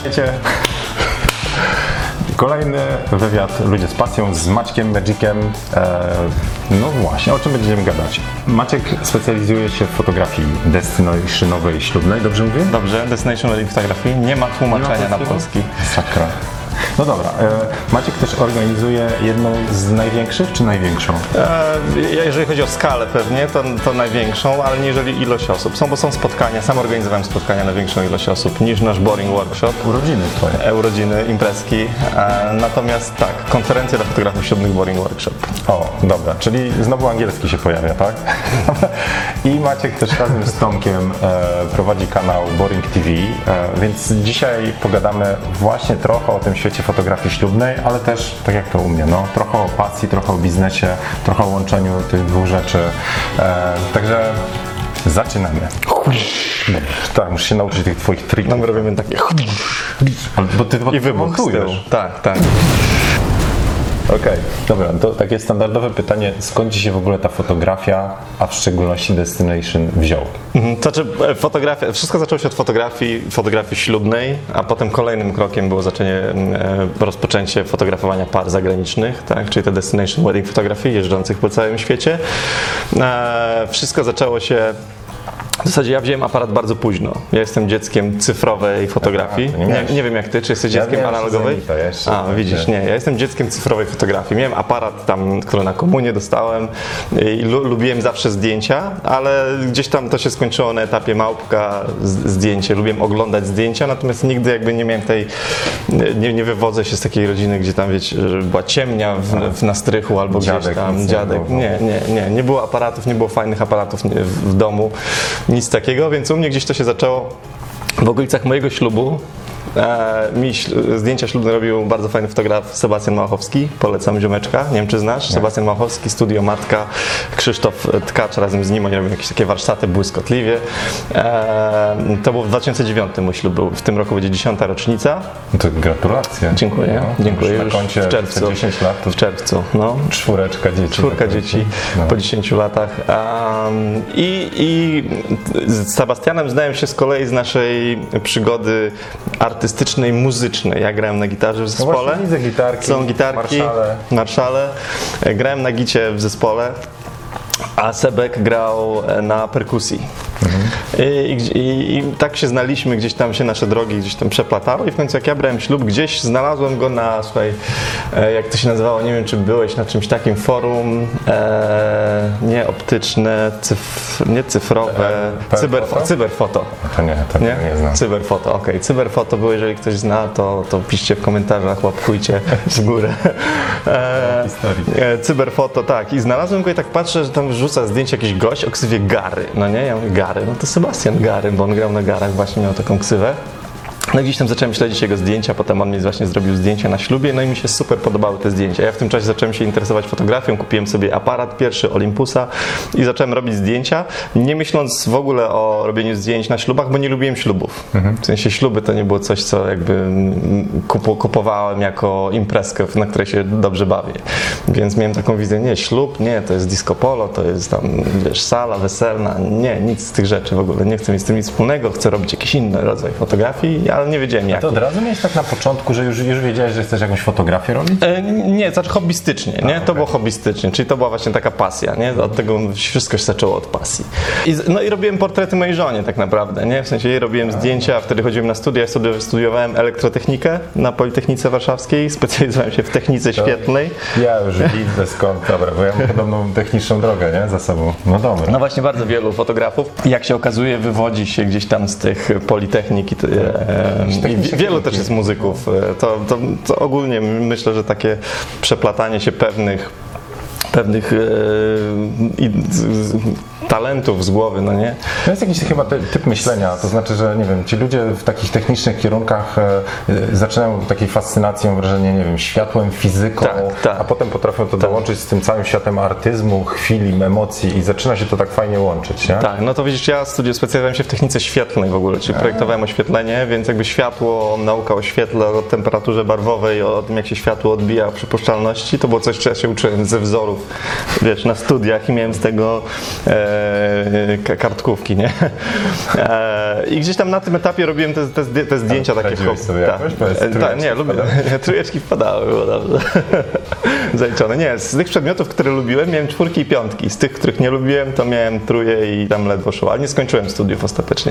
Wiecie, kolejny wywiad Ludzie z pasją z Maćkiem Magiciem. No właśnie, o czym będziemy gadać? Maciek specjalizuje się w fotografii destynationowej ślubnej, dobrze mówię? Dobrze, Destination Wedding Photography. Nie ma tłumaczenia na polski. Sakra. No dobra, Maciek też organizuje jedną z największych, czy największą? Jeżeli chodzi o skalę pewnie, to największą, ale nie jeżeli ilość osób. Bo są spotkania, sam organizowałem spotkania na większą ilość osób niż nasz boring workshop. Urodziny twoje. Urodziny, imprezki. Natomiast tak, konferencja dla fotografów ślubnych boring workshop. O, dobra, czyli znowu angielski się pojawia, tak? I Maciek też razem z Tomkiem prowadzi kanał Boring TV, więc dzisiaj pogadamy właśnie trochę o tym świecie fotografii ślubnej, ale też, tak jak to u mnie, no, trochę o pasji, trochę o biznesie, trochę o łączeniu tych dwóch rzeczy. Także zaczynamy. Tak, muszę się nauczyć tych twoich trików. No my robimy takie Bo ty i wybuch z tyłu. montujesz. Tak, tak. Okej, dobra, to takie standardowe pytanie, skąd ci się w ogóle ta fotografia, a w szczególności Destination wziął? To znaczy fotografia, wszystko zaczęło się od fotografii ślubnej, a potem kolejnym krokiem było rozpoczęcie fotografowania par zagranicznych, tak? Czyli te Destination Wedding Photography jeżdżących po całym świecie. Wszystko zaczęło się. W zasadzie ja wziąłem aparat bardzo późno. Ja jestem dzieckiem cyfrowej fotografii. Nie wiem jak ty, czy jesteś dzieckiem analogowej? Widzisz, nie. Ja jestem dzieckiem cyfrowej fotografii. Miałem aparat tam, który na komunię dostałem i lubiłem zawsze zdjęcia, ale gdzieś tam to się skończyło na etapie małpka, zdjęcie. Lubiłem oglądać zdjęcia, natomiast nigdy jakby nie miałem nie wywodzę się z takiej rodziny, gdzie tam wiecie, że była ciemnia na strychu albo gdzieś tam dziadek. Nie było aparatów, nie było fajnych aparatów w domu. Nic takiego, więc u mnie gdzieś to się zaczęło w okolicach mojego ślubu. Zdjęcia ślubne robił bardzo fajny fotograf Sebastian Małachowski, polecam ziomeczka, nie wiem czy znasz, Sebastian Małachowski, Studio Matka, Krzysztof Tkacz razem z nim, oni robią jakieś takie warsztaty błyskotliwie. To było w 2009 mój ślub był, w tym roku będzie 10. rocznica. No to gratulacje. Dziękuję, no, dziękuję. Na koncie w czerwcu. 10 lat. W czerwcu, no. Czwórka dzieci. No. Po 10 latach. I z Sebastianem znałem się z kolei z naszej przygody artystycznej, muzycznej. Ja grałem na gitarze w zespole. No właśnie widzę gitarki, są gitarki, marszale. Grałem na gicie w zespole, a Sebek grał na perkusji. I tak się znaliśmy, gdzieś tam się nasze drogi gdzieś tam przeplatały i w końcu jak ja brałem ślub, gdzieś znalazłem go na, słuchaj, jak to się nazywało, nie wiem czy byłeś na czymś takim forum, nie optyczne, nie cyfrowe, cyberfoto. To nie znam. Cyberfoto, okej. Cyberfoto było, jeżeli ktoś zna, to piszcie w komentarzach, łapkujcie w górę. Cyberfoto, tak. I znalazłem go i tak patrzę, że tam wrzuca zdjęcie jakiś gość o ksywie Gary. No nie, ja mówię Gary, no to Sebastian Gary, bo on grał na garach, właśnie miał taką ksywę. No i gdzieś tam zacząłem śledzić jego zdjęcia, potem on mi właśnie zrobił zdjęcia na ślubie, no i mi się super podobały te zdjęcia. Ja w tym czasie zacząłem się interesować fotografią, kupiłem sobie aparat pierwszy Olympusa i zacząłem robić zdjęcia, nie myśląc w ogóle o robieniu zdjęć na ślubach, bo nie lubiłem ślubów. W sensie śluby to nie było coś, co jakby kupowałem jako imprezkę, na której się dobrze bawię. Więc miałem taką wizję, nie, ślub, nie, to jest disco polo, to jest tam, wiesz, sala weselna, nie, nic z tych rzeczy w ogóle, nie chcę mieć z tym nic wspólnego, chcę robić jakiś inny rodzaj fotografii, ale nie wiedziałem jak. To od razu miałeś tak na początku, że już wiedziałeś, że chcesz jakąś fotografię robić? Nie, znaczy hobbystycznie, nie? To było hobbystycznie, czyli to była właśnie taka pasja, nie? Od tego wszystko się zaczęło od pasji. I robiłem portrety mojej żonie tak naprawdę, nie? W sensie jej robiłem zdjęcia, a wtedy chodziłem na studia, ja studiowałem elektrotechnikę na Politechnice Warszawskiej, specjalizowałem się w technice świetlnej. Ja już widzę skąd, dobra, bo ja mam podobną techniczną drogę, nie? Za sobą. No dobra. No właśnie bardzo wielu fotografów, jak się okazuje, wywodzi się gdzieś tam z tych politechnik i wielu też jest muzyków. To ogólnie myślę, że takie przeplatanie się pewnych talentów z głowy, no nie? To jest jakiś chyba typ myślenia, to znaczy, że nie wiem, ci ludzie w takich technicznych kierunkach zaczynają takiej fascynacją, wrażenie, nie wiem, światłem, fizyką, tak. A potem potrafią to dołączyć z tym całym światem artyzmu, chwili, emocji i zaczyna się to tak fajnie łączyć, nie? Tak, no to widzisz, ja specjalizowałem się w technice świetlnej w ogóle, czyli projektowałem oświetlenie, więc jakby światło, nauka o świetle, o temperaturze barwowej, o tym, jak się światło odbija, o przypuszczalności, to było coś, czego ja się uczyłem ze wzorów, wiesz, na studiach i miałem z tego kartkówki, nie? I gdzieś tam na tym etapie robiłem te zdjęcia takie. Radziłeś sobie jakoś? Nie, lubię. Trójeczki wpadały, było dobrze. Zaliczone. Nie, z tych przedmiotów, które lubiłem, miałem 4 i 5. Z tych, których nie lubiłem, to miałem 3 i tam ledwo szło, ale nie skończyłem studiów ostatecznie.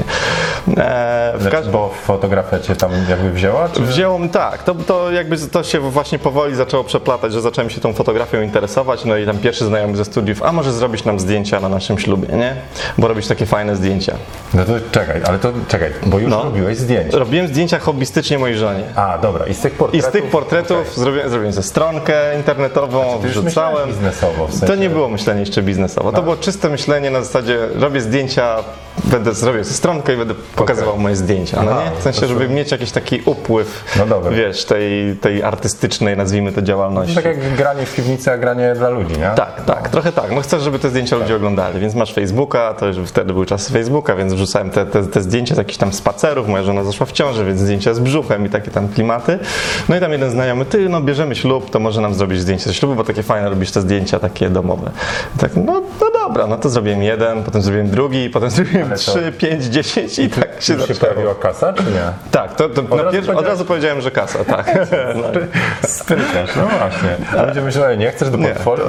Bo fotografia cię tam jakby wzięła? Czy... Wzięło mnie tak, to jakby to się właśnie powoli zaczęło przeplatać, że zacząłem się tą fotografią interesować, no i tam pierwszy znajomy ze studiów, a może zrobić nam zdjęcia na naszym ślubie, nie? Bo robić takie fajne zdjęcia. No to czekaj, bo już robiłeś zdjęcia. Robiłem zdjęcia hobbystycznie mojej żonie. A, dobra, i z tych portretów zrobiłem ze stronkę internetową, wrzucałem. Biznesowo, w sensie... To nie było myślenie jeszcze biznesowo, to było czyste myślenie na zasadzie robię zdjęcia, zrobię sobie stronkę i będę pokazywał moje zdjęcia, no nie? W sensie, żeby mieć jakiś taki upływ, wiesz, tej artystycznej, nazwijmy to, działalności. To tak jak granie w piwnicy, a granie dla ludzi, nie? Tak, trochę tak. No chcesz, żeby te zdjęcia ludzie oglądali, więc masz Facebooka, to już wtedy były czasy Facebooka, więc wrzucałem te zdjęcia z jakichś tam spacerów, moja żona zaszła w ciąży, więc zdjęcia z brzuchem i takie tam klimaty. No i tam jeden znajomy, bierzemy ślub, to może nam zrobić zdjęcie ze ślubu, bo takie fajne robisz te zdjęcia takie domowe. Tak, no dobra, no to zrobiłem jeden, potem zrobiłem drugi, potem zrobiłem 3, 5, 10 i tak się zaczęło. pojawiła kasa, czy nie? Tak, od razu powiedziałem, że kasa, tak. Spryciarz, no właśnie. A ludzie myśleli, nie chcesz do portfolio?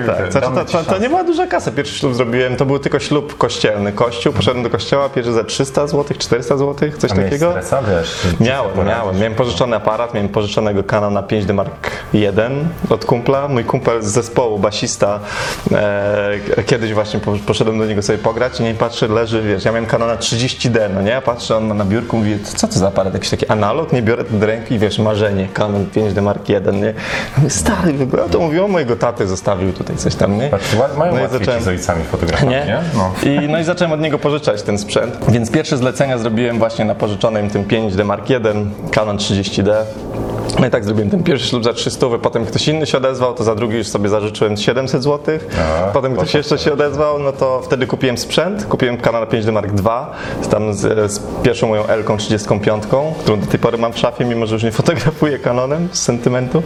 To nie była duża kasa. Pierwszy ślub zrobiłem, to był tylko ślub kościelny. Poszedłem do kościoła, pierwszy za 300 zł, 400 zł, coś takiego. Stresa, wiesz, Miałem pożyczony aparat, miałem pożyczonego Canona 5D Mark I od kumpla. Mój kumpel z zespołu, basista, kiedyś właśnie poszedłem do niego sobie pograć i nie patrzę, leży, wiesz, ja miałem Canona 30D, no nie? Patrzę, on ma na biurku, mówię, co to za aparat, jakiś taki analog, nie biorę do ręki, wiesz, marzenie, Canon 5D Mark I, nie? Mówię, stary, wybrał, to mówił, mojego taty zostawił tutaj coś tam, nie? Patrz, mają łatwiej z ojcami fotografami, nie? No i zacząłem od niego pożyczać ten sprzęt, więc pierwsze zlecenia zrobiłem właśnie na pożyczonym tym 5D Mark I, Canon 30D. No i tak zrobiłem ten pierwszy ślub za 300, potem ktoś inny się odezwał, to za drugi już sobie zażyczyłem 700 zł. Potem ktoś jeszcze się odezwał, no to wtedy kupiłem sprzęt, kupiłem Canon 5D Mark II, tam z pierwszą moją L-ką 35, którą do tej pory mam w szafie, mimo że już nie fotografuję Canonem z sentymentu.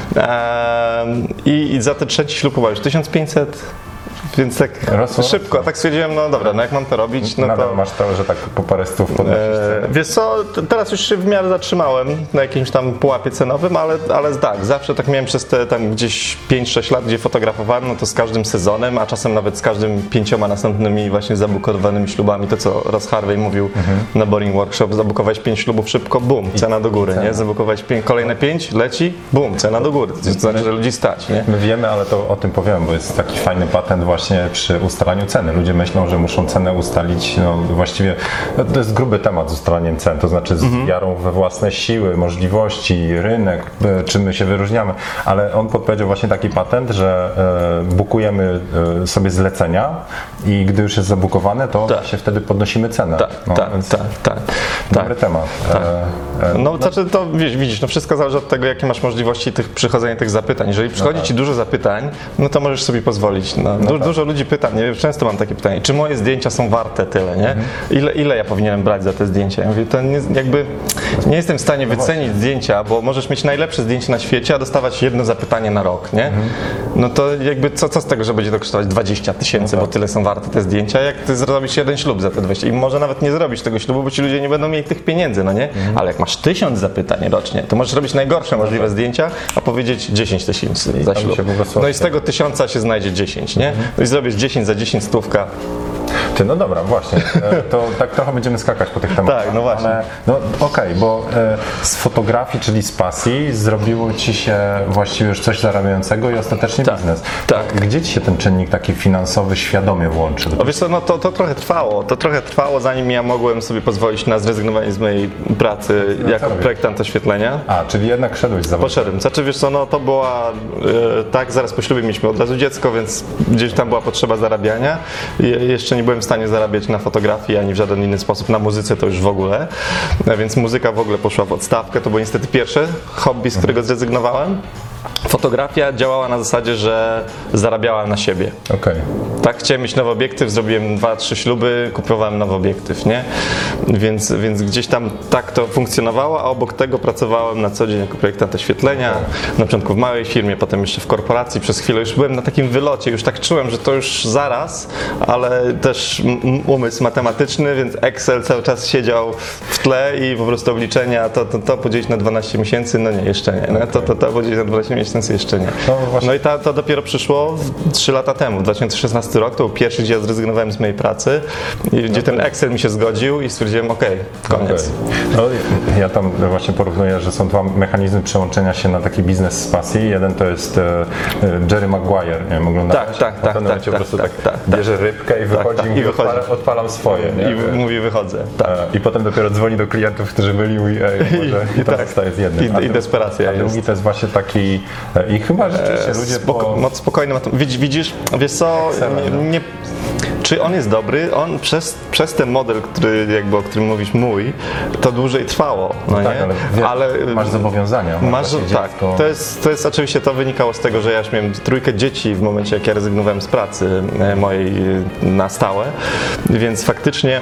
I za ten trzeci ślub chyba już 1500. Więc tak szybko, a tak stwierdziłem, no dobra, no jak mam to robić, no nadal to... masz to, że tak po parę stów podnosisz cenę. Wiesz co, teraz już się w miarę zatrzymałem na jakimś tam pułapie cenowym, ale tak, zawsze tak miałem przez te tam gdzieś 5-6 lat, gdzie fotografowałem, no to z każdym sezonem, a czasem nawet z każdym 5 następnymi właśnie zabukowanymi ślubami, to co Ross Harvey mówił na Boring Workshop, zabukowałeś 5 ślubów szybko, bum, cena do góry, nie? Zabukowałeś kolejne 5, leci, bum, cena do góry, to znaczy, że ludzi stać, nie? My wiemy, ale to o tym powiem, bo jest taki fajny patent właśnie przy ustalaniu ceny. Ludzie myślą, że muszą cenę ustalić, no właściwie to jest gruby temat z ustalaniem cen, to znaczy z wiarą we własne siły, możliwości, rynek, czym my się wyróżniamy, ale on podpowiedział właśnie taki patent, że bukujemy sobie zlecenia i gdy już jest zabukowane, to właśnie wtedy podnosimy cenę. Tak. Dobry temat. No znaczy to widzisz, no wszystko zależy od tego, jakie masz możliwości przychodzenia tych zapytań. Jeżeli przychodzi ci dużo zapytań, no to możesz sobie pozwolić. Dużo ludzi pyta mnie, często mam takie pytanie, czy moje zdjęcia są warte tyle, nie? Ile ja powinienem brać za te zdjęcia? Ja mówię, to nie jestem w stanie wycenić zdjęcia, bo możesz mieć najlepsze zdjęcie na świecie, a dostawać jedno zapytanie na rok, nie? No to jakby co z tego, że będzie to kosztować 20 000, bo tyle są warte te zdjęcia, jak ty zrobisz jeden ślub za te 20 i może nawet nie zrobić tego ślubu, bo ci ludzie nie będą mieli tych pieniędzy, no nie? Ale jak masz 1000 zapytań rocznie, to możesz robić najgorsze możliwe zdjęcia, a powiedzieć 10 000 za ślub. No i z tego 1000 się znajdzie 10, nie? No i zrobisz 10 za 10 stówka. Ty, no dobra, właśnie, to tak trochę będziemy skakać po tych tematach. Tak, no właśnie. Ale, no okej, bo z fotografii, czyli z pasji, zrobiło ci się właściwie już coś zarabiającego i ostatecznie biznes. Tak. Gdzie ci się ten czynnik taki finansowy świadomie włączy? No wiesz co, no to trochę trwało, zanim ja mogłem sobie pozwolić na zrezygnowanie z mojej pracy jako projektant oświetlenia. A, czyli jednak szedłeś za Poszedłem. Znaczy wiesz co, no to była, tak, zaraz po ślubie mieliśmy od razu dziecko, więc gdzieś tam była potrzeba zarabiania. Jeszcze nie byłem w stanie zarabiać na fotografii, ani w żaden inny sposób, na muzyce to już w ogóle, więc muzyka w ogóle poszła w odstawkę, to było niestety pierwsze hobby, z którego zrezygnowałem. fotografia działała na zasadzie, że zarabiała na siebie. Okej. Tak, chciałem mieć nowy obiektyw, zrobiłem 2-3 śluby, kupowałem nowy obiektyw, nie? Więc gdzieś tam tak to funkcjonowało, a obok tego pracowałem na co dzień jako projektant oświetlenia, na początku w małej firmie, potem jeszcze w korporacji przez chwilę. Już byłem na takim wylocie, już tak czułem, że to już zaraz, ale też umysł matematyczny, więc Excel cały czas siedział w tle i po prostu obliczenia, to podzielić na 12 miesięcy, no nie, jeszcze nie. No, to podzielić na 12 miesięcy, jeszcze nie. No i to dopiero przyszło 3 lata temu, w 2016 rok, to był pierwszy, gdzie ja zrezygnowałem z mojej pracy, i gdzie ten Excel mi się zgodził i stwierdziłem, okej, koniec. No, ja tam właśnie porównuję, że są dwa mechanizmy przełączenia się na taki biznes z pasji. Jeden to jest Jerry Maguire, nie wiem, oglądałeś? Tak. Po prostu bierze rybkę i wychodzi i mówi, odpalam swoje. Nie? I mówi, wychodzę. I potem dopiero dzwoni do klientów, którzy byli i mówi, może i to zostaje z jednym. I desperacja a drugi to jest właśnie taki, i chyba rzeczywiście ludzie spokojny. Widzisz, wiesz co, czy on jest dobry? On przez ten model, o którym mówisz, mój, to dłużej trwało. No tak, nie? Ale masz zobawiązania. Tak, to jest oczywiście, to wynikało z tego, że ja już miałem 3 dzieci w momencie, jak ja rezygnowałem z pracy mojej na stałe, więc faktycznie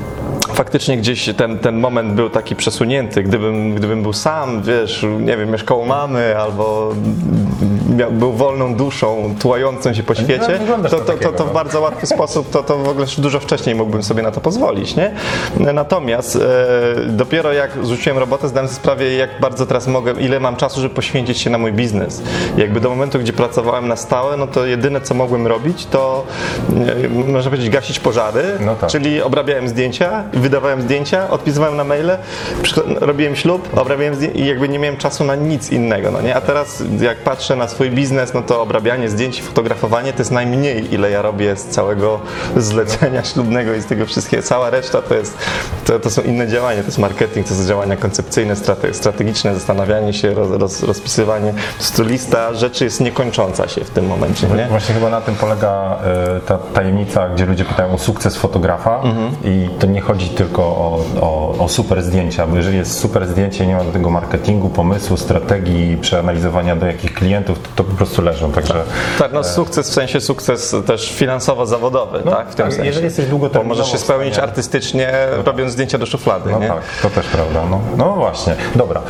gdzieś ten moment był taki przesunięty. Gdybym był sam, wiesz, nie wiem, mieszkał u mamy albo był wolną duszą, tułającą się po świecie, to w bardzo łatwy sposób, to w ogóle dużo wcześniej mógłbym sobie na to pozwolić, nie? Natomiast dopiero jak rzuciłem robotę, zdałem sobie sprawę, jak bardzo teraz mogę, ile mam czasu, żeby poświęcić się na mój biznes. Jakby do momentu, gdzie pracowałem na stałe, no to jedyne, co mogłem robić, to można powiedzieć gasić pożary, czyli obrabiałem zdjęcia, wydawałem zdjęcia, odpisywałem na maile, robiłem ślub, obrabiałem zdjęcia i jakby nie miałem czasu na nic innego, no nie? A teraz jak patrzę na swój biznes, no to obrabianie zdjęć, fotografowanie to jest najmniej, ile ja robię z całego zlecenia ślubnego i z tego wszystkiego. Cała reszta to są inne działania, to jest marketing, to są działania koncepcyjne, strategiczne, zastanawianie się, rozpisywanie. Po prostu lista rzeczy jest niekończąca się w tym momencie, nie? Właśnie chyba na tym polega ta tajemnica, gdzie ludzie pytają o sukces fotografa i to nie chodzi tylko o super zdjęcia, bo jeżeli jest super zdjęcie i nie ma do tego marketingu, pomysłu, strategii, przeanalizowania do jakich klientów, to po prostu leżą. Także, tak, no sukces w sensie sukces też finansowo-zawodowy, tak? W tym sensie. Jeżeli jesteś bo możesz się spełnić artystycznie, robiąc zdjęcia do szuflady, nie? Tak, to też prawda. No właśnie, dobra.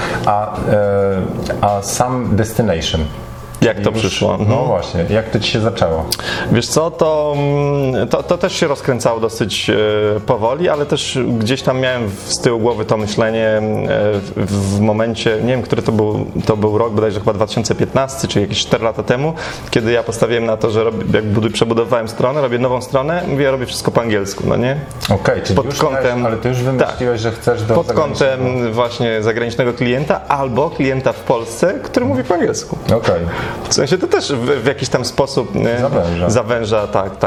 A sam Destination? Jak to przyszło? No właśnie, jak to ci się zaczęło? Wiesz co, to też się rozkręcało dosyć powoli, ale też gdzieś tam miałem z tyłu głowy to myślenie w momencie, nie wiem, który to był rok, bodajże chyba 2015, czy jakieś 4 lata temu, kiedy ja postawiłem na to, że przebudowałem stronę, robię nową stronę, mówię, ja robię wszystko po angielsku, no nie? Okej, czyli ale ty już wymyśliłeś, że chcesz do pod kątem właśnie zagranicznego klienta albo klienta w Polsce, który mówi po angielsku. Okej. W sensie to też w jakiś tam sposób zawęża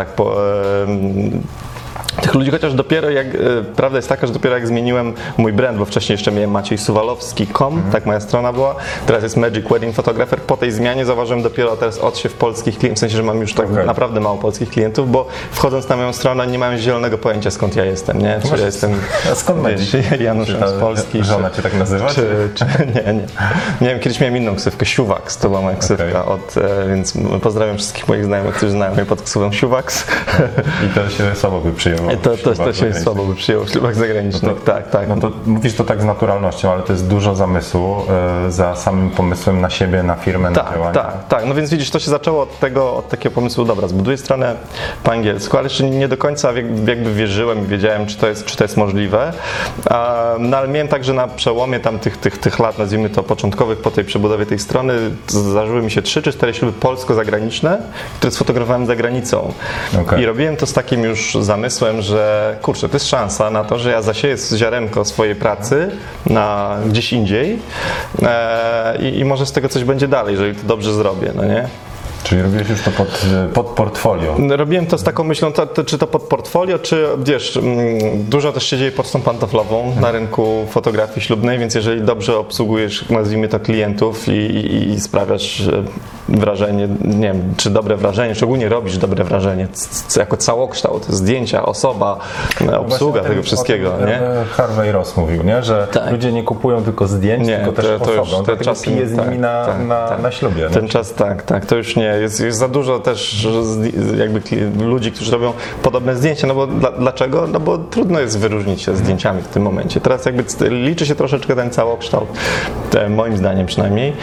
tych ludzi, chociaż dopiero prawda jest taka, że dopiero jak zmieniłem mój brand, bo wcześniej jeszcze miałem maciejsuwalowski.com, tak moja strona była, teraz jest Magic Wedding Photographer, po tej zmianie zauważyłem dopiero teraz odsiew polskich klientów, w sensie, że mam już tak naprawdę mało polskich klientów, bo wchodząc na moją stronę nie mam zielonego pojęcia, skąd ja jestem, nie? Czy ja jestem, skąd Magic? Janusz z Polski. Żona cię tak nazywa? Nie wiem, kiedyś miałem inną ksywkę, Siuwaks, to była moja ksywka, więc pozdrawiam wszystkich moich znajomych, którzy znają mnie pod ksywą Siuwaks. I to się słabo by przyjęło. To się słabo by przyjęło w ślubach zagranicznych, tak. No to mówisz to tak z naturalnością, ale to jest dużo zamysłu za samym pomysłem na siebie, na firmę, na działanie. Tak, no więc widzisz, to się zaczęło od takiego pomysłu, dobra, zbuduję stronę po angielsku, ale jeszcze nie do końca jakby wierzyłem i wiedziałem, czy to jest możliwe. No ale miałem także na przełomie tam tych lat, nazwijmy to początkowych, po tej przebudowie tej strony, zdarzyły mi się 3 czy 4 śluby polsko-zagraniczne, które sfotografowałem za granicą. I robiłem to z takim już zamysłem, że kurczę, to jest szansa na to, że ja zasieję ziarenko swojej pracy gdzieś indziej i może z tego coś będzie dalej, jeżeli to dobrze zrobię, no nie? Czyli robiłeś już to pod portfolio. Robiłem to z taką myślą, czy to pod portfolio, czy wiesz, dużo też się dzieje pod tą pantoflową na rynku fotografii ślubnej, więc jeżeli dobrze obsługujesz, nazwijmy to, klientów i sprawiasz wrażenie, nie wiem, czy dobre wrażenie, szczególnie robisz dobre wrażenie, jako całokształt, zdjęcia, osoba, obsługa tego wszystkiego, nie? Harvey Ross mówił, nie? Że tak. Ludzie nie kupują tylko zdjęć, tylko też osobą, dlatego pije z nimi na ślubie. Ten czas tak, to już nie, jest za dużo też jakby ludzi, którzy robią podobne zdjęcia, no bo dlaczego? No bo trudno jest wyróżnić się zdjęciami w tym momencie. Teraz jakby liczy się troszeczkę ten całokształt, moim zdaniem przynajmniej.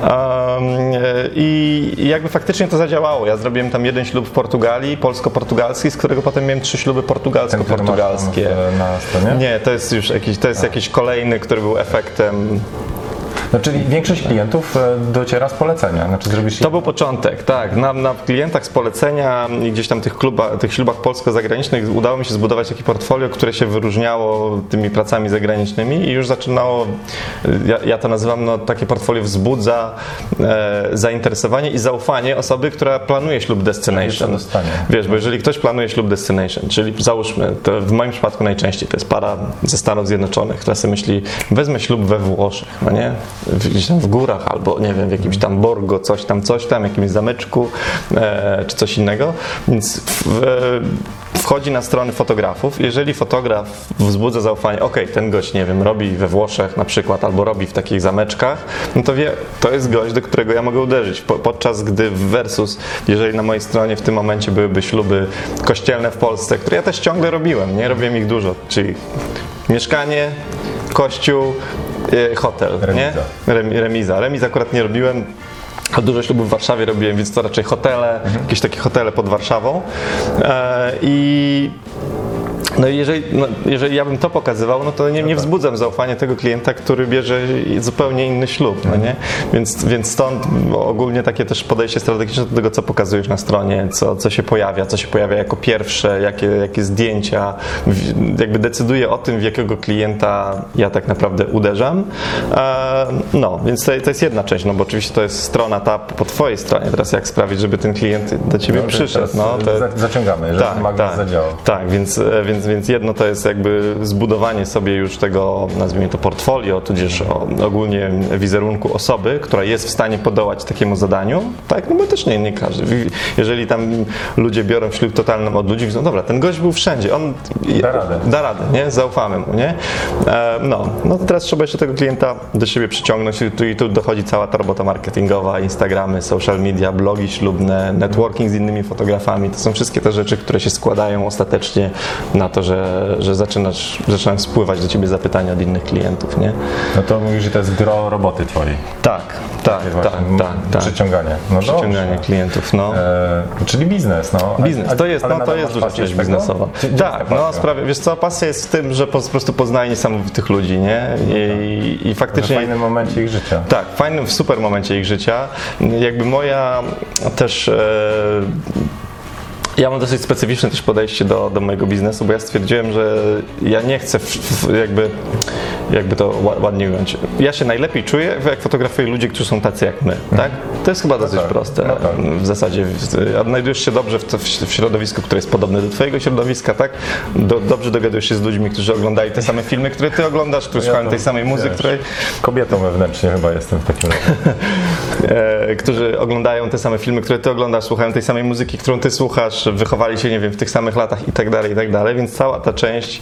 I jakby faktycznie to zadziałało. Ja zrobiłem tam jeden ślub w Portugalii, polsko-portugalski, z którego potem miałem 3 śluby portugalsko-portugalskie. Na stronie? Nie, to jest już jakiś kolejny, który był efektem. No, czyli większość klientów dociera z polecenia. Znaczy zrobisz... To był początek, tak. Na klientach z polecenia i gdzieś tam tych ślubach polsko-zagranicznych udało mi się zbudować takie portfolio, które się wyróżniało tymi pracami zagranicznymi i już zaczynało, ja to nazywam, no, takie portfolio wzbudza zainteresowanie i zaufanie osoby, która planuje ślub destination. Wiesz, bo jeżeli ktoś planuje ślub destination, czyli załóżmy, to w moim przypadku najczęściej to jest para ze Stanów Zjednoczonych, która sobie myśli, wezmę ślub we Włoszech, no nie? Gdzieś tam w górach albo nie wiem, w jakimś tam Borgo, coś tam, jakimś zameczku czy coś innego, więc wchodzi na strony fotografów. Jeżeli fotograf wzbudza zaufanie, ten gość, nie wiem, robi we Włoszech na przykład albo robi w takich zameczkach, no to wie, to jest gość, do którego ja mogę uderzyć. Podczas gdy versus, jeżeli na mojej stronie w tym momencie byłyby śluby kościelne w Polsce, które ja też ciągle robiłem, nie? Robiłem ich dużo, czyli mieszkanie, kościół, hotel, remiza. Nie? Remiza. Remiz akurat nie robiłem, a dużo ślubów w Warszawie robiłem, więc to raczej hotele, jakieś takie hotele pod Warszawą. No i jeżeli ja bym to pokazywał, no to nie wzbudzam zaufania tego klienta, który bierze zupełnie inny ślub, no nie? Więc stąd ogólnie takie też podejście strategiczne do tego, co pokazujesz na stronie, co się pojawia jako pierwsze, jakie zdjęcia, jakby decyduje o tym, w jakiego klienta ja tak naprawdę uderzam. No, więc to jest jedna część, no bo oczywiście to jest strona ta po twojej stronie, teraz jak sprawić, żeby ten klient do ciebie przyszedł. Zaciągamy, żeby magnes zadziałał. Tak, więc jedno to jest jakby zbudowanie sobie już tego, nazwijmy to portfolio, tudzież ogólnie wizerunku osoby, która jest w stanie podołać takiemu zadaniu, tak, no bo też nie każdy. Jeżeli tam ludzie biorą ślub totalnym od ludzi, no dobra, ten gość był wszędzie, on da radę, nie? Zaufamy mu, nie? No to teraz trzeba jeszcze tego klienta do siebie przyciągnąć i tu dochodzi cała ta robota marketingowa, Instagramy, social media, blogi ślubne, networking z innymi fotografami, to są wszystkie te rzeczy, które się składają ostatecznie na to, że zaczynają spływać do ciebie zapytania od innych klientów, nie? No to mówisz, że to jest gro roboty twojej. Tak. Przyciąganie. No przyciąganie klientów, no. Czyli biznes, no. Biznes, to jest duża część biznesowa. Tak, wiesz co, pasja jest w tym, że po prostu poznaję niesamowitych ludzi, nie? I faktycznie... W fajnym momencie ich życia. Tak, w super momencie ich życia. Jakby moja też... Ja mam dosyć specyficzne też podejście do mojego biznesu, bo ja stwierdziłem, że ja nie chcę jakby to ładnie ująć. Ja się najlepiej czuję, jak fotografuję ludzi, którzy są tacy jak my, tak? To jest chyba dosyć proste. W zasadzie odnajdujesz się dobrze w środowisku, które jest podobne do twojego środowiska, tak? Dobrze dogadujesz się z ludźmi, którzy oglądają te same filmy, które ty oglądasz, którzy słuchają tej samej muzyki, której... Kobietą wewnętrznie chyba jestem w takim razie. Którzy oglądają te same filmy, które ty oglądasz, słuchają tej samej muzyki, którą ty słuchasz, wychowali się, nie wiem, w tych samych latach i tak dalej, więc cała ta część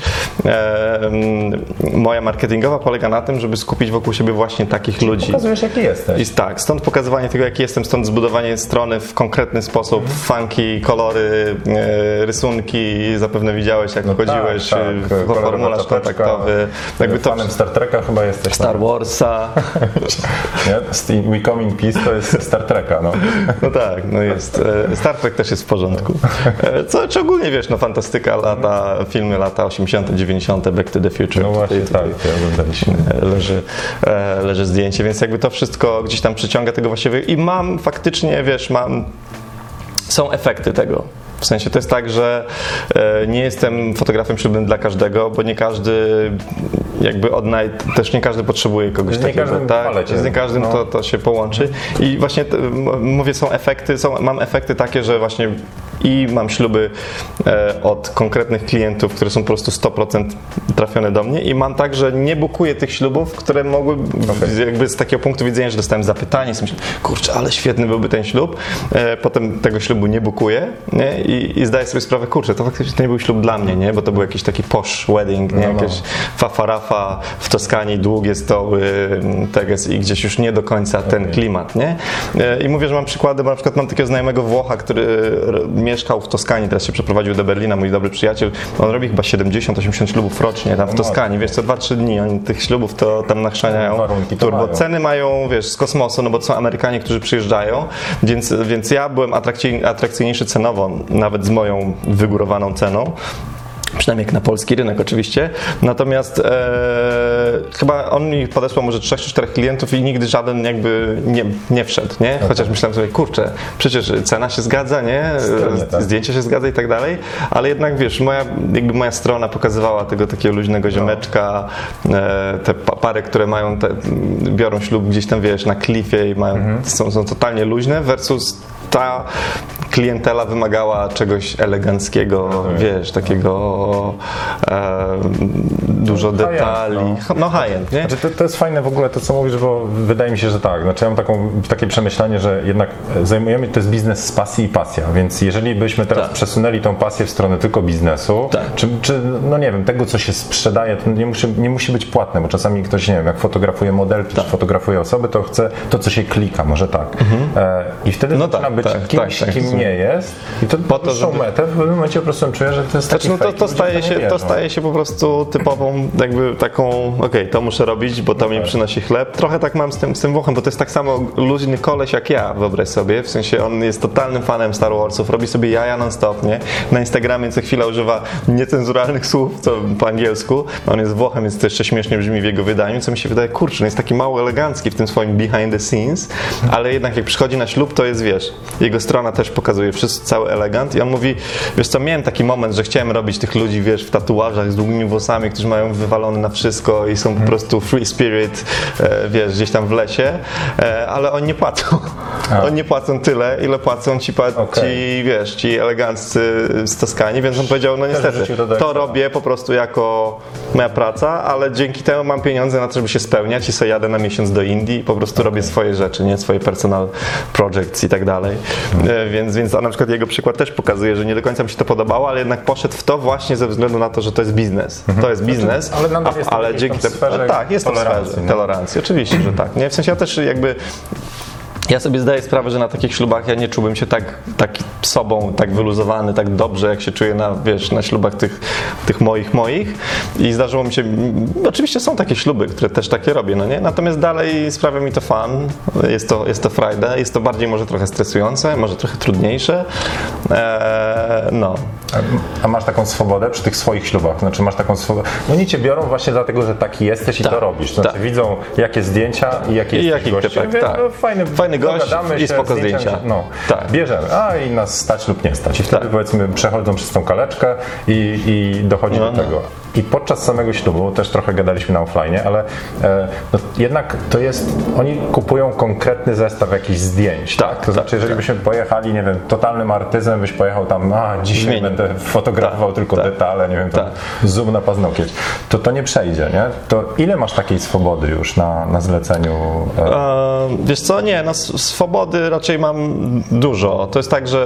moja marketingowa polega na tym, żeby skupić wokół siebie właśnie takich ludzi. Pokazujesz, jaki jesteś. I tak, stąd pokazywanie tego, jaki jestem, stąd zbudowanie strony w konkretny sposób, funky, kolory, rysunki, zapewne widziałeś, jak wchodziłeś, formularz kontaktowy. Jakby fanem Star Treka chyba jesteś. Star Warsa. Nie? We Come in Peace to jest Star Treka, no. No tak, no jest. Star Trek też jest w porządku. Czy ogólnie wiesz, no fantastyka, filmy lata 80., 90., Back to the Future. No właśnie, tutaj oglądaliśmy. Leży zdjęcie, więc jakby to wszystko gdzieś tam przyciąga tego właściwie i mam faktycznie, wiesz, są efekty tego. W sensie to jest tak, że nie jestem fotografem ślubnym dla każdego, bo nie każdy jakby też nie każdy potrzebuje kogoś Nie takiego, każdym tak? palecie, Z nie każdym no. to się połączy i właśnie mówię, mam efekty takie, że właśnie i mam śluby od konkretnych klientów, które są po prostu 100% trafione do mnie i mam tak, że nie bukuję tych ślubów, które mogły jakby z takiego punktu widzenia, że dostałem zapytanie, myślę, kurczę, ale świetny byłby ten ślub, potem tego ślubu nie bukuję, nie? I zdaję sobie sprawę, kurczę, to faktycznie to nie był ślub dla mnie, nie? Bo to był jakiś taki posh wedding, nie? Jakieś fafarafa w Toskanii, długie stoły, teges i gdzieś już nie do końca ten klimat, nie? I mówię, że mam przykłady, bo na przykład mam takiego znajomego Włocha, który mieszkał w Toskanii, teraz się przeprowadził do Berlina, mój dobry przyjaciel, on robi chyba 70-80 ślubów rocznie tam w Toskanii, wiesz, co 2-3 dni oni tych ślubów to tam nachrzaniają turbo. Ceny mają, wiesz, z kosmosu, no bo to są Amerykanie, którzy przyjeżdżają, więc ja byłem atrakcyjniejszy cenowo, nawet z moją wygórowaną ceną. Przynajmniej jak na polski rynek oczywiście. Natomiast chyba on mi podesłał może 3 czy 4 klientów i nigdy żaden jakby nie wszedł, nie? Chociaż myślałem sobie, kurczę, przecież cena się zgadza, nie? Zdjęcie się zgadza i tak dalej, ale jednak wiesz, moja strona pokazywała tego takiego luźnego ziomeczka, te pary, które biorą ślub gdzieś tam, wiesz, na klifie i są totalnie luźne versus ta klientela wymagała czegoś eleganckiego, wiesz, takiego dużo detali. No high-end, nie? Znaczy, to jest fajne w ogóle to, co mówisz, bo wydaje mi się, że tak. Znaczy, ja mam takie przemyślenie, że jednak to jest biznes z pasji i pasja, więc jeżeli byśmy teraz przesunęli tą pasję w stronę tylko biznesu, czy no nie wiem, tego, co się sprzedaje, to nie musi być płatne, bo czasami ktoś, nie wiem, jak fotografuje modelki, czy fotografuje osoby, to chce to, co się klika, może tak. I wtedy zaczyna być kimś, kim nie jest i to po dłuższą metę w pewnym momencie po prostu czuję, że to jest taki fake, to staje się po prostu typową jakby taką, to muszę robić, bo to mi przynosi chleb. Trochę tak mam z tym Włochem, bo to jest tak samo luźny koleś jak ja, wyobraź sobie, w sensie on jest totalnym fanem Star Warsów, robi sobie jaja non-stop, nie? Na Instagramie co chwila używa niecenzuralnych słów, co po angielsku, on jest Włochem, więc to jeszcze śmiesznie brzmi w jego wydaniu, co mi się wydaje, kurczę, on jest taki mało elegancki w tym swoim behind the scenes, ale jednak jak przychodzi na ślub, to jest, wiesz, jego strona też pokazuje cały elegant i on mówi, wiesz co, miałem taki moment, że chciałem robić tych ludzi, wiesz, w tatuażach z długimi włosami, którzy mają wywalone na wszystko i są po prostu free spirit, wiesz, gdzieś tam w lesie, ale oni nie płacą. Oni nie płacą tyle, ile płacą ci wiesz, ci eleganccy z Toskanii, więc on powiedział, no niestety, to robię po prostu jako moja praca, ale dzięki temu mam pieniądze na to, żeby się spełniać i sobie jadę na miesiąc do Indii i po prostu robię swoje rzeczy, nie? Swoje personal projects i tak dalej. Więc na przykład jego przykład też pokazuje, że nie do końca mi się to podobało, ale jednak poszedł w to właśnie ze względu na to, że to jest biznes. To jest biznes, ale dzięki temu... Tak, jest to w sferze tolerancji, oczywiście, że tak. Nie? W sensie ja też jakby... Ja sobie zdaję sprawę, że na takich ślubach ja nie czułbym się tak sobą, tak wyluzowany, tak dobrze, jak się czuję na ślubach tych moich. I zdarzyło mi się, oczywiście są takie śluby, które też takie robię, no nie? Natomiast dalej sprawia mi to fan, jest to frajda, jest to bardziej może trochę stresujące, może trochę trudniejsze, no. A masz taką swobodę przy tych swoich ślubach? Znaczy masz taką swobodę? Oni cię biorą właśnie dlatego, że taki jesteś i to robisz. Znaczy widzą jakie zdjęcia i jaki jesteś gościem. Fajny gość i spoko zdjęcia. No, bierzemy, i nas stać lub nie stać. I wtedy powiedzmy przechodzą przez tą kaleczkę i dochodzi do tego. I podczas samego ślubu, też trochę gadaliśmy na offline, ale jednak to jest, oni kupują konkretny zestaw jakichś zdjęć. To znaczy, jeżeli byśmy pojechali, nie wiem, totalnym artyzmem, byś pojechał tam, dzisiaj będę fotografował tylko detale, nie wiem, tam zoom na paznokieć, to nie przejdzie, nie? To ile masz takiej swobody już na zleceniu? Wiesz co, swobody raczej mam dużo. To jest tak, że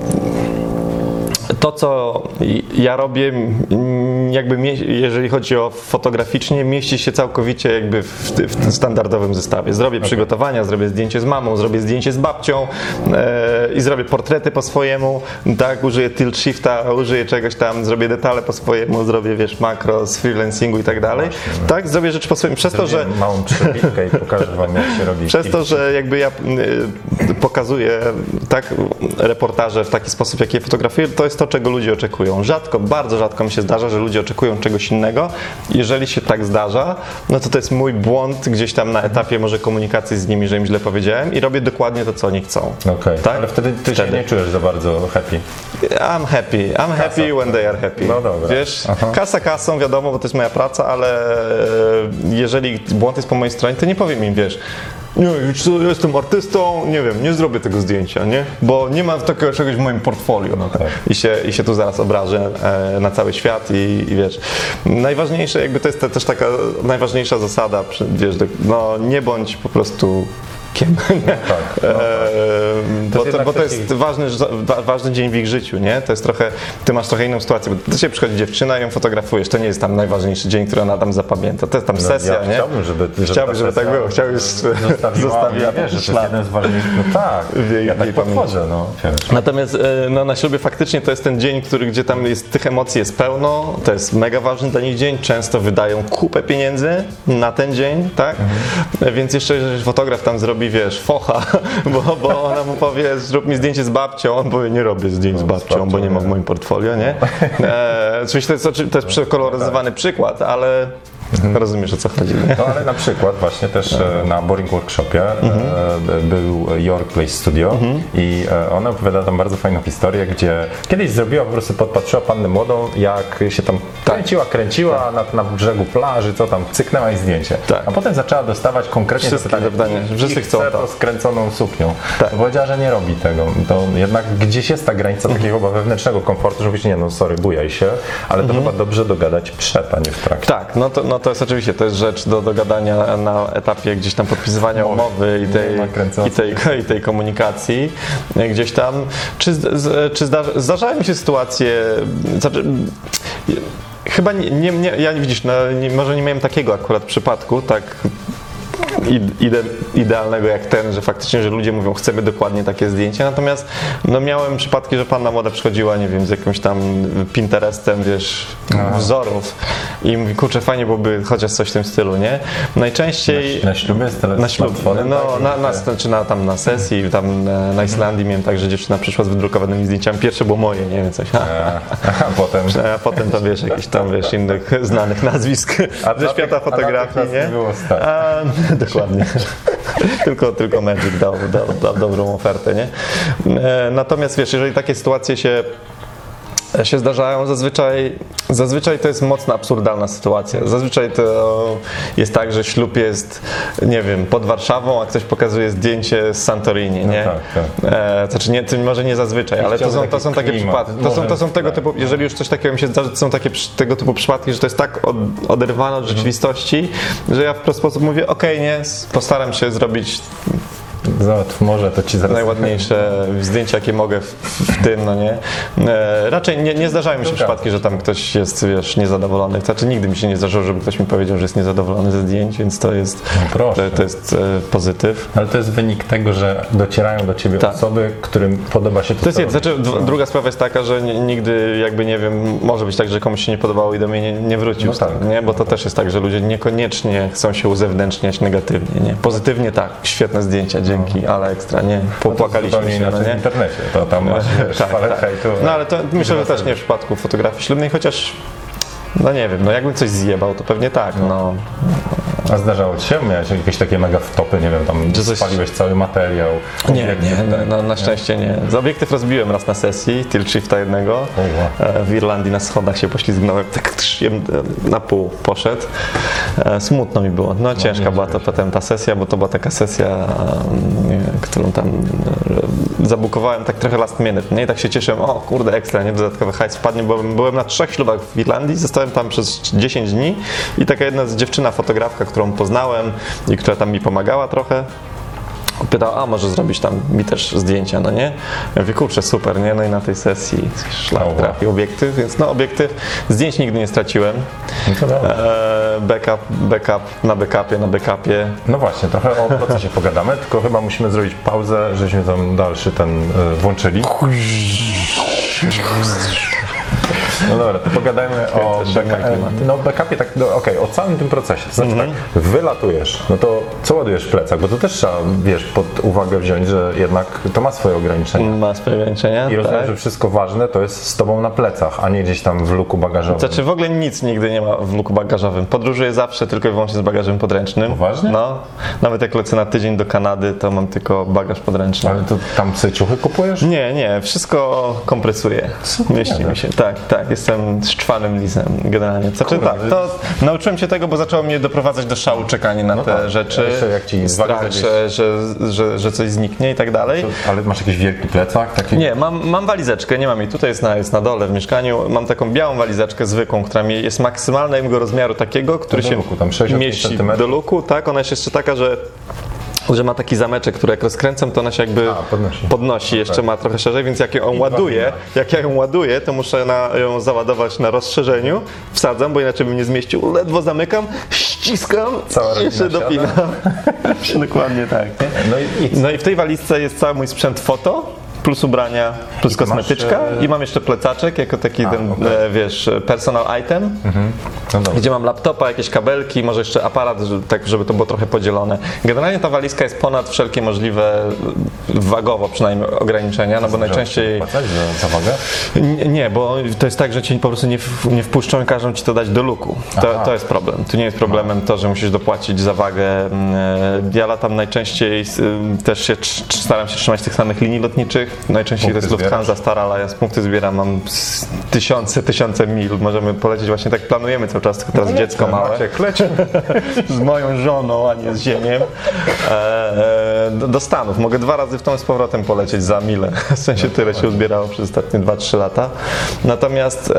to, co ja robię, jakby jeżeli chodzi o fotograficznie, mieści się całkowicie jakby w standardowym zestawie. Zrobię przygotowania, zrobię zdjęcie z mamą, zrobię zdjęcie z babcią i zrobię portrety po swojemu, tak, użyję tilt shifta, użyję czegoś tam, zrobię detale po swojemu, zrobię, wiesz, makro z freelancingu i tak dalej. Tak, zrobię rzeczy po swojemu. Przez to, że małą przebitkę i pokażę wam, jak się robi. Przez to, że jakby ja pokazuję tak reportaże w taki sposób, jak je fotografuję, to jest to, czego ludzie oczekują. Bardzo rzadko mi się zdarza, że ludzie oczekują czegoś innego. Jeżeli się tak zdarza, no to jest mój błąd gdzieś tam na etapie może komunikacji z nimi, że im źle powiedziałem i robię dokładnie to, co oni chcą. Tak? Ale wtedy ty się nie czujesz za bardzo happy. I'm happy when they are happy. No dobra. Wiesz, kasa kasą, wiadomo, bo to jest moja praca, ale jeżeli błąd jest po mojej stronie, to nie powiem im, wiesz, nie, wiesz co, ja jestem artystą, nie wiem, nie zrobię tego zdjęcia, nie? Bo nie mam takiego czegoś w moim portfolio. No tak. I się tu zaraz obrażę na cały świat i wiesz, najważniejsze jakby to jest też taka najważniejsza zasada, wiesz, no nie bądź po prostu kiem. tak. Bo to jest ważny dzień w ich życiu, nie? To jest trochę, ty masz trochę inną sytuację, bo do ciebie przychodzi dziewczyna i ją fotografujesz, to nie jest tam najważniejszy dzień, który ona tam zapamięta, to jest tam sesja, ja nie? Chciałbym, żeby tak było, chciałbyś zostawiła, ja wiesz, że to jest jeden z ważniejszych, no tak, ja tak podchodzę, no. Wiesz. Natomiast no, na ślubie faktycznie to jest ten dzień, gdzie tam jest, tych emocji jest pełno, to jest mega ważny dla nich dzień, często wydają kupę pieniędzy na ten dzień, tak? Więc jeszcze jeżeli fotograf tam zrobi, wiesz, focha, bo ona mu powie, zrób mi zdjęcie z babcią, on powie, nie robię zdjęć z babcią, bo nie ma w moim portfolio, nie? Oczywiście to jest przekoloryzowany przykład, ale rozumiesz, o co chodzi, nie? No ale na przykład właśnie też na Boring Workshopie był Your Place Studio i ona opowiada tam bardzo fajną historię, gdzie kiedyś zrobiła, po prostu podpatrzyła pannę młodą, jak się tam kręciła na brzegu plaży, co tam, cyknęła i zdjęcie. Tak. A potem zaczęła dostawać konkretnie Wszystkie zapytania, wszyscy chcą to skręconą suknią. Tak. Powiedziała, że nie robi tego. To jednak gdzieś jest ta granica takiego chyba wewnętrznego komfortu, że mówić, nie no sorry, bujaj się, ale to chyba dobrze dogadać przed, a nie w trakcie. Tak, no to jest oczywiście, to jest rzecz do dogadania na etapie gdzieś tam podpisywania umowy i tej komunikacji gdzieś tam. Czy zdarzały mi się sytuacje, chyba ja widzisz, może nie miałem takiego akurat przypadku, tak idealnego jak ten, że faktycznie, że ludzie mówią, chcemy dokładnie takie zdjęcie, natomiast no miałem przypadki, że panna młoda przychodziła, nie wiem, z jakimś tam Pinterestem, wiesz, wzorów i mówi, kurczę, fajnie byłoby chociaż coś w tym stylu, nie? Najczęściej... Na ślubie na ślub, na sesji, tam na Islandii miałem tak, że dziewczyna przyszła z wydrukowanymi zdjęciami, pierwsze było moje, nie wiem, coś. A potem to wiesz, jakichś tam, wiesz, innych znanych nazwisk ze świata fotografii, nie? Dokładnie. tylko Magic dał dobrą ofertę, nie? Natomiast wiesz, jeżeli takie sytuacje się zdarzają, zazwyczaj to jest mocno absurdalna sytuacja. Zazwyczaj to jest tak, że ślub jest, nie wiem, pod Warszawą, a ktoś pokazuje zdjęcie z Santorini, nie? No tak. Znaczy nie, może nie zazwyczaj, ale to są takie przypadki. To są tego typu, jeżeli już coś takiego mi się zdarzy, to są takie tego typu przypadki, że to jest tak oderwane od rzeczywistości, że ja w prosty sposób mówię, okej, nie, postaram się zrobić Załatw może, to ci zaraz... najładniejsze zdjęcia, jakie mogę w tym, no nie. Raczej nie zdarzają mi się przypadki, że tam ktoś jest, wiesz, niezadowolony. Znaczy nigdy mi się nie zdarzyło, żeby ktoś mi powiedział, że jest niezadowolony ze zdjęć, więc to jest, to jest pozytyw. Ale to jest wynik tego, że docierają do ciebie osoby, którym podoba się to, druga sprawa jest taka, że nigdy jakby, nie wiem, może być tak, że komuś się nie podobało i do mnie nie wrócił, nie? Bo to też jest tak, że ludzie niekoniecznie chcą się uzewnętrzniać negatywnie, nie? Pozytywnie tak, świetne zdjęcia, dzięki, ale ekstra, nie? Popłakaliśmy się, no nie? w internecie, to tam masz falę hejtu. No ale to myślę, że też nie w przypadku fotografii ślubnej, chociaż no nie wiem, no jakbym coś zjebał, to pewnie tak, no. A zdarzało ci się? Miałeś jakieś takie mega wtopy, nie wiem, tam spaliłeś cały materiał? Nie, na szczęście nie. Z obiektyw rozbiłem raz na sesji, tilt shifta jednego. W Irlandii na schodach się poślizgnąłem, tak na pół poszedł. Smutno mi było. No ciężka była to potem ta sesja, bo to była taka sesja, którą tam zabukowałem tak trochę last minute, nie? I tak się cieszyłem, o kurde, ekstra, nie? Dodatkowy hajs wpadnie, bo byłem na 3 ślubach w Irlandii, zostałem tam przez 10 dni i taka jedna dziewczyna, fotografka, którą poznałem i która tam mi pomagała trochę, pytał, a może zrobić tam mi też zdjęcia, no nie? Ja mówię, kurczę, super, nie? No i na tej sesji szlak trafił obiektyw, więc no obiektyw, zdjęć nigdy nie straciłem. Backup na backupie. No właśnie, trochę o procesie pogadamy, tylko chyba musimy zrobić pauzę, żeśmy tam dalszy ten włączyli. No dobra, to pogadajmy o backupie, tak, okej, o całym tym procesie. To znaczy tak, wylatujesz, no to co ładujesz w plecach? Bo to też trzeba, wiesz, pod uwagę wziąć, że jednak to ma swoje ograniczenia. Ma swoje ograniczenia, I rozumiem, że wszystko ważne to jest z tobą na plecach, a nie gdzieś tam w luku bagażowym. Znaczy w ogóle nic nigdy nie ma w luku bagażowym. Podróżuję zawsze tylko i wyłącznie z bagażem podręcznym. Poważnie? No, nawet jak lecę na tydzień do Kanady, to mam tylko bagaż podręczny. Ale to tam sobie ciuchy kupujesz? Nie, wszystko kompresuję. Mieści mi się. Tak, jestem szczwanym lisem generalnie. Znaczy Kurde, tak, to nauczyłem się tego, bo zaczęło mnie doprowadzać do szału czekanie na te tak. rzeczy. Jeszcze jak ci Strach, że coś zniknie i tak dalej. Ale masz jakiś wielki plecak? Taki... Nie, mam walizeczkę, nie mam jej tutaj, jest na dole w mieszkaniu. Mam taką białą walizeczkę zwykłą, która jest maksymalnego rozmiaru takiego, który do się luku, tam 65 mieści centymetrów. do luku. Tak, ona jest jeszcze taka, że ma taki zameczek, który jak rozkręcam, to ona się jakby podnosi jeszcze ma trochę szerzej, więc jak ja ją ładuję, to muszę ją załadować na rozszerzeniu, wsadzam, bo inaczej bym nie zmieścił, ledwo zamykam, ściskam i jeszcze dopinam. Dokładnie tak. Nie? No i w tej walizce jest cały mój sprzęt foto, plus ubrania, plus kosmetyczka i mam jeszcze plecaczek jako taki wiesz, personal item, No dobra. gdzie mam laptopa, jakieś kabelki, może jeszcze aparat, tak żeby to było trochę podzielone. Generalnie ta walizka jest ponad wszelkie możliwe, wagowo przynajmniej, ograniczenia, no bo najczęściej... Płacać za wagę? Nie, bo to jest tak, że ci po prostu nie wpuszczą i każą ci to dać do luku. To jest problem. Tu nie jest problemem to, że musisz dopłacić za wagę. Ja latam najczęściej, też staram się trzymać tych samych linii lotniczych. Najczęściej Punkty to jest Lufthansa, Star Alliance, punkty zbieram, mam tysiące mil, możemy polecieć właśnie tak, planujemy cały czas, tylko teraz dziecko małe. Z moją żoną, a nie z ziemiem. Do Stanów. Mogę 2 razy w tą z powrotem polecieć za milę. W sensie tyle się uzbierało przez ostatnie 2-3 lata. Natomiast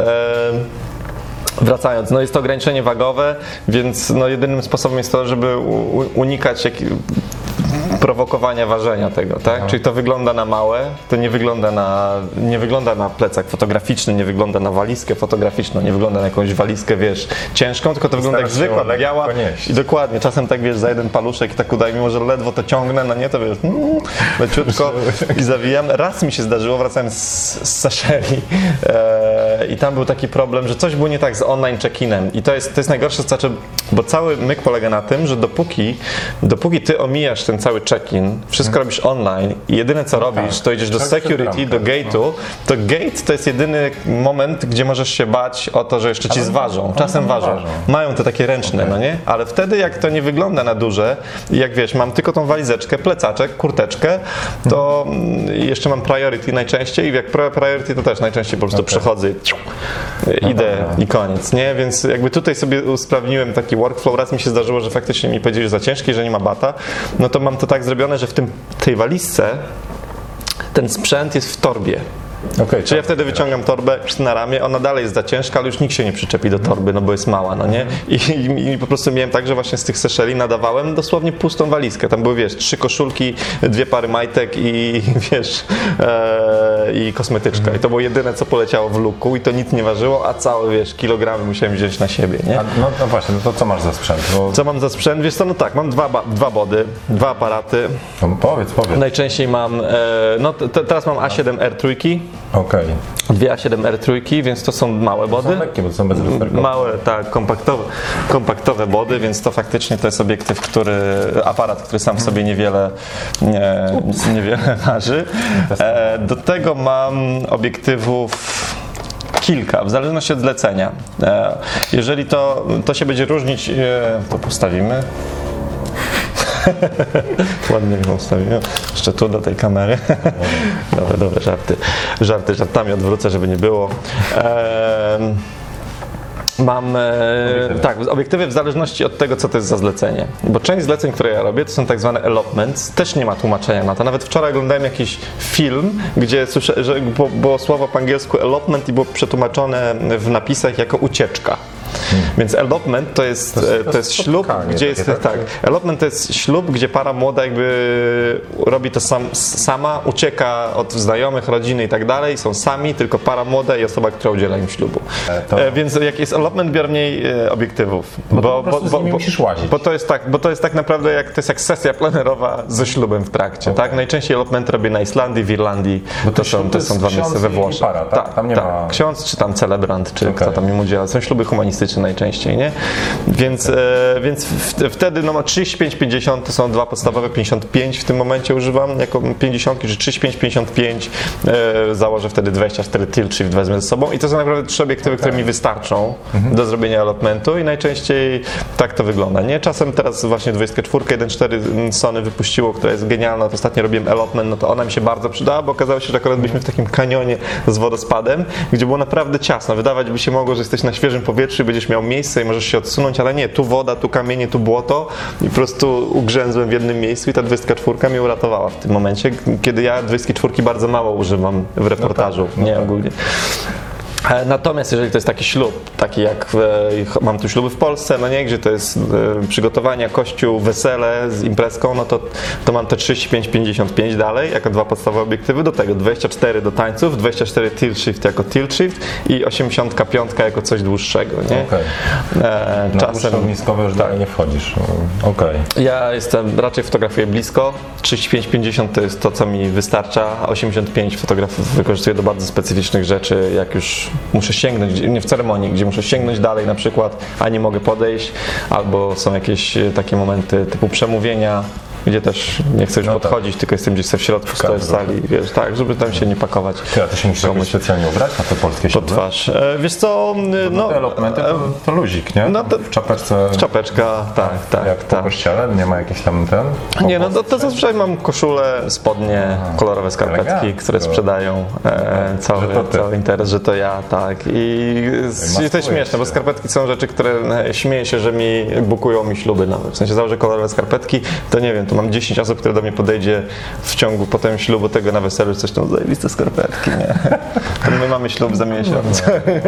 wracając, no jest to ograniczenie wagowe, więc no jedynym sposobem jest to, żeby unikać prowokowania ważenia tego, tak? Czyli to wygląda na małe, to nie wygląda na plecak fotograficzny, nie wygląda na walizkę fotograficzną, nie wygląda na jakąś walizkę, wiesz, ciężką, tylko to wygląda jak zwykła, biała i dokładnie, czasem tak, wiesz, za jeden paluszek i tak udaje, mimo że ledwo to ciągnę, no nie, to wiesz, leciutko i zawijam. Raz mi się zdarzyło, wracałem z Seszeli i tam był taki problem, że coś było nie tak z online check-inem i to jest najgorsze, znaczy, bo cały myk polega na tym, że dopóki ty omijasz ten cały check-in, wszystko robisz online i jedyne co robisz, to idziesz do security, do gate'u, to gate to jest jedyny moment, gdzie możesz się bać o to, że jeszcze ci zważą. Czasem ważą. Mają te takie ręczne, no nie? Ale wtedy jak to nie wygląda na duże i jak wiesz, mam tylko tą walizeczkę, plecaczek, kurteczkę, to jeszcze mam priority najczęściej i jak priority to też najczęściej po prostu przechodzę i idę i koniec, nie? Więc jakby tutaj sobie usprawniłem taki workflow, raz mi się zdarzyło, że faktycznie mi powiedzieli, że za ciężki, że nie ma bata, no to mam to tak zrobione, że w tej walizce ten sprzęt jest w torbie. Czyli ja wtedy wyciągam torbę na ramię, ona dalej jest za ciężka, ale już nikt się nie przyczepi do torby, no bo jest mała, no nie? I po prostu miałem tak, że właśnie z tych Seszeli nadawałem dosłownie pustą walizkę. Tam były, wiesz, 3 koszulki, 2 pary majtek i wiesz, i kosmetyczka. I to było jedyne, co poleciało w luku i to nic nie ważyło, a całe, wiesz, kilogramy musiałem wziąć na siebie, nie? No właśnie, no to co masz za sprzęt? Co mam za sprzęt? Wiesz co, no tak, mam 2 body, 2 aparaty. No, powiedz. Najczęściej mam, teraz mam A7R trójki. Okej. 2 A7R trójki, więc to są małe body. Są lekkie, bo to są bezlusterkowe. Małe, tak, kompaktowe body, więc to faktycznie to jest obiektyw, aparat, który sam w sobie niewiele waży. Do tego mam obiektywów kilka, w zależności od zlecenia. Jeżeli to się będzie różnić, to postawimy. Ładnie mi ustawiłem. Jeszcze tu do tej kamery. Dobre, żarty żartami odwrócę, żeby nie było. Mam obiektywy w zależności od tego, co to jest za zlecenie. Bo część zleceń, które ja robię, to są tak zwane elopements. Też nie ma tłumaczenia na to. Nawet wczoraj oglądałem jakiś film, gdzie słyszę, że było słowo po angielsku elopement i było przetłumaczone w napisach jako ucieczka. Więc elopement to jest ślub, spotkanie gdzie jest, takie, tak? tak, elopement to jest ślub, gdzie para młoda jakby robi to sama, ucieka od znajomych, rodziny i tak dalej, są sami, tylko para młoda i osoba, która udziela im ślubu. Więc jak jest elopement, biorę mniej obiektywów. Bo po prostu z nimi musisz łazić. Bo to jest tak naprawdę jak, to jest jak sesja plenerowa ze ślubem w trakcie, tak? Najczęściej elopement robię na Islandii, w Irlandii, to są dwa miejsca we Włoszech. Para, tak? Tam nie ma... Ksiądz, czy tam celebrant, czy kto tam im udziela. Są śluby humanistyczne najczęściej, nie? Więc wtedy no 35-50 to są dwa podstawowe, 55 w tym momencie używam jako 50, czy 35-55 założę wtedy 24 tilt shift wezmę ze sobą i to są naprawdę 3 obiektywy, które mi wystarczą do zrobienia elopmentu i najczęściej tak to wygląda, nie? Czasem teraz właśnie 24 1.4 Sony wypuściło, która jest genialna, to ostatnio robiłem elopment, no to ona mi się bardzo przydała, bo okazało się, że akurat byliśmy w takim kanionie z wodospadem, gdzie było naprawdę ciasno. Wydawać by się mogło, że jesteś na świeżym powietrzu i będziesz miał miejsce i możesz się odsunąć, ale nie, tu woda, tu kamienie, tu błoto i po prostu ugrzęzłem w jednym miejscu i ta 24 mnie uratowała w tym momencie, kiedy ja 24 bardzo mało używam w reportażu, nie ogólnie. Natomiast jeżeli to jest taki ślub, taki jak mam tu śluby w Polsce, no nie, gdzie to jest przygotowania, kościół, wesele z imprezką, no to mam te 35-55 dalej, jako 2 podstawowe obiektywy, do tego 24 do tańców, 24 tilt shift jako tilt shift i 85 jako coś dłuższego, nie? Czasem ogniskowe już dalej nie wchodzisz. Ja raczej fotografuję blisko, 35-50 to jest to, co mi wystarcza, a 85 wykorzystuję do bardzo specyficznych rzeczy, jak już muszę sięgnąć, nie w ceremonii, gdzie muszę sięgnąć dalej na przykład, a nie mogę podejść, albo są jakieś takie momenty typu przemówienia, gdzie też nie chcę już podchodzić, tylko jestem gdzieś w środku w sali, wiesz, tak, żeby tam się nie pakować. A ty się musisz jakoś specjalnie ubrać na te polskie śluby? Pod twarz. Wiesz co, no te elopmenty to luzik, nie? No w czapeczce. Czapeczka, tak. Jak po kościele, nie ma jakichś tam Nie, no to zazwyczaj mam koszulę, spodnie, kolorowe skarpetki, które sprzedają cały interes, że to ja, tak. I to jest śmieszne, bo skarpetki są rzeczy, które śmieję się, że bukują mi śluby nawet. W sensie założę kolorowe skarpetki, to nie wiem, to mam 10 osób, które do mnie podejdzie w ciągu potem ślubu tego na weselu, coś tam zajebiste skarpetki, nie? To my mamy ślub za miesiąc.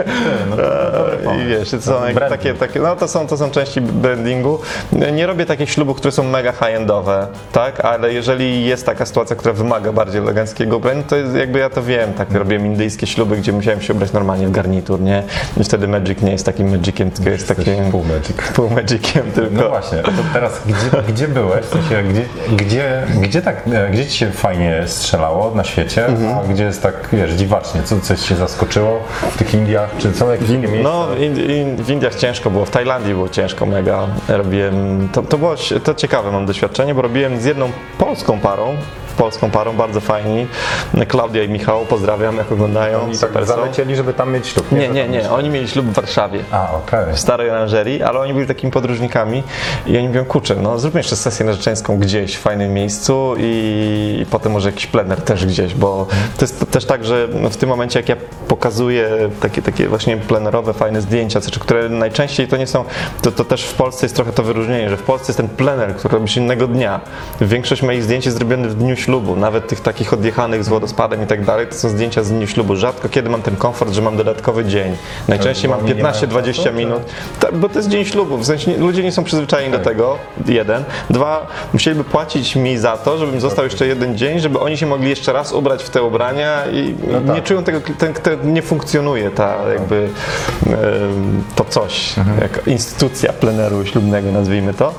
I wiesz, to są takie, no to są części brandingu. Nie robię takich ślubów, które są mega high-endowe, tak? Ale jeżeli jest taka sytuacja, która wymaga bardziej eleganckiego ubrania, to jest, jakby ja to wiem, tak? Robiłem indyjskie śluby, gdzie musiałem się ubrać normalnie w garnitur, nie? I wtedy Magic nie jest takim Magiciem, tylko jest takim pół Magiciem tylko. No właśnie, to teraz gdzie byłeś? W sensie, gdzie ci się fajnie strzelało na świecie, a gdzie jest tak, wiesz, dziwacznie? Coś cię zaskoczyło w tych Indiach, czy są jakieś inne miejsca? No, w Indiach ciężko było, w Tajlandii było ciężko mega. Robiłem, to ciekawe mam doświadczenie, bo robiłem z jedną polską parą, bardzo fajni. Klaudia i Michał, pozdrawiam, jak oglądają. Oni tak zalecieli, żeby tam mieć ślub? Nie. Oni mieli ślub w Warszawie. W starej oranżerii, ale oni byli takimi podróżnikami i oni mówią, kurczę, no zróbmy jeszcze sesję narzeczeńską gdzieś w fajnym miejscu i potem może jakiś plener też gdzieś, bo to jest też tak, że w tym momencie jak ja pokazuję takie właśnie plenerowe, fajne zdjęcia, które najczęściej to nie są, to też w Polsce jest trochę to wyróżnienie, że w Polsce jest ten plener, który robisz innego dnia. Większość moich zdjęć jest zrobiona w dniu ślubu, nawet tych takich odjechanych z wodospadem i tak dalej, to są zdjęcia z dniu ślubu. Rzadko kiedy mam ten komfort, że mam dodatkowy dzień. Najczęściej mam 15-20 minut, bo to jest dzień ślubu, w sensie ludzie nie są przyzwyczajeni do tego, 1. 2, musieliby płacić mi za to, żebym został jeszcze jeden dzień, żeby oni się mogli jeszcze raz ubrać w te ubrania i nie czują tego, nie funkcjonuje to coś, jak instytucja pleneru ślubnego, nazwijmy to.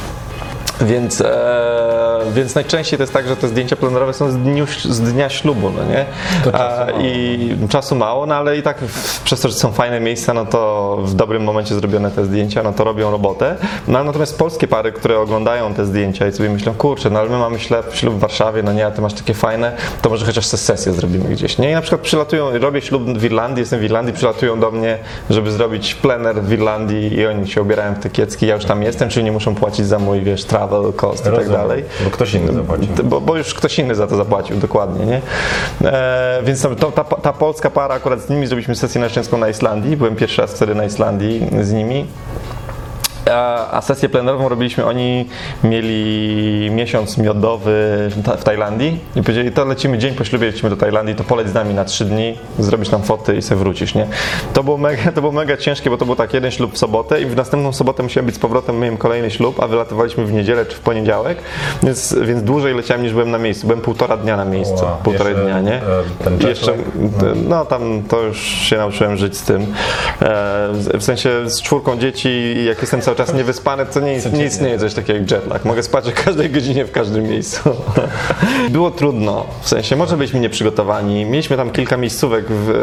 Więc najczęściej to jest tak, że te zdjęcia plenerowe są z dnia ślubu, no nie? I czasu mało, no ale i tak przez to, że są fajne miejsca, no to w dobrym momencie zrobione te zdjęcia, no to robią robotę. No natomiast polskie pary, które oglądają te zdjęcia i sobie myślą, kurczę, no ale my mamy ślub w Warszawie, no nie, a ty masz takie fajne, to może chociaż sesję zrobimy gdzieś, nie? I na przykład robię ślub w Irlandii, jestem w Irlandii, przylatują do mnie, żeby zrobić plener w Irlandii i oni się ubierają w te kiecki, ja już tam jestem, czyli nie muszą płacić za mój, wiesz, travel cost i tak dalej. Bo ktoś inny zapłacił. Bo już ktoś inny za to zapłacił, dokładnie, nie? Więc ta polska para, akurat z nimi zrobiliśmy sesję narzeczeńską na Islandii, byłem pierwszy raz wtedy na Islandii z nimi. A sesję plenerową robiliśmy, oni mieli miesiąc miodowy w Tajlandii i powiedzieli, to lecimy dzień po ślubie, lecimy do Tajlandii, to poleć z nami na 3 dni, zrobisz nam foty i sobie wrócisz, nie? To było mega ciężkie, bo to był tak jeden ślub w sobotę i w następną sobotę musiałem być z powrotem, miałem kolejny ślub, a wylatywaliśmy w niedzielę czy w poniedziałek, więc dłużej leciałem niż byłem na miejscu, byłem 1,5 dnia na miejscu, Wow, półtorej dnia, nie? ten I jeszcze, jetlag? no tam to już się nauczyłem żyć z tym, w sensie z 4 dzieci i jak jestem cały czas niewyspany, to nie istnieje coś takiego jak jetlag. Mogę spać o każdej godzinie w każdym miejscu. Było trudno, w sensie może byliśmy nieprzygotowani. Mieliśmy tam kilka miejscówek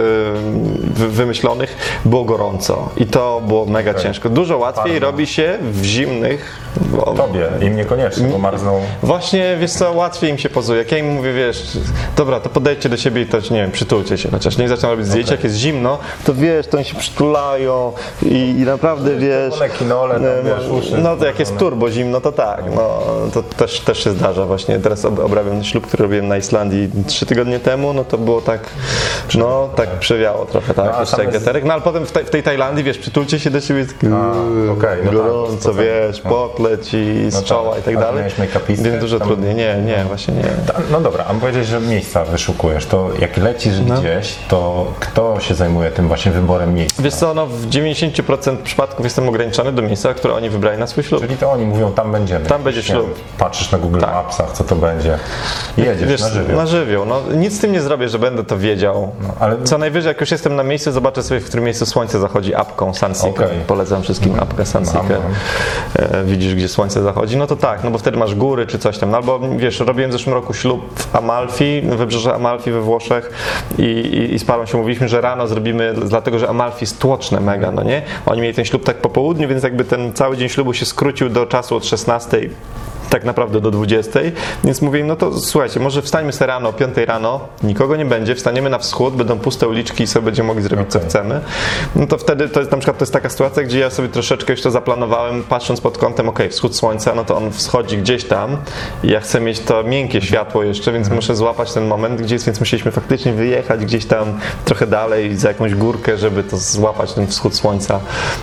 wymyślonych, było gorąco i to było mega ciężko. Dużo łatwiej robi się w zimnych. Tobie, im niekoniecznie, bo marzną. Właśnie, wiesz co, łatwiej im się pozuje. Jak ja im mówię, wiesz, dobra, to podejdźcie do siebie i to, nie wiem, przytulcie się chociaż. Niech zaczną robić zdjęcia, jak jest zimno, to wiesz, to oni się przytulają i naprawdę, wiesz... Kinole, tam, wiesz, uszy. No to jak jest turbo zimno, to tak, no to też się zdarza właśnie. Teraz obrabiam ślub, który robiłem na Islandii 3 tygodnie temu, no to było tak, no tak przewiało trochę, tak, a jeszcze tam jak jest- wiaterek. No ale potem w tej Tajlandii, wiesz, przytulcie się do siebie, okej, no tak, gorąco, to tak. wiesz, pot leci z czoła i tak A dalej. miałeś make-upistę? Więc dużo Tam- trudniej, nie, właśnie nie. No dobra, a powiedzieć, że miejsca wyszukujesz, to jak lecisz gdzieś, to kto się zajmuje tym właśnie wyborem miejsca? Wiesz co, no w 90% przypadków jestem ograniczony do miejsca, które oni wybrali na swój ślub. Czyli to oni mówią, tam będziemy. Tam będzie Nie wiem, ślub. Patrzysz na Google Tak. Mapsach, co to będzie. Jedziesz Wiesz, na żywioł. na żywioł. No, nic z tym nie zrobię, że będę to wiedział. ale- Co najwyżej, jak już jestem na miejscu, zobaczę sobie, w którym miejscu słońce zachodzi apką Sunseeker. Okej. Polecam wszystkim apkę Sunseeker. Widzisz, gdzie słońce zachodzi, no to tak, no bo wtedy masz góry czy coś tam. No albo wiesz, robiłem w zeszłym roku ślub w Amalfi, wybrzeże Amalfi we Włoszech i z parą się mówiliśmy, że rano zrobimy, dlatego że Amalfi jest tłoczne mega, no nie? Oni mieli ten ślub tak po południu, więc jakby ten cały dzień ślubu się skrócił do czasu od 16 tak naprawdę do 20, więc mówię im, no to słuchajcie, może wstańmy sobie rano, o 5 rano, nikogo nie będzie, wstaniemy na wschód, będą puste uliczki i sobie będziemy mogli zrobić co chcemy. No to wtedy to jest na przykład to jest taka sytuacja, gdzie ja sobie troszeczkę już to zaplanowałem, patrząc pod kątem, wschód słońca, no to on wschodzi gdzieś tam i ja chcę mieć to miękkie światło jeszcze, więc muszę złapać ten moment, gdzie jest, więc musieliśmy faktycznie wyjechać gdzieś tam trochę dalej za jakąś górkę, żeby to złapać ten wschód słońca.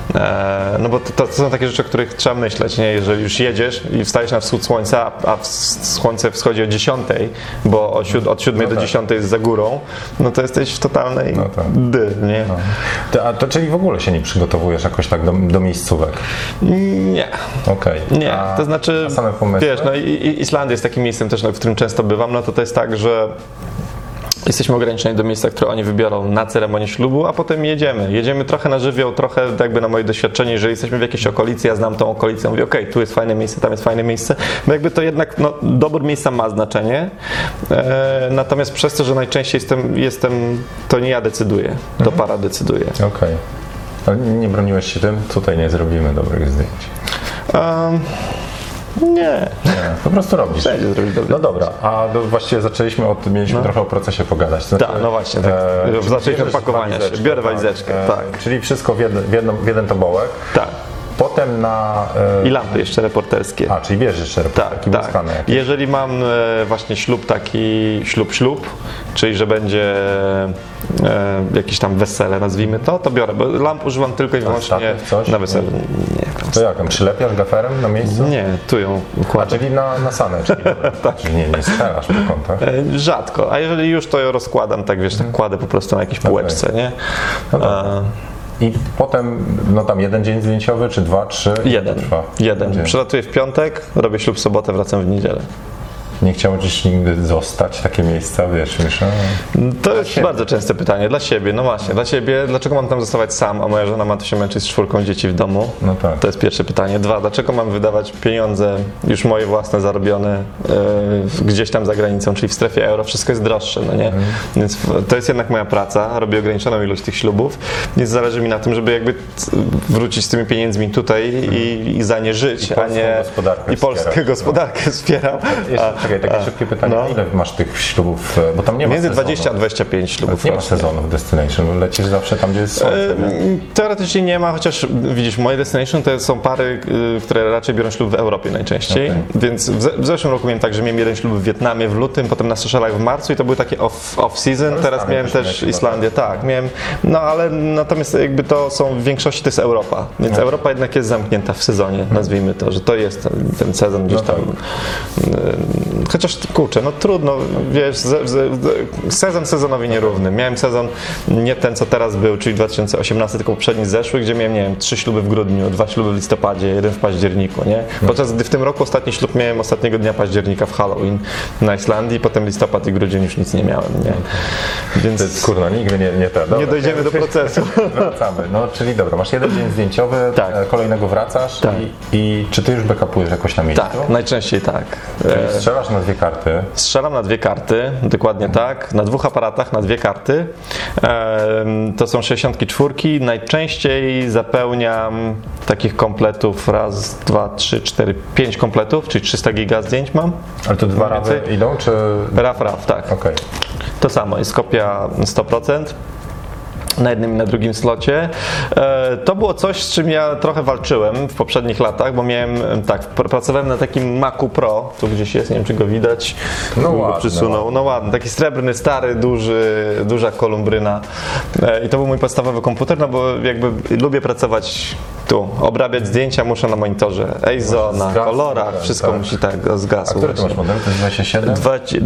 No bo to są takie rzeczy, o których trzeba myśleć, nie? Jeżeli już jedziesz i wstajesz na wschód słońca, a słońce wschodzi o 10, bo od 7 do 10 jest za górą, no to jesteś w totalnej nie? Czyli w ogóle się nie przygotowujesz jakoś tak do miejscówek? Nie. Okej. Nie, to znaczy, a same pomysły? wiesz, no i Islandia jest takim miejscem też, w którym często bywam, no to jest tak, że jesteśmy ograniczeni do miejsca, które oni wybiorą na ceremonię ślubu, a potem jedziemy. Jedziemy trochę na żywioł, trochę jakby na moje doświadczenie, jeżeli jesteśmy w jakiejś okolicy, ja znam tą okolicę, mówię, okej, tu jest fajne miejsce, tam jest fajne miejsce, bo jakby to jednak, no, dobór miejsca ma znaczenie, natomiast przez to, że najczęściej jestem to nie ja decyduję, to para decyduje. Okej. Ale nie broniłeś się tym? Tutaj nie zrobimy dobrych zdjęć. Nie. Po prostu robisz. Wszędzie zrobić dobre. No dobra, a właściwie zaczęliśmy mieliśmy trochę o procesie pogadać. To Tak, no właśnie, tak. Zaczęliśmy bierzesz pakowania się. walizeczkę, Biorę walizeczkę, tak. Czyli wszystko w jeden tobołek. Tak. Potem na... I lampy jeszcze reporterskie. czyli bierzesz jeszcze Tak, tak. błyskane jakieś. Jeżeli mam właśnie ślub taki, ślub, czyli że będzie jakieś tam wesele, nazwijmy to biorę, bo lamp używam tylko i wyłącznie statyw, coś? na weselu. To jak, przylepiasz gaferem na miejscu? Nie, tu ją układam. Czyli na sanę, czyli, czyli nie strzelasz po kątach. Rzadko, a jeżeli już, to ją rozkładam, tak wiesz, tak kładę po prostu na jakiejś półeczce, nie? No dobra. I potem, no tam jeden dzień zdjęciowy, czy 2, 3? Jeden. Przylatuję w piątek, robię ślub w sobotę, wracam w niedzielę. Nie chciałbyś nigdy zostać, takie miejsca, wiesz, myślę. To jest bardzo częste pytanie. Dla siebie, no właśnie, dla siebie. Dlaczego mam tam zostawać sam, a moja żona ma tu się męczyć z 4 dzieci w domu? No tak. To jest pierwsze pytanie. 2, dlaczego mam wydawać pieniądze, już moje własne, zarobione gdzieś tam za granicą, czyli w strefie euro, wszystko jest droższe, no nie? Więc to jest jednak moja praca, robię ograniczoną ilość tych ślubów, więc zależy mi na tym, żeby jakby wrócić z tymi pieniędzmi tutaj i za nie żyć, a nie... gospodarkę I polską wspierać. gospodarkę wspieram. czekaj, takie szybkie pytanie, ile masz tych ślubów, bo tam nie ma Między sezonu. 20 a 25 ślubów Nie ma rocznie. sezonu w Destination, lecisz zawsze tam, gdzie jest słońce, nie? Teoretycznie nie ma, chociaż widzisz, moje destination to są pary, które raczej biorą ślub w Europie najczęściej, więc w zeszłym roku miałem tak, że miałem jeden ślub w Wietnamie w lutym, potem na Seychellach w marcu i to były takie off-season, teraz Stany miałem też też miałeś Islandię, tak, miałem, no ale natomiast jakby to są, w większości to jest Europa, więc Europa jednak jest zamknięta w sezonie, nazwijmy to, że to jest ten sezon gdzieś tam, chociaż kurczę, no trudno, wiesz, sezon sezonowi nierówny, miałem sezon nie ten, co teraz był, czyli 2018, tylko poprzedni zeszły, gdzie miałem, nie wiem, 3 śluby w grudniu, 2 śluby w listopadzie, 1 w październiku, nie? Podczas gdy w tym roku ostatni ślub miałem ostatniego dnia października w Halloween na Islandii, potem listopad i grudzień już nic nie miałem, nie? Więc Kurno, nigdy nie te. Dobra, nie dojdziemy do procesu. Wracamy. No, czyli dobra, masz jeden dzień zdjęciowy, Tak. kolejnego wracasz Tak. i czy ty już backupujesz jakoś na miejscu? Tak, najczęściej tak. Czyli strzelasz na 2 karty. Strzelam na 2 karty, dokładnie tak, na 2 aparatach, na 2 karty. To są 64. Najczęściej zapełniam takich kompletów raz, 2, 3, 4, 5 kompletów, czyli 300 giga zdjęć mam. Ale to 2 razy więcej. idą, czy... RAW, tak. Okej. To samo, jest kopia 100%. Na jednym i na drugim slocie. To było coś, z czym ja trochę walczyłem w poprzednich latach, bo miałem, pracowałem na takim Macu Pro, tu gdzieś jest, nie wiem czy go widać, No bym go ładny, przysunął, no ładny, taki srebrny, stary, duża kolumbryna i to był mój podstawowy komputer, no bo jakby lubię pracować tu, obrabiać zdjęcia muszę na monitorze, ISO, na Zgasł, kolorach, tak, wszystko tak. musi tak zgasło. A który ty masz model? To jest 27?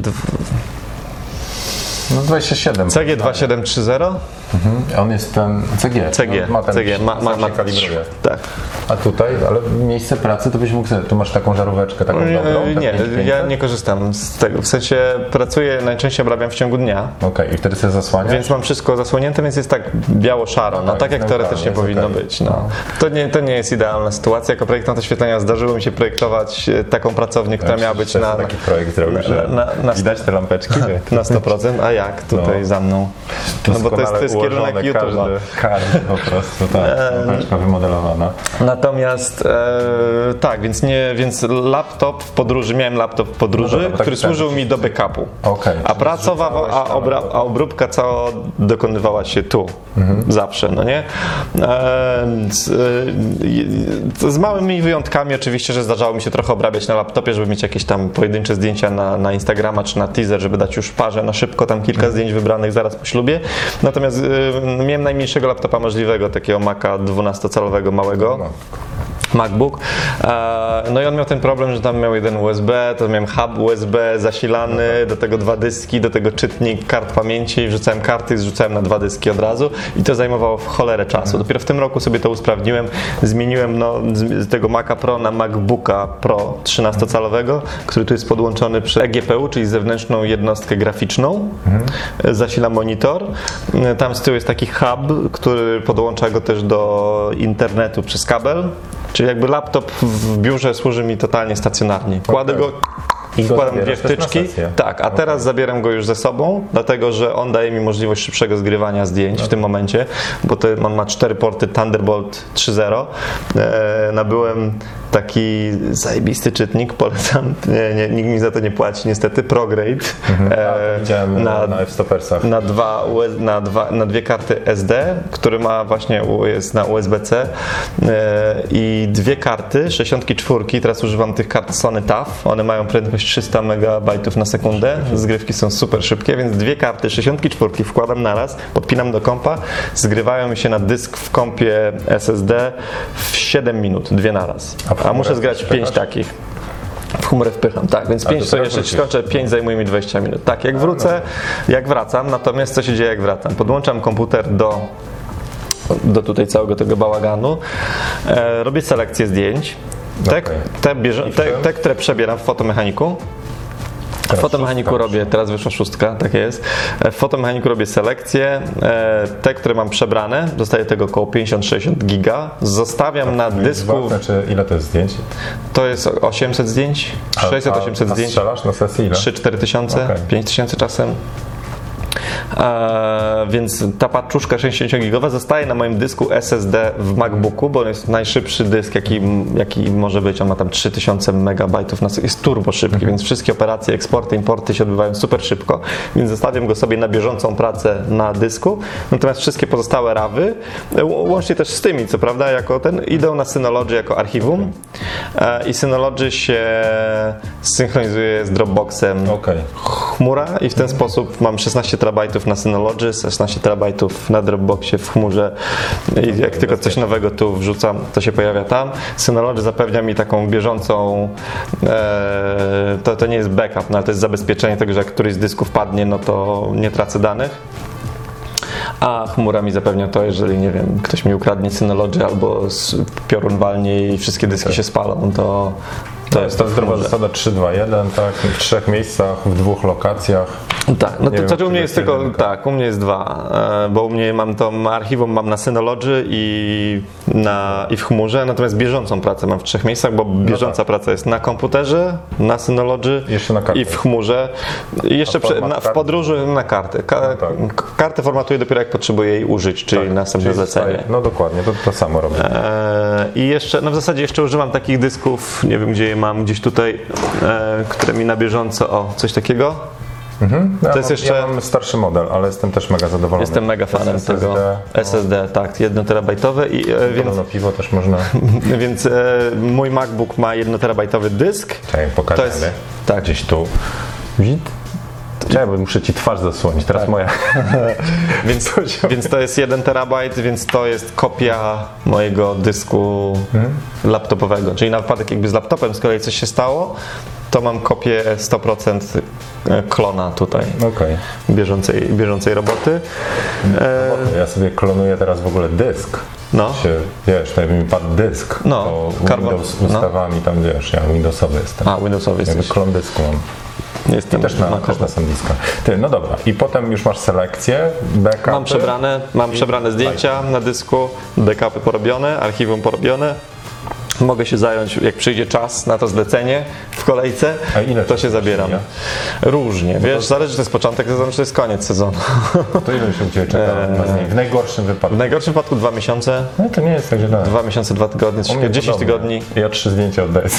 No 27. CG 2730? On jest ten CG. CG, No, ma ten CG, ma kalibruje. tak. A tutaj, ale miejsce pracy to byś mógł sobie, tu masz taką żaróweczkę, taką dobrą? te Nie, 5500? ja nie korzystam z tego. W sensie pracuję, najczęściej obrabiam w ciągu dnia, Okej, i wtedy sobie zasłaniasz? więc mam wszystko zasłonięte, więc jest tak biało-szaro, no tak, tak jak neutralnie, teoretycznie jest powinno okej. być. No. To nie jest idealna sytuacja. Jako projektant oświetlenia zdarzyło mi się projektować taką pracownię, która miała być na taki projekt zrobił, że na- widać te lampeczki? na 100%, a jak tutaj za mną? No bo to jest kierunek YouTube'a. Każdy po prostu, tak, lampeczka wymodelowana. Natomiast tak, więc laptop w podróży, miałem laptop w podróży, No dobra, bo tak który myślałem, służył że mi do backupu. Okej, A czyli pracował, zrzucałeś tam, a obróbka cała dokonywała się tu, zawsze, no nie? Z małymi wyjątkami oczywiście, że zdarzało mi się trochę obrabiać na laptopie, żeby mieć jakieś tam pojedyncze zdjęcia na Instagrama czy na teaser, żeby dać już parze na szybko tam kilka zdjęć wybranych zaraz po ślubie. Natomiast miałem najmniejszego laptopa możliwego, takiego Maca 12-calowego małego. MacBook. No i on miał ten problem, że tam miał jeden USB, to miałem hub USB zasilany, do tego 2 dyski, do tego czytnik kart pamięci, wrzucałem karty i zrzucałem na 2 dyski od razu i to zajmowało w cholerę czasu. Dopiero w tym roku sobie to usprawniłem, zmieniłem z tego Maca Pro na MacBooka Pro 13-calowego, który tu jest podłączony przez eGPU, czyli zewnętrzną jednostkę graficzną. Zasila monitor. Tam z tyłu jest taki hub, który podłącza go też do internetu przez kabel. Czyli jakby laptop w biurze służy mi totalnie stacjonarnie. Kładę go I go wkładam 2 zabierasz też na wtyczki, sesję. tak, a teraz zabieram go już ze sobą, dlatego że on daje mi możliwość szybszego zgrywania zdjęć w tym momencie, bo on ma 4 porty Thunderbolt 3.0. Nabyłem taki zajebisty czytnik, polecam, nikt mi za to nie płaci niestety, ProGrade. Widziałem na F-Stopersach. Na 2 karty SD, który ma właśnie, jest na USB-C i 2 karty 64, teraz używam tych kart Sony TAF, one mają prędkość 300 MB na sekundę, zgrywki są super szybkie, więc 2 karty 64 wkładam naraz, podpinam do kompa, zgrywają mi się na dysk w kompie SSD w 7 minut, 2 naraz. A muszę zgrać 5 takich. W chmurę wpycham, tak, więc 5 to jeszcze skończę, 5 zajmuje mi 20 minut. Tak, jak wrócę, jak wracam, natomiast co się dzieje jak wracam? Podłączam komputer do tutaj całego tego bałaganu, robię selekcję zdjęć, te, które przebieram w fotomechaniku. W fotomechaniku robię, teraz wyszła 6, tak jest. W fotomechaniku robię selekcję, te, które mam przebrane, dostaję tego około 50-60 giga, zostawiam na dysku. Znaczy, ile to jest zdjęć? To jest 800 zdjęć, 600-800 zdjęć. Strzelasz na sesji ile? 3-4 tysiące, 5 tysięcy czasem. Więc ta paczuszka 60-gigowa zostaje na moim dysku SSD w MacBooku, bo jest najszybszy dysk, jaki może być. On ma tam 3000 megabajtów, jest turbo szybki, więc wszystkie operacje, eksporty, importy się odbywają super szybko, więc zostawiam go sobie na bieżącą pracę na dysku. Natomiast wszystkie pozostałe rawy, łącznie też z tymi, co prawda, idą na Synology jako archiwum i Synology się synchronizuje z Dropboxem chmura i w ten sposób mam 16 terabajtów na Synology, 16 terabajtów na Dropboxie w chmurze i jak tylko coś nowego tu wrzucam, to się pojawia tam. Synology zapewnia mi taką bieżącą, to nie jest backup, no ale to jest zabezpieczenie tego, że jak któryś z dysków padnie, no to nie tracę danych. A chmura mi zapewnia to, jeżeli, nie wiem, ktoś mi ukradnie Synology albo piorun walnie i wszystkie dyski się spalą, to jest ta zdrowa zasada 3-2-1, tak? W 3 miejscach, w 2 lokacjach. Tak, no to wiem, u mnie jest tylko, u mnie jest 2, bo u mnie mam to archiwum mam na Synology i w chmurze, natomiast bieżącą pracę mam w 3 miejscach, bo bieżąca praca jest na komputerze, na Synology i w chmurze. I jeszcze w podróży na kartę. Kartę formatuję dopiero jak potrzebuję jej użyć, czyli następne zlecenie. No dokładnie, to samo robię. I jeszcze, no w zasadzie jeszcze używam takich dysków, nie wiem gdzie je mam, gdzieś tutaj, które mi na bieżąco, coś takiego. To jest jeszcze... Ja mam starszy model, ale jestem też mega zadowolony. Jestem mega fanem tego SSD, tak, 1 terabajtowy i więc piwo też można. Więc mój MacBook ma 1 terabajtowy dysk. Czekaj, pokażemy. Tak. Gdzieś tu. Czekaj, bo muszę ci twarz zasłonić, teraz moja. Więc to jest 1 terabajt, więc to jest kopia mojego dysku laptopowego. Czyli na wypadek jakby z laptopem z kolei coś się stało, to mam kopię 100% klona tutaj, bieżącej roboty. Ja sobie klonuję teraz w ogóle dysk. Wiesz, tak mi padł dysk, Windows ustawami, tam wiesz, ja Windowsowy jestem. Windowsowy jesteś. Klon dysku mam. Jestem też na SanDiska. No dobra, i potem już masz selekcję, backupy. Mam przebrane zdjęcia na dysku, backupy porobione, archiwum porobione. Mogę się zająć, jak przyjdzie czas na to zlecenie w kolejce, to się zabieram. Różnie, wiesz, zależy, czy to jest początek sezonu, czy to jest koniec sezonu. To ile się u Ciebie czeka w najgorszym wypadku? W najgorszym wypadku 2 miesiące. No to nie jest tak źle. 2 miesiące, 2 tygodnie, 10 tygodni. Ja 3 zdjęcia oddaję.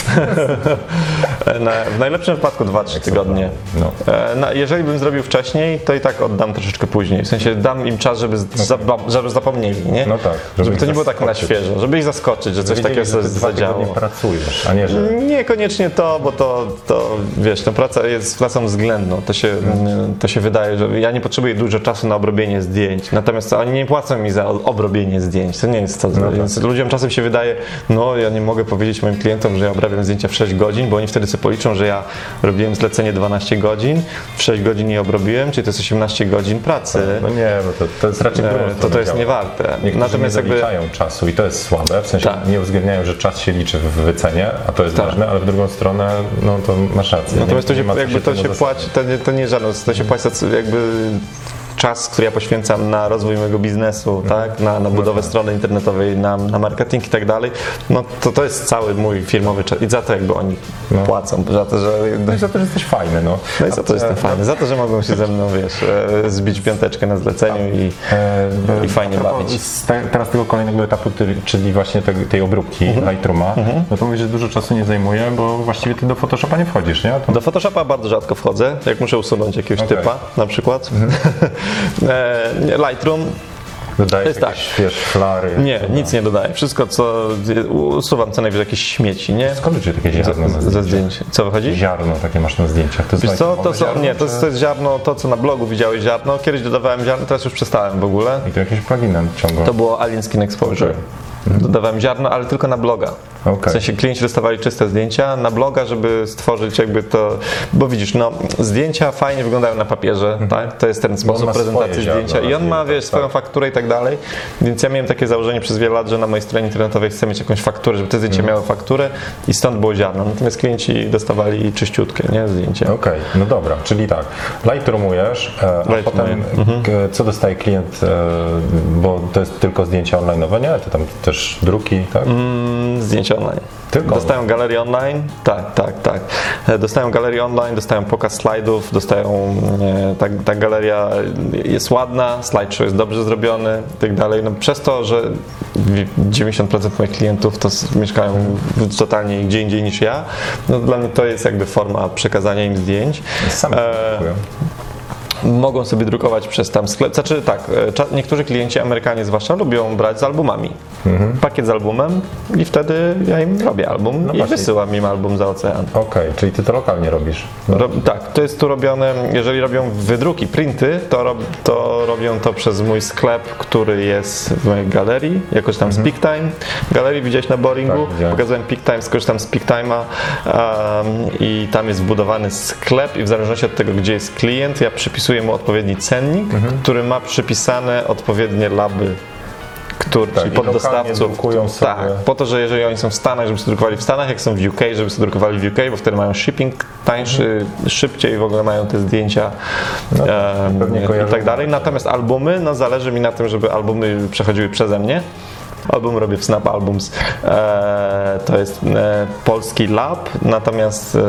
W najlepszym wypadku 2-3 tygodnie. Jeżeli bym zrobił wcześniej, to i tak oddam troszeczkę później. W sensie dam im czas, żeby zapomnieli, nie? No tak. Żeby to nie było tak na świeżo, żeby ich zaskoczyć, że coś takiego się zadziało. Nie pracujesz, a nie, że... Niekoniecznie to, bo to wiesz, ta praca jest pracą względną. To się wydaje, że ja nie potrzebuję dużo czasu na obrobienie zdjęć, natomiast oni nie płacą mi za obrobienie zdjęć. To nie jest to. Więc ludziom czasem się wydaje, ja nie mogę powiedzieć moim klientom, że ja obrabiam zdjęcia w 6 godzin, bo oni wtedy sobie policzą, że ja robiłem zlecenie 12 godzin, w 6 godzin je obrobiłem, czyli to jest 18 godzin pracy. No nie, bo to jest raczej to jest niewarte. Natomiast nie zaliczają czasu i to jest słabe, w sensie nie uwzględniają, że czas się liczy w wycenie, a to jest ważne, ale w drugą stronę, to masz rację. Natomiast to się płaci, to nie żadne, to się płaci jakby czas, który ja poświęcam na rozwój mojego biznesu, tak? na budowę strony internetowej, na marketing i tak dalej, to jest cały mój firmowy czas i za to jakby oni płacą, za to, że... No i za to, że jesteś fajny, No i za to, że jestem fajny, za to, że mogą się ze mną, wiesz, zbić piąteczkę na zleceniu i fajnie bawić. Teraz tego kolejnego etapu, czyli właśnie tej obróbki Lightrooma, to mówisz, że dużo czasu nie zajmuje, bo właściwie ty do Photoshopa nie wchodzisz, nie? Do Photoshopa bardzo rzadko wchodzę, jak muszę usunąć jakiegoś typa na przykład. Lightroom Dodajesz jakieś, wiesz, flary? Nie, nic nie dodaję. Wszystko, co usuwam, co najwyżej jakieś śmieci, nie? Skąd u Ciebie takie ziarno na zdjęciach? Co wychodzi? Ziarno takie masz na zdjęciach. To jest to jest ziarno, to co na blogu widziałeś ziarno. Kiedyś dodawałem ziarno, teraz już przestałem w ogóle. I to jakieś pluginem ciągle. To było Alien Skin Exposure. Dodawałem ziarno, ale tylko na bloga. W sensie klienci dostawali czyste zdjęcia na bloga, żeby stworzyć jakby to, bo widzisz, zdjęcia fajnie wyglądają na papierze, tak? To jest ten sposób prezentacji zdjęcia i on ma, wiesz, swoją fakturę i tak dalej, więc ja miałem takie założenie przez wiele lat, że na mojej stronie internetowej chcę mieć jakąś fakturę, żeby te zdjęcia miały fakturę i stąd było ziarno, natomiast klienci dostawali czyściutkie, nie, zdjęcia. Okej, no dobra, czyli tak, Lightroomujesz, a potem co dostaje klient, bo to jest tylko zdjęcia online'owe, nie? Ty tam też druki, tak? Zdjęcia online. Tylko? Dostają galerię online, tak. Dostają galerię online, dostają pokaz slajdów, dostają, ta galeria jest ładna, slideshow jest dobrze zrobiony i tak dalej. No, przez to, że 90% moich klientów to mieszkają totalnie gdzie indziej niż ja, no dla mnie to jest jakby forma przekazania im zdjęć. Sami kupują. Mogą sobie drukować przez tam sklep. Znaczy tak, niektórzy klienci, Amerykanie zwłaszcza, lubią brać z albumami. Pakiet z albumem i wtedy ja im robię album i właśnie. wysyłam im album za ocean. Okej, czyli ty to lokalnie robisz. Tak, to jest tu robione, jeżeli robią wydruki, printy, to robią to przez mój sklep, który jest w mojej galerii, jakoś tam z PeakTime. Galerii widziałeś na Boringu, Tak, widziałem. pokazałem PeakTime, skorzystam z PeakTime'a i tam jest wbudowany sklep i w zależności od tego, gdzie jest klient, ja przypisuję mu odpowiedni cennik, który ma przypisane odpowiednie laby, czyli i pod lokalnie dostawców. drukują sobie. Tak, po to, że jeżeli oni są w Stanach, żeby sobie drukowali w Stanach, jak są w UK, żeby sobie drukowali w UK, bo wtedy mają shipping tańszy, szybciej w ogóle mają te zdjęcia pewnie i kojarzą. tak dalej. Natomiast albumy, no zależy mi na tym, żeby albumy przechodziły przeze mnie. Album robię w Snap Albums, to jest polski lab, natomiast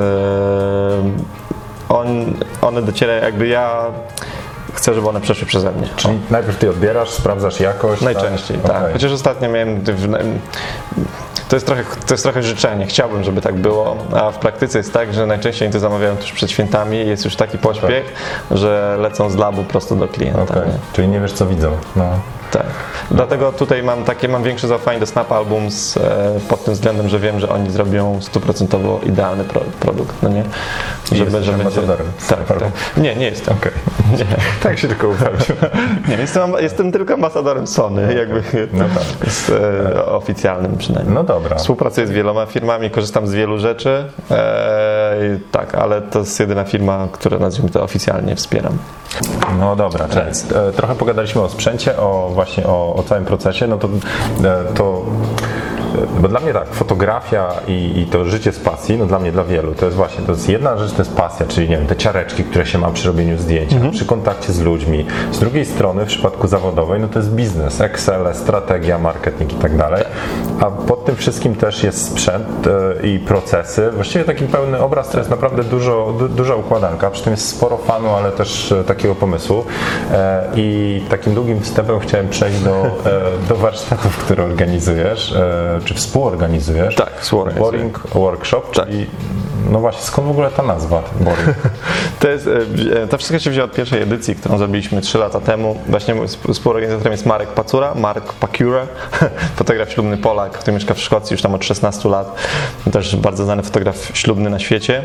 one docierają, jakby ja chcę, żeby one przeszły przeze mnie. Czyli najpierw ty odbierasz, sprawdzasz jakość. Najczęściej, tak? tak. Okej. Chociaż ostatnio miałem. To jest trochę życzenie, chciałbym, żeby tak było, a w praktyce jest tak, że najczęściej oni to zamawiają tuż przed świętami, jest już taki pośpiech, że lecą z labu prosto do klienta. Okej. Nie? Czyli nie wiesz co widzą. No. Tak. Dlatego tutaj mam większe zaufanie do Snap Albums pod tym względem, że wiem, że oni zrobią 100% idealny produkt, no nie? Jesteś ambasadorem Tak, Snap tak. Albums. Nie jestem. Okej. Nie. Tak się tylko upewnił. Nie, jestem tylko ambasadorem Sony, jakby No tak. oficjalnym przynajmniej. No dobra. Współpracuję z wieloma firmami, korzystam z wielu rzeczy, tak, ale to jest jedyna firma, która nazwijmy to oficjalnie wspieram. No dobra, cześć. Trochę pogadaliśmy o sprzęcie, właśnie o całym procesie, no to bo dla mnie tak, fotografia i to życie z pasji, no dla mnie, dla wielu, to jest jedna rzecz, to jest pasja, czyli nie wiem, te ciareczki, które się ma przy robieniu zdjęcia, przy kontakcie z ludźmi. Z drugiej strony, w przypadku zawodowej, no to jest biznes, Excel, strategia, marketing i tak dalej, a pod tym wszystkim też jest sprzęt i procesy. Właściwie taki pełny obraz to jest naprawdę duża układanka, przy tym jest sporo fanu, ale też takiego pomysłu i takim długim wstępem chciałem przejść do warsztatów, które organizujesz, czy współorganizujesz. Tak, współorganizuję. Boring Workshop, czyli no właśnie, skąd w ogóle ta nazwa Boring? To wszystko się wzięło od pierwszej edycji, którą zrobiliśmy 3 lata temu. Właśnie współorganizatorem jest Marek Pacura, Mark Pacura, fotograf ślubny Polak, który mieszka w Szkocji już tam od 16 lat. Też bardzo znany fotograf ślubny na świecie.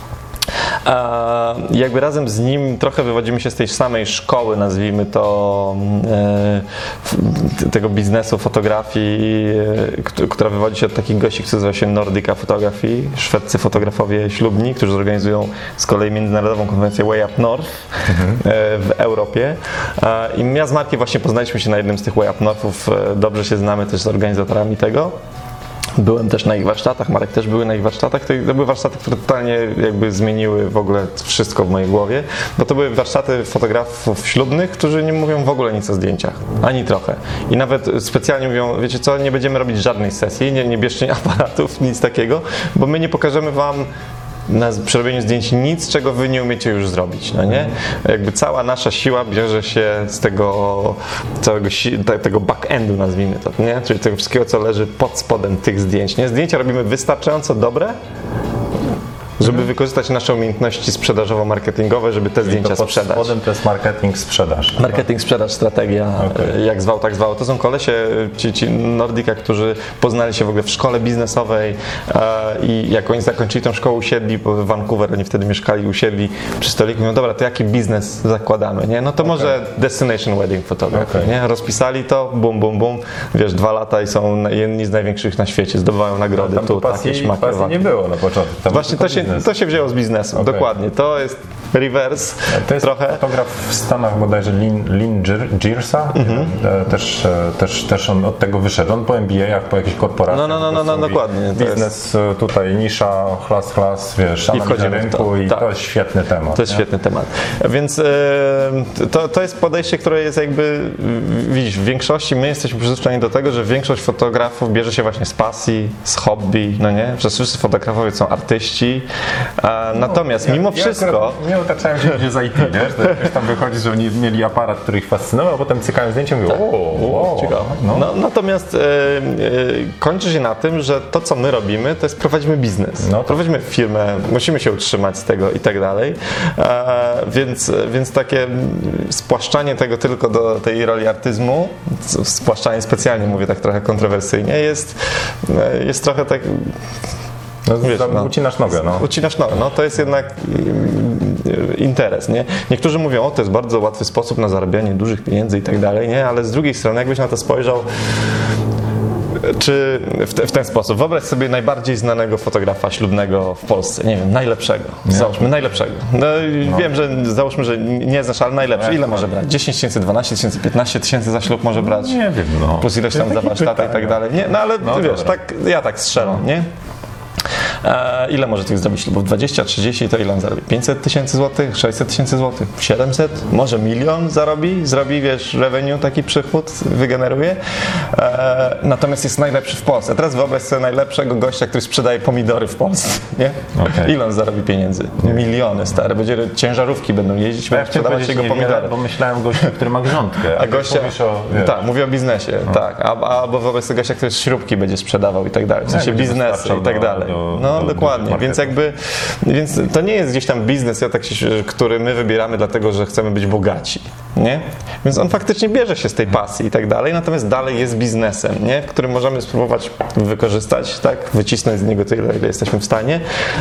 Jakby razem z nim trochę wywodzimy się z tej samej szkoły, nazwijmy to, tego biznesu fotografii, która wywodzi się od takich gości, którzy nazywa się Nordica Photography, szwedzcy fotografowie ślubni, którzy zorganizują z kolei międzynarodową konferencję Way Up North w Europie. I ja z Markiem właśnie poznaliśmy się na jednym z tych Way Up Northów, dobrze się znamy też z organizatorami tego. Byłem też na ich warsztatach, Marek też były na ich warsztatach. To były warsztaty, które totalnie jakby zmieniły w ogóle wszystko w mojej głowie, bo to były warsztaty fotografów ślubnych, którzy nie mówią w ogóle nic o zdjęciach, ani trochę. I nawet specjalnie mówią, wiecie co, nie będziemy robić żadnej sesji, nie bierzcie aparatów, nic takiego, bo my nie pokażemy wam przy robieniu zdjęć nic, czego wy nie umiecie już zrobić, no nie? Jakby cała nasza siła bierze się z tego całego tego back-endu, nazwijmy to, nie? Czyli tego wszystkiego, co leży pod spodem tych zdjęć, nie? Zdjęcia robimy wystarczająco dobre, żeby wykorzystać nasze umiejętności sprzedażowo-marketingowe, żeby te zdjęcia pod sprzedać. spodem to jest marketing, sprzedaż. Marketing, sprzedaż, strategia, jak zwał, tak zwał. To są kolesie, ci Nordica, którzy poznali się w ogóle w szkole biznesowej i jak oni zakończyli tą szkołę, usiedli, bo w Vancouver, oni wtedy mieszkali, usiedli przy stoliku, mówią, dobra, to jaki biznes zakładamy, nie? No to może Destination Wedding Photography, nie? Rozpisali to, bum, bum, bum, wiesz, 2 lata i są jedni z największych na świecie, zdobywają nagrody, Tam tu pasji takie szmaki. nie było na początku. Tam Właśnie to się wzięło z biznesu, dokładnie. To jest reverse To jest trochę. fotograf w Stanach bodajże Lin Girsa, też on od tego wyszedł, on po MBA-ach, po jakichś korporacjach. No, dokładnie. To Biznes tutaj, nisza, chlas, wiesz, analiza wchodzimy w to. rynku i Tak. to jest świetny temat. To jest świetny temat. Więc to jest podejście, które jest jakby, widzisz, w większości my jesteśmy przyzwyczajeni do tego, że większość fotografów bierze się właśnie z pasji, z hobby, no nie? Że wszyscy fotografowie są artyści, natomiast mimo wszystko... Nie otaczają się ludzie z IT, nie? Że jakoś tam wychodzi, że oni mieli aparat, który ich fascynował, a potem cykają zdjęcie i mówią, Ciekawe. No, natomiast kończy się na tym, że to, co my robimy, to jest prowadzimy biznes. No to- Prowadzimy firmę, musimy się utrzymać z tego i tak dalej. Więc takie spłaszczanie tego tylko do tej roli artyzmu, spłaszczanie specjalnie, mówię tak trochę kontrowersyjnie, jest trochę tak... Ucinasz nogę, no. Ucinasz nogę, no to jest jednak interes, nie? Niektórzy mówią, o to jest bardzo łatwy sposób na zarabianie dużych pieniędzy i tak dalej, nie? Ale z drugiej strony, jakbyś na to spojrzał, czy w ten sposób, wyobraź sobie najbardziej znanego fotografa ślubnego w Polsce, nie wiem, najlepszego, załóżmy najlepszego. No, wiem, że załóżmy, że nie znasz, ale najlepszy. Ile może brać? 10 tysięcy, 12 tysięcy, 15 tysięcy za ślub może brać? Nie wiem, no. Plus ileś tam za warsztaty i tak dalej. Nie, no ale ty wiesz, dobra. tak, ja tak strzelam, nie? Ile może tych zrobić ślubów? 20, 30, to ile on zarobi? 500 tysięcy złotych? 600 tysięcy złotych? 700? Może milion zrobi, wiesz, revenue, taki przychód wygeneruje. Natomiast jest najlepszy w Polsce. A teraz wyobraź sobie najlepszego gościa, który sprzedaje pomidory w Polsce, nie? Okej. Ile on zarobi pieniędzy? Miliony, stare. Ciężarówki będą jeździć, będą sprzedawać jego pomidory. Bo myślałem o gościu, który ma grządkę. A gościa, mówisz o, wiesz, tak, mówię o biznesie, tak. Albo wobec tego gościa, który śrubki będzie sprzedawał i tak dalej, w sensie będzie biznesy dostarczał i tak dalej. No dokładnie, więc to nie jest gdzieś tam biznes, który my wybieramy dlatego, że chcemy być bogaci, nie? Więc on faktycznie bierze się z tej pasji i tak dalej, natomiast dalej jest biznesem, nie? W którym możemy spróbować wykorzystać, tak? Wycisnąć z niego tyle, ile jesteśmy w stanie,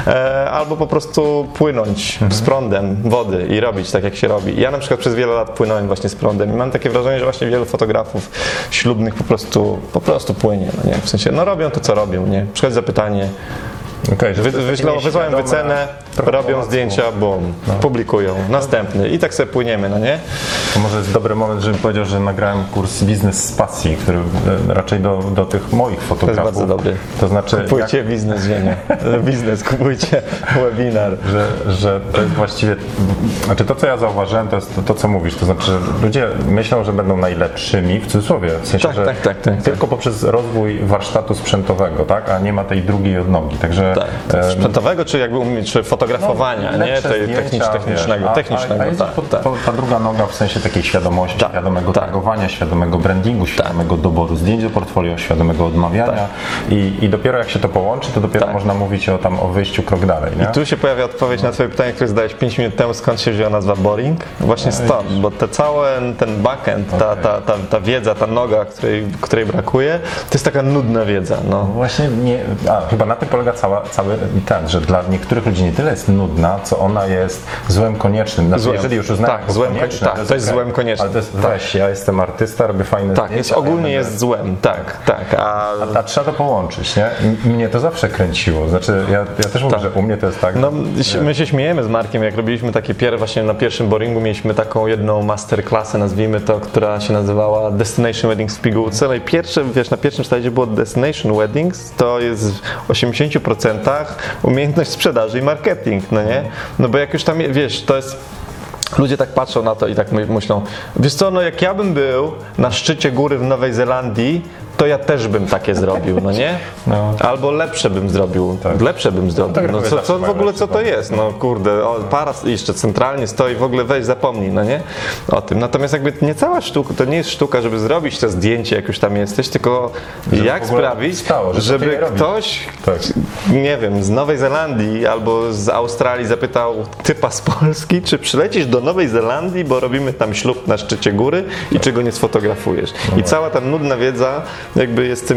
albo po prostu płynąć z prądem wody i robić tak, jak się robi. Ja na przykład przez wiele lat płynąłem właśnie z prądem i mam takie wrażenie, że właśnie wielu fotografów ślubnych po prostu płynie, no nie? W sensie, no robią to, co robią, nie? Przychodzi zapytanie, okej, że to jest takie wysłałem nieświadome wycenę, trochę robią pomocą. zdjęcia, bum, publikują, następny i tak sobie płyniemy, no nie? To może jest dobry moment, żebym powiedział, że nagrałem kurs Biznes z pasji, który raczej do tych moich fotografów. bardzo dobry. To znaczy, Kupujcie biznes ziemię, biznes, kupujcie webinar. że to jest właściwie, znaczy to, co ja zauważyłem, to jest to, co mówisz, to znaczy, że ludzie myślą, że będą najlepszymi, w cudzysłowie, w sensie, Tak, że tak. tylko poprzez rozwój warsztatu sprzętowego, tak, a nie ma tej drugiej odnogi, także Tak, sprzętowego, czy jakby czy fotografowania, nie? lepsze Tej zdjęcia, technicznego, wiesz, technicznego, a jest tak. ta druga noga w sensie takiej świadomości, Tak, świadomego tak. tagowania, świadomego brandingu, świadomego doboru zdjęć do portfolio, świadomego odmawiania i dopiero jak się to połączy, to dopiero Tak. można mówić o wyjściu krok dalej, nie? Tu się pojawia odpowiedź na twoje pytanie, które zadałeś 5 minut temu, skąd się wzięła nazwa boring? Właśnie stąd, bo ten backend, ta wiedza, ta noga, której brakuje, to jest taka nudna wiedza, no. Właśnie nie, chyba na tym polega cały ten, że dla niektórych ludzi nie tyle jest nudna, co ona jest złem koniecznym. Znaczy, Złem. jeżeli już uznają Tak, złem konieczne, tak, to jest okej. złem koniecznym. Ale to jest, weź, ja jestem artysta, robię fajne Tak, zdjęcia. jest ogólnie jest złem, tak. A trzeba to połączyć, nie? Mnie to zawsze kręciło. Znaczy, ja też mówię, że u mnie to jest tak. No, my się śmiejemy z Markiem, jak robiliśmy takie właśnie na pierwszym boringu mieliśmy taką jedną masterclassę, nazwijmy to, która się nazywała Destination Weddings w pigułce. No i na pierwszym slajdzie było Destination Weddings, to jest w 80% umiejętność sprzedaży i marketing, no nie? No bo jak już tam, wiesz, to jest... Ludzie tak patrzą na to i tak myślą, wiesz co, no jak ja bym był na szczycie góry w Nowej Zelandii, to ja też bym takie zrobił, no nie? No. Albo lepsze bym zrobił, lepsze bym zrobił. No co w ogóle, co to jest? No kurde, para jeszcze centralnie stoi, w ogóle weź zapomnij, no nie? O tym. Natomiast jakby nie cała sztuka, to nie jest sztuka, żeby zrobić to zdjęcie, jak już tam jesteś, tylko jak w ogóle sprawić, stało, że żeby takie robić. ktoś, Tak. nie wiem, z Nowej Zelandii albo z Australii zapytał typa z Polski, czy przylecisz do Nowej Zelandii, bo robimy tam ślub na szczycie góry i czy go nie sfotografujesz. I cała ta nudna wiedza jakby jestem,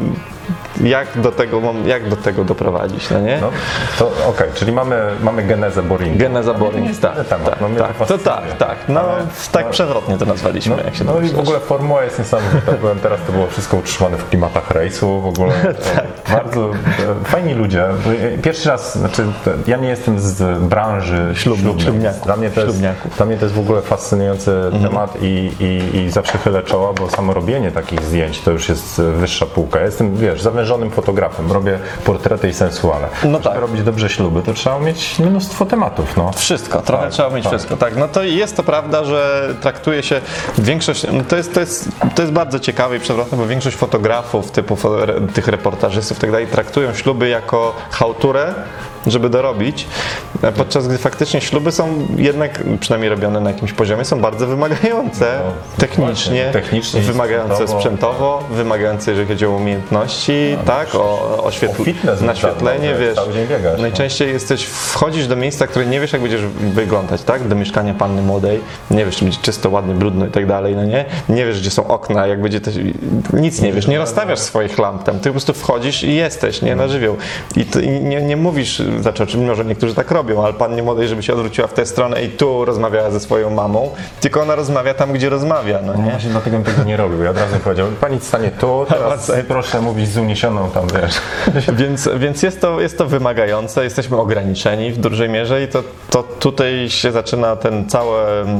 jak do tego doprowadzić, no nie? No, to okej, czyli mamy genezę boringu. Geneza boring, tak, temat, no mnie to fascynuje. no Ale- tak przewrotnie to nazwaliśmy, jak się No i w domyślasz. ogóle formuła jest niesamowita. Byłem teraz, to było wszystko utrzymane w klimatach rejsu, w ogóle bardzo fajni ludzie. Pierwszy raz, znaczy ja nie jestem z branży ślubnej. ślubniaków. Dla mnie to jest w ogóle fascynujący temat i zawsze chylę czoła, bo samo robienie takich zdjęć to już jest wyższa półka. Ja jestem, wiesz, zawężonym fotografem, robię portrety i sensuale. No Żeby tak. robić dobrze śluby, to trzeba mieć mnóstwo tematów, no. Wszystko, trochę Tak, trzeba mieć tak. wszystko. Tak, no to jest to prawda, że traktuje się większość, no to jest bardzo ciekawe i przewrotne, bo większość fotografów, typu tych reportażystów i tak dalej, traktują śluby jako chałturę, żeby dorobić, podczas gdy faktycznie śluby są jednak, przynajmniej robione na jakimś poziomie, są bardzo wymagające technicznie, właśnie, technicznie i wymagające sprzętowo, wymagające, jeżeli chodzi o umiejętności, tak, o fitness naświetlenie, na przykład, wiesz. cały dzień biegasz, no. Najczęściej wchodzisz do miejsca, które nie wiesz, jak będziesz wyglądać, tak? Do mieszkania panny młodej, nie wiesz, czy będzie czysto, ładnie, brudno i tak dalej, no nie? Nie wiesz, gdzie są okna, jak będzie nic nie wiesz, nie rozstawiasz swoich lamp tam, ty po prostu wchodzisz i jesteś, nie? Na żywioł. I nie mówisz, znaczy, może niektórzy tak robią, ale pannie młodej, żeby się odwróciła w tę stronę i tu rozmawiała ze swoją mamą, tylko ona rozmawia tam, gdzie rozmawia, no nie? Właśnie dlatego bym tego nie robił. Ja od razu powiedział, pani stanie tu, teraz proszę mówić z uniesioną tam, wiesz. Więc jest to wymagające, jesteśmy ograniczeni w dużej mierze i to tutaj się zaczyna ten cały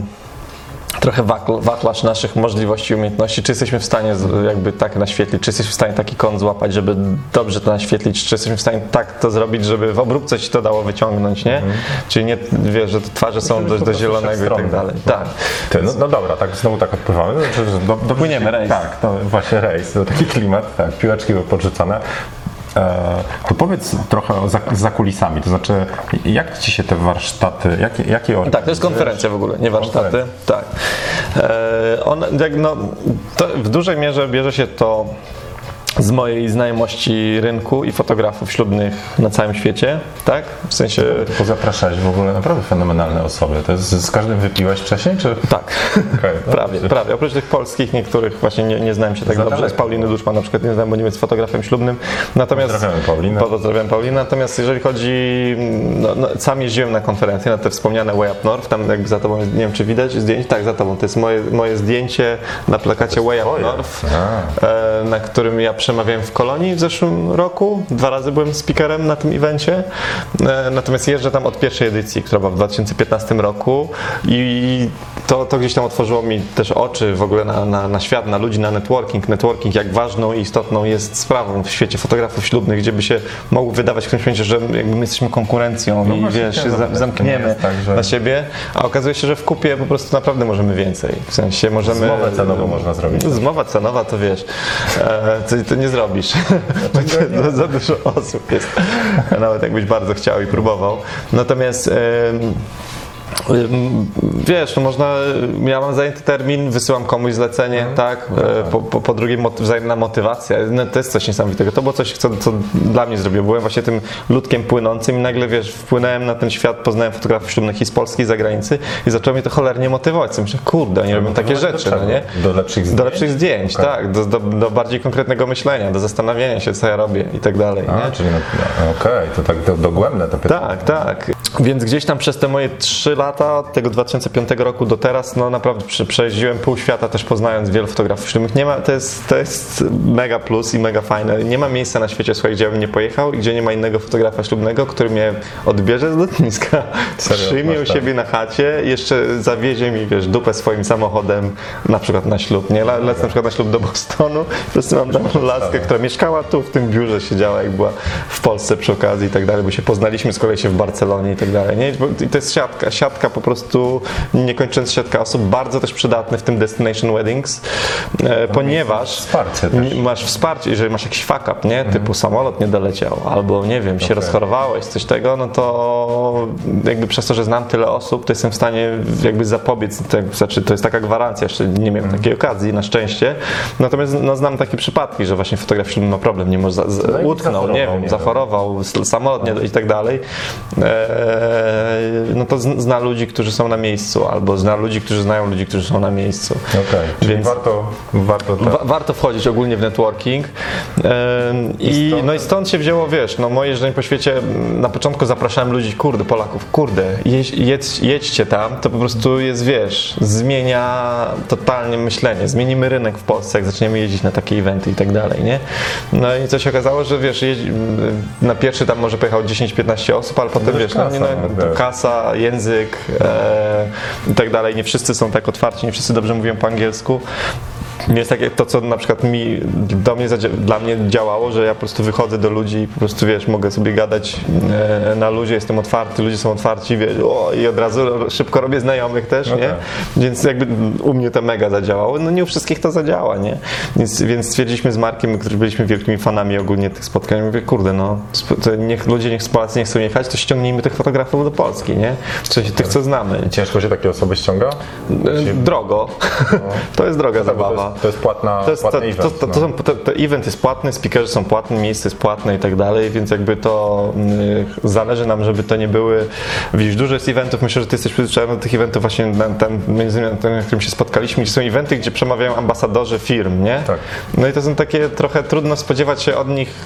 trochę wachlarz naszych możliwości i umiejętności, czy jesteśmy w stanie jakby tak naświetlić, czy jesteśmy w stanie taki kąt złapać, żeby dobrze to naświetlić, czy jesteśmy w stanie tak to zrobić, żeby w obróbce ci to dało wyciągnąć, nie? Czyli nie, wiesz, że te twarze są do zielonego i tak dalej. Tak. Ty, no dobra, tak znowu tak odpływamy. Płyniemy, rejs. Tak, to właśnie rejs, to taki klimat, tak, piłeczki były podrzucane. To powiedz trochę za kulisami, to znaczy jak ci się te warsztaty, jakie Tak, to jest konferencja w ogóle, nie warsztaty. Tak. To w dużej mierze bierze się to z mojej znajomości rynku i fotografów ślubnych na całym świecie, tak? W sensie... Pozapraszałeś w ogóle naprawdę fenomenalne osoby. To jest, z każdym wypiłeś wcześniej, czy? Tak, Okay, prawie. Oprócz tych polskich, niektórych właśnie nie znałem się tak dobrze. Z Pauliny Duszman na przykład nie znam, bo nie jest fotografem ślubnym. Natomiast, Pozdrawiamy Paulinę. Pozdrawiam Paulinę. Natomiast jeżeli chodzi, sam jeździłem na konferencję, na te wspomniane Way Up North, tam jakby za tobą, nie wiem czy widać zdjęcie, tak, za tobą, to jest moje zdjęcie na plakacie Way Up North, na którym ja przemawiałem w Kolonii w zeszłym roku. 2 razy byłem speakerem na tym evencie. Natomiast jeżdżę tam od pierwszej edycji, która była w 2015 roku i to gdzieś tam otworzyło mi też oczy w ogóle na świat, na ludzi, na networking. Networking, jak ważną i istotną jest sprawą w świecie fotografów ślubnych, gdzie by się mogło wydawać w którymś momencie, że jakby my jesteśmy konkurencją i wiesz, się zamkniemy tak, że... na siebie, a okazuje się, że w kupie po prostu naprawdę możemy więcej. W sensie możemy... Zmowę cenową można zrobić. Zmowa cenowa to wiesz, to nie zrobisz. Za dużo osób jest. Nawet jakbyś bardzo chciał i próbował. Natomiast wiesz, no można, ja mam zajęty termin, wysyłam komuś zlecenie, tak? Po drugie wzajemna motywacja, no to jest coś niesamowitego. To było coś, co dla mnie zrobiło. Byłem właśnie tym ludkiem płynącym i nagle, wiesz, wpłynąłem na ten świat, poznałem fotografów ślubnych i z Polski, i z zagranicy i zaczęło mnie to cholernie motywować. Myślę, kurde, oni robią takie rzeczy, no nie? Do lepszych zdjęć? Do lepszych zdjęć, Okay. tak. Do bardziej konkretnego myślenia, do zastanawiania się, co ja robię i tak dalej, nie? Czyli okej, to tak dogłębne to pytanie. Tak. Więc gdzieś tam przez te moje 3 lata, od tego 2005 roku do teraz, no naprawdę przejeździłem pół świata, też poznając wielu fotografów ślubnych. To jest mega plus i mega fajne. Nie ma miejsca na świecie, słuchaj, gdzie ja bym nie pojechał i gdzie nie ma innego fotografa ślubnego, który mnie odbierze z lotniska, przyjmie u siebie na chacie, jeszcze zawiezie mi, wiesz, dupę swoim samochodem, na przykład na ślub, nie? Lecę na przykład na ślub do Bostonu, po prostu mam tam laskę, która mieszkała tu, w tym biurze siedziała, jak była w Polsce przy okazji i tak dalej, bo się poznaliśmy z kolei się w Barcelonie i tak dalej, nie? I to jest siatka po prostu, niekończąca siatka osób, bardzo też przydatny w tym Destination Weddings, ponieważ masz wsparcie, jeżeli masz jakiś fuck up, nie? Typu samolot nie doleciał, albo nie wiem, się rozchorowałeś, coś tego, no to jakby przez to, że znam tyle osób, to jestem w stanie jakby zapobiec, znaczy to jest taka gwarancja, jeszcze nie miałem takiej okazji, na szczęście, natomiast no, znam takie przypadki, że właśnie fotograf ma problem, nie może utknął, nie wiem, zachorował, samolot nie i tak dalej, no to zna ludzi, którzy są na miejscu, albo zna ludzi, którzy znają ludzi, którzy są na miejscu. Okej, czyli Więc warto tak. warto wchodzić ogólnie w networking. No i stąd się wzięło, wiesz, no moje jeżdżenie po świecie, na początku zapraszałem ludzi, kurde, Polaków, kurde, jedźcie tam, to po prostu jest, wiesz, zmienia totalnie myślenie, zmienimy rynek w Polsce, jak zaczniemy jeździć na takie eventy i tak dalej, nie? No i co się okazało, że wiesz, na pierwszy tam może pojechał 10-15 osób, ale potem, wiesz, kasa, język i tak dalej, nie wszyscy są tak otwarci, nie wszyscy dobrze mówią po angielsku. Jest takie to, co na przykład dla mnie działało, że ja po prostu wychodzę do ludzi i po prostu, wiesz, mogę sobie gadać na luzie, jestem otwarty, ludzie są otwarci, wiesz, i od razu szybko robię znajomych też, nie? Więc jakby u mnie to mega zadziałało. No nie u wszystkich to zadziała, nie? Więc stwierdziliśmy z Markiem, którzy byliśmy wielkimi fanami ogólnie tych spotkań, mówię, kurde, no, niech Polacy nie chcą jechać, to ściągnijmy tych fotografów do Polski, nie? W sensie tych, co znamy. Ciężko się takie osoby ściąga? Drogo. To jest droga zabawa. To jest płatny event. To event jest płatny, speakerzy są płatni, miejsce jest płatne i tak dalej, więc jakby to zależy nam, żeby to nie były, widzisz, dużo jest eventów, myślę, że ty jesteś przyzwyczajony do tych eventów właśnie między innymi ten, na którym się spotkaliśmy, gdzie są eventy, gdzie przemawiają ambasadorzy firm, nie? Tak. No i to są takie trochę trudno spodziewać się od nich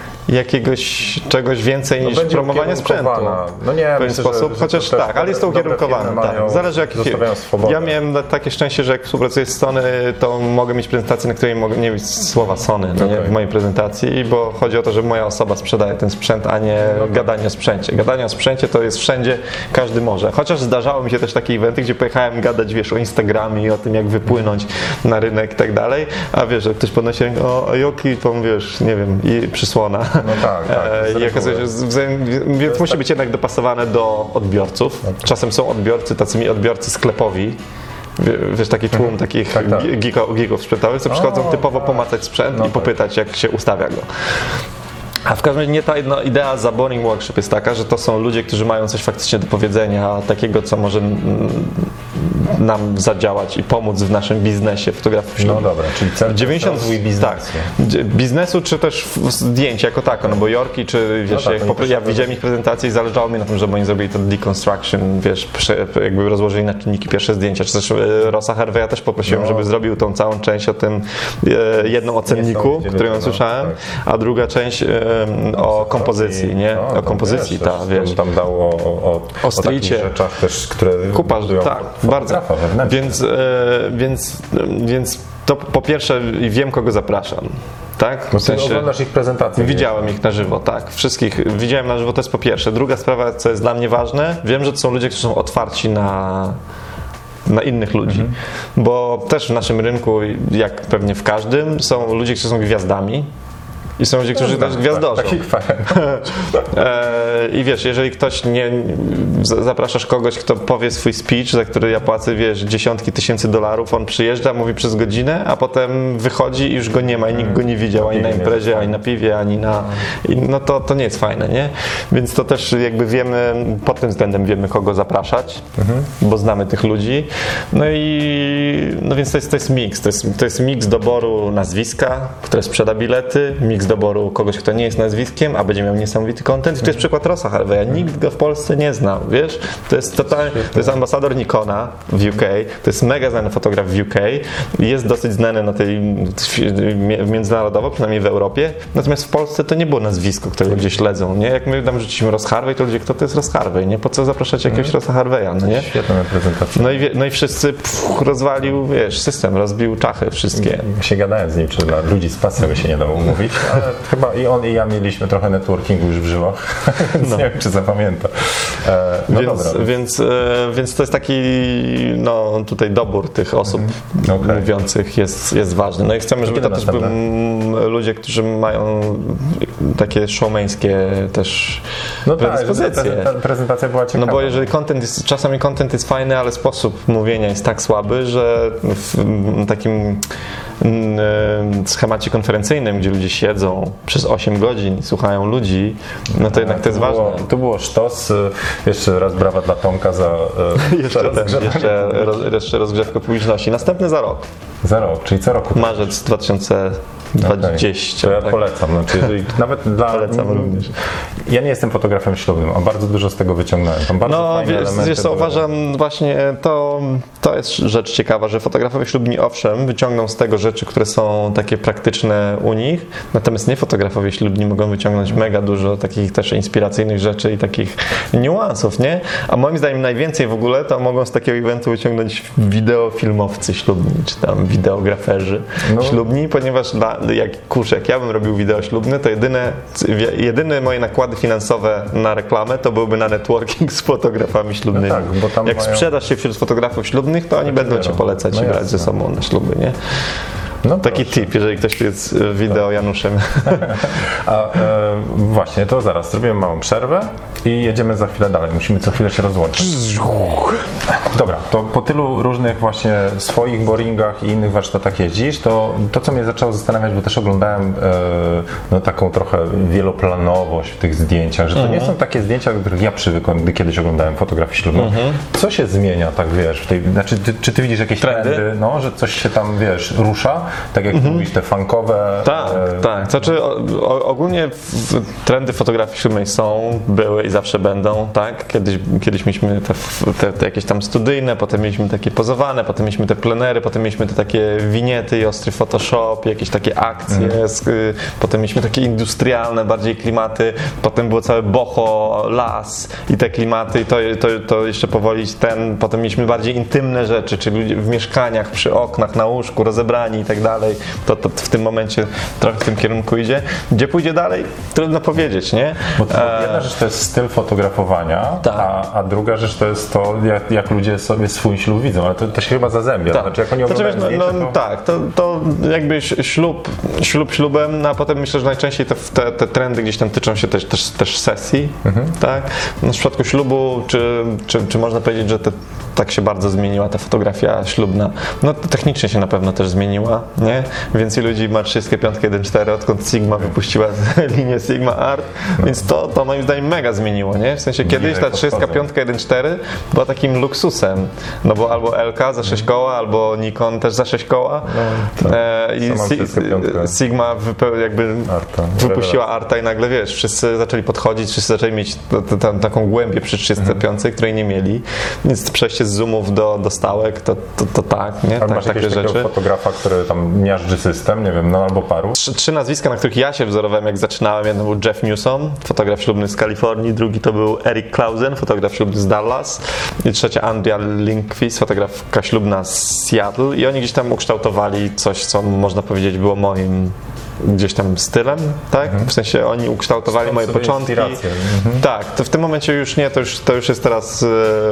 czegoś więcej niż promowanie sprzętu. No nie, w pewien sposób, chociaż tak, ale jest to ukierunkowane. Tak. Zależy jaki Ja miałem takie szczęście, że jak współpracuję z Sony, to mogę mieć prezentację, na której mogę nie mieć słowa Sony nie, w mojej prezentacji, bo chodzi o to, że moja osoba sprzedaje ten sprzęt, a nie gadanie o sprzęcie. Gadanie o sprzęcie to jest wszędzie, każdy może. Chociaż zdarzało mi się też takie eventy, gdzie pojechałem gadać, wiesz, o Instagramie i o tym, jak wypłynąć na rynek i tak dalej, a wiesz, jak ktoś podnosi rękę, o Joki, to wiesz, nie wiem, i przysłona. No tak. I okazuje się, więc musi być jednak dopasowane do odbiorców. Czasem są odbiorcy, tacy odbiorcy sklepowi. Wiesz, taki tłum takich geeków sprzętowych, co przychodzą typowo pomacać sprzęt i popytać, jak się ustawia go. A w każdym razie nie ta jedna idea za Boring Workshop jest taka, że to są ludzie, którzy mają coś faktycznie do powiedzenia, takiego, co może nam zadziałać i pomóc w naszym biznesie fotografii. No dobra, czyli cel 90 biznesu. Tak, biznesu czy też zdjęć jako tako, no bo Jorki, czy wiesz, ja widziałem ich prezentację i zależało mi na tym, żeby oni zrobili to deconstruction, wiesz, jakby rozłożyli na czynniki pierwsze zdjęcia, czy też Rossa Harveya też poprosiłem, żeby zrobił tą całą część o tym jedną o cenniku, którą słyszałem, a druga część o kompozycji, nie? O kompozycji, tak, wiesz. Tam dało o stricie. takich rzeczach też, które budują bardzo. wewnętrznie. Więc to po pierwsze wiem, kogo zapraszam. Tak? W sensie oglądasz ich prezentacje. Widziałem ich na żywo, tak. Wszystkich widziałem na żywo, to jest po pierwsze. Druga sprawa, co jest dla mnie ważne, wiem, że to są ludzie, którzy są otwarci na innych ludzi. Bo też w naszym rynku, jak pewnie w każdym, są ludzie, którzy są gwiazdami. I są ludzie, którzy też gwiazdorzą. I wiesz, jeżeli ktoś zapraszasz kogoś, kto powie swój speech, za który ja płacę, wiesz, dziesiątki tysięcy dolarów, on przyjeżdża, mówi przez godzinę, a potem wychodzi i już go nie ma i nikt go nie widział ani na imprezie, ani na piwie, ani na... No to nie jest fajne, nie? Więc to też jakby wiemy, pod tym względem wiemy, kogo zapraszać, bo znamy tych ludzi. No więc to jest miks. To jest miks doboru nazwiska, które sprzeda bilety, miks doboru kogoś, kto nie jest nazwiskiem, a będzie miał niesamowity content. I to jest przykład Rossa Harveya. Nikt go w Polsce nie znał, wiesz? To jest ambasador Nikona w UK, to jest mega znany fotograf w UK, jest dosyć znany na tej międzynarodowo, przynajmniej w Europie, natomiast w Polsce to nie było nazwisko, które ludzie śledzą, nie? Jak my tam rzuciliśmy Ross Harvey, to ludzie, kto to jest Ross Harvey, nie? Po co zapraszać jakiegoś Rossa Harveya, no nie? Świetna prezentacja. No i wszyscy rozwalił, wiesz, system, rozbił czachy wszystkie. Się gadałem z nim, czy dla ludzi z pasją by się nie dało umówić, ale chyba i on i ja mieliśmy trochę networkingu już w żyłach, więc nie wiem, czy zapamięta. Więc to jest taki, tutaj dobór tych osób mówiących jest ważny. No i chcemy, żeby to też byli ludzie, którzy mają takie showmeńskie też predyspozycje. Prezentacja była ciekawa. No bo jeżeli czasami content jest fajny, ale sposób mówienia jest tak słaby, że w takim schemacie konferencyjnym, gdzie ludzie siedzą przez 8 godzin i słuchają ludzi, no to jednak to jest ważne. Tu było sztos. Jeszcze raz brawa dla Tomka za jeszcze rozgrzewkę publiczności. Następny za rok. Za rok, czyli co roku. Marzec 2020. 20. To ja tak. polecam. Znaczy, jeżeli, nawet dla... Polecam również. Ja nie jestem fotografem ślubnym, a bardzo dużo z tego wyciągnąłem. Tam bardzo No, fajne elementy wiesz co, były. uważam właśnie, to jest rzecz ciekawa, że fotografowie ślubni owszem wyciągną z tego rzeczy, które są takie praktyczne u nich, natomiast nie fotografowie ślubni mogą wyciągnąć mega dużo takich też inspiracyjnych rzeczy i takich niuansów, nie? A moim zdaniem najwięcej w ogóle to mogą z takiego eventu wyciągnąć wideofilmowcy ślubni, czy tam wideograferzy ślubni, ponieważ jak ja bym robił wideo ślubne, to jedyne moje nakłady finansowe na reklamę to byłby na networking z fotografami ślubnymi. No tak, bo tam jak mają... sprzedasz się wśród fotografów ślubnych, to oni będą cię polecać i brać ze sobą na śluby, nie? No Taki tip, jeżeli ktoś tu jest wideo Januszem. A właśnie, to zaraz zrobimy małą przerwę i jedziemy za chwilę dalej. Musimy co chwilę się rozłączyć. Dobra, to po tylu różnych właśnie swoich boringach i innych warsztatach jeździsz, to co mnie zaczęło zastanawiać, bo też oglądałem no, taką trochę wieloplanowość w tych zdjęciach, że to nie są takie zdjęcia, do których ja przywykłem, gdy kiedyś oglądałem fotografię ślubną. Co się zmienia, tak wiesz, w tej, znaczy czy ty widzisz jakieś trendy, no, że coś się tam, wiesz, rusza? Tak jak mówisz, te funkowe... Tak. Znaczy ogólnie trendy fotografii ślubnej są, były i zawsze będą, tak? Kiedyś mieliśmy te jakieś tam studyjne, potem mieliśmy takie pozowane, potem mieliśmy te plenery, potem mieliśmy te takie winiety i ostry Photoshop, jakieś takie akcje, potem mieliśmy takie industrialne bardziej klimaty, potem było całe boho, las i te klimaty i to jeszcze powoli potem mieliśmy bardziej intymne rzeczy, czyli ludzie w mieszkaniach, przy oknach, na łóżku, rozebrani i tak dalej. To w tym momencie trochę w tym kierunku idzie. Gdzie pójdzie dalej? Trudno powiedzieć, nie? Bo jedna rzecz to jest styl fotografowania, Tak. a druga rzecz to jest to, jak ludzie sobie swój ślub widzą, ale to się chyba zazębia. Tak. Znaczy, jak oni oglądają zdjęcia, to... Tak, to jakby ślub ślubem, no a potem myślę, że najczęściej te trendy gdzieś tam tyczą się też sesji, tak? No, w przypadku ślubu, czy można powiedzieć, że tak się bardzo zmieniła ta fotografia ślubna. No technicznie się na pewno też zmieniła, nie? Więcej ludzi ma 35.1.4, odkąd Sigma wypuściła linię Sigma Art, więc to moim zdaniem mega zmieniło, nie? W sensie kiedyś ta 35.1.4 była takim luksusem, no bo albo LK za 6 koła, albo Nikon też za 6 koła. I Sigma jakby wypuściła Arta i nagle, wiesz, wszyscy zaczęli podchodzić, wszyscy zaczęli mieć taką głębię przy 35, której nie mieli, więc przejście z zoomów do stałek, to tak, nie? Ale masz takie jakiegoś rzeczy. takiego fotografa, który tam miażdży system, nie wiem, no albo paru. Trzy nazwiska, na których ja się wzorowałem, jak zaczynałem. Jeden był Jeff Newsom, fotograf ślubny z Kalifornii, drugi to był Eric Clausen, fotograf ślubny z Dallas i trzecia Andrea Lindqvist, fotografka ślubna z Seattle i oni gdzieś tam ukształtowali coś, co można powiedzieć było moim gdzieś tam stylem, tak? W sensie oni ukształtowali moje początki. Tak, to w tym momencie już nie, to już jest teraz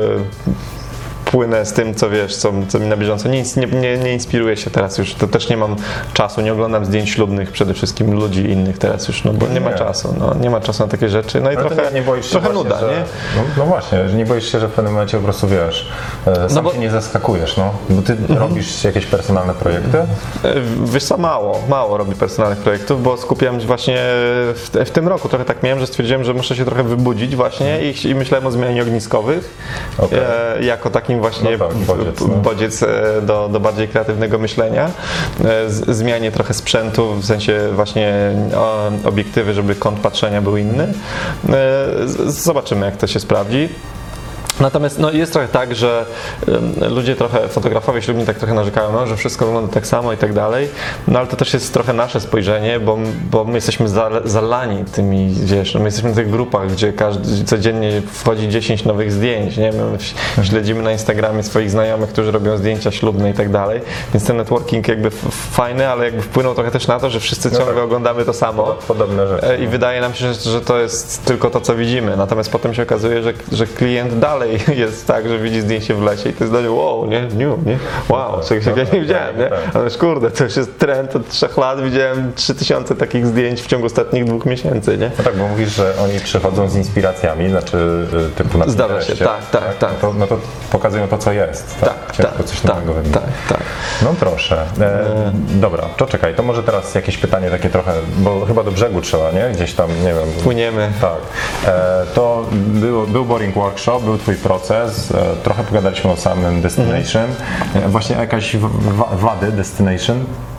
płynę z tym, co wiesz, co mi na bieżąco. Nie inspiruję się teraz już, to też nie mam czasu, nie oglądam zdjęć ślubnych przede wszystkim ludzi innych teraz już, no bo nie ma czasu, nie ma czasu na takie rzeczy, no i nie boisz się trochę właśnie, nuda, że, nie? No właśnie, że nie boisz się, że w pewnym momencie po prostu wiesz, sam się nie zaskakujesz, no, bo ty robisz jakieś personalne projekty? Wiesz co, mało robię personalnych projektów, bo skupiam się właśnie w tym roku, trochę tak miałem, że stwierdziłem, że muszę się trochę wybudzić właśnie i myślałem o zmianie ogniskowych, jako takim właśnie bodziec do bardziej kreatywnego myślenia, zmianie trochę sprzętu, w sensie właśnie obiektywy, żeby kąt patrzenia był inny. Zobaczymy, jak to się sprawdzi. Natomiast no, jest trochę tak, że ludzie trochę, fotografowie ślubni tak trochę narzekają, no, że wszystko wygląda tak samo i tak dalej, no ale to też jest trochę nasze spojrzenie, bo my jesteśmy zalani tymi, wiesz, my jesteśmy w tych grupach, gdzie codziennie wchodzi 10 nowych zdjęć, nie? My śledzimy na Instagramie swoich znajomych, którzy robią zdjęcia ślubne i tak dalej, więc ten networking jakby fajny, ale jakby wpłynął trochę też na to, że wszyscy ciągle oglądamy to samo. Podobne rzeczy. I wydaje nam się, że to jest tylko to, co widzimy, natomiast potem się okazuje, że klient dalej jest tak, że widzi zdjęcie w lesie i to jest dla niego wow, nie? Wow, czegoś takiego nie widziałem, nie? Ale kurde, to już jest trend od 3 lat, widziałem 3000 takich zdjęć w ciągu ostatnich 2 miesięcy, nie? No tak, bo mówisz, że oni przychodzą z inspiracjami, znaczy typu na Zdarza się, tak. No to pokazują to, co jest, tak? Ciężko coś nowego wymienić. Tak. No proszę. Dobra, to czekaj, to może teraz jakieś pytanie takie trochę, bo chyba do brzegu trzeba, nie? Gdzieś tam, nie wiem. Płyniemy. Tak. To był Boring Workshop, był twój proces, trochę pogadaliśmy o samym Destination. Właśnie jakaś wady Destination?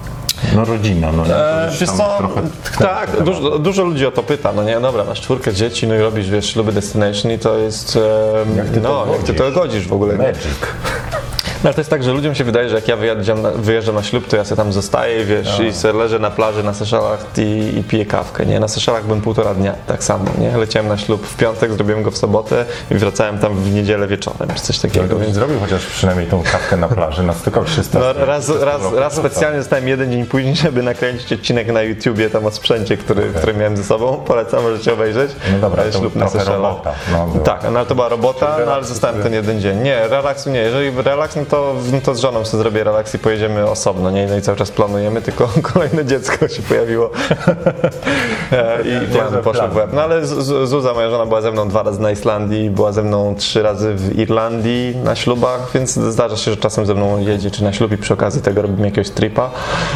No rodzina, no nie? To już Wiesz tam co, trochę tak, dużo ludzi o to pyta, no nie, dobra, masz 4 dzieci, no i robisz, wiesz, śluby destination i to jest, Jak ty to jak ty to godzisz w ogóle. Magic. No ale to jest tak, że ludziom się wydaje, że jak ja wyjeżdżam na ślub, to ja sobie tam zostaję, wiesz, i sobie leżę na plaży na Seszelach i piję kawkę, nie? Na Seszelach byłem 1,5 dnia, tak samo, nie? Leciałem na ślub w piątek, zrobiłem go w sobotę i wracałem tam w niedzielę wieczorem, czy coś takiego. Więc zrobił chociaż przynajmniej tą kawkę na plaży, nastykał 300. No, raz specjalnie zostałem 1 dzień później, żeby nakręcić odcinek na YouTubie tam o sprzęcie, który miałem ze sobą. Polecam, możecie obejrzeć. No dobra, to ślub na trochę Seszelach. robota. No, było. Tak, no ale to była robota, no ale zostałem ten 1 dzień. Nie, relaksu nie. Jeżeli relaks, no to z żoną sobie zrobię relaks i pojedziemy osobno, nie? No i cały czas planujemy, tylko kolejne dziecko się pojawiło i plany poszły w łeb. No ale Zuza, moja żona, była ze mną 2 razy na Islandii, była ze mną 3 razy w Irlandii na ślubach, więc zdarza się, że czasem ze mną jedzie czy na ślub i przy okazji tego robimy jakiegoś tripa.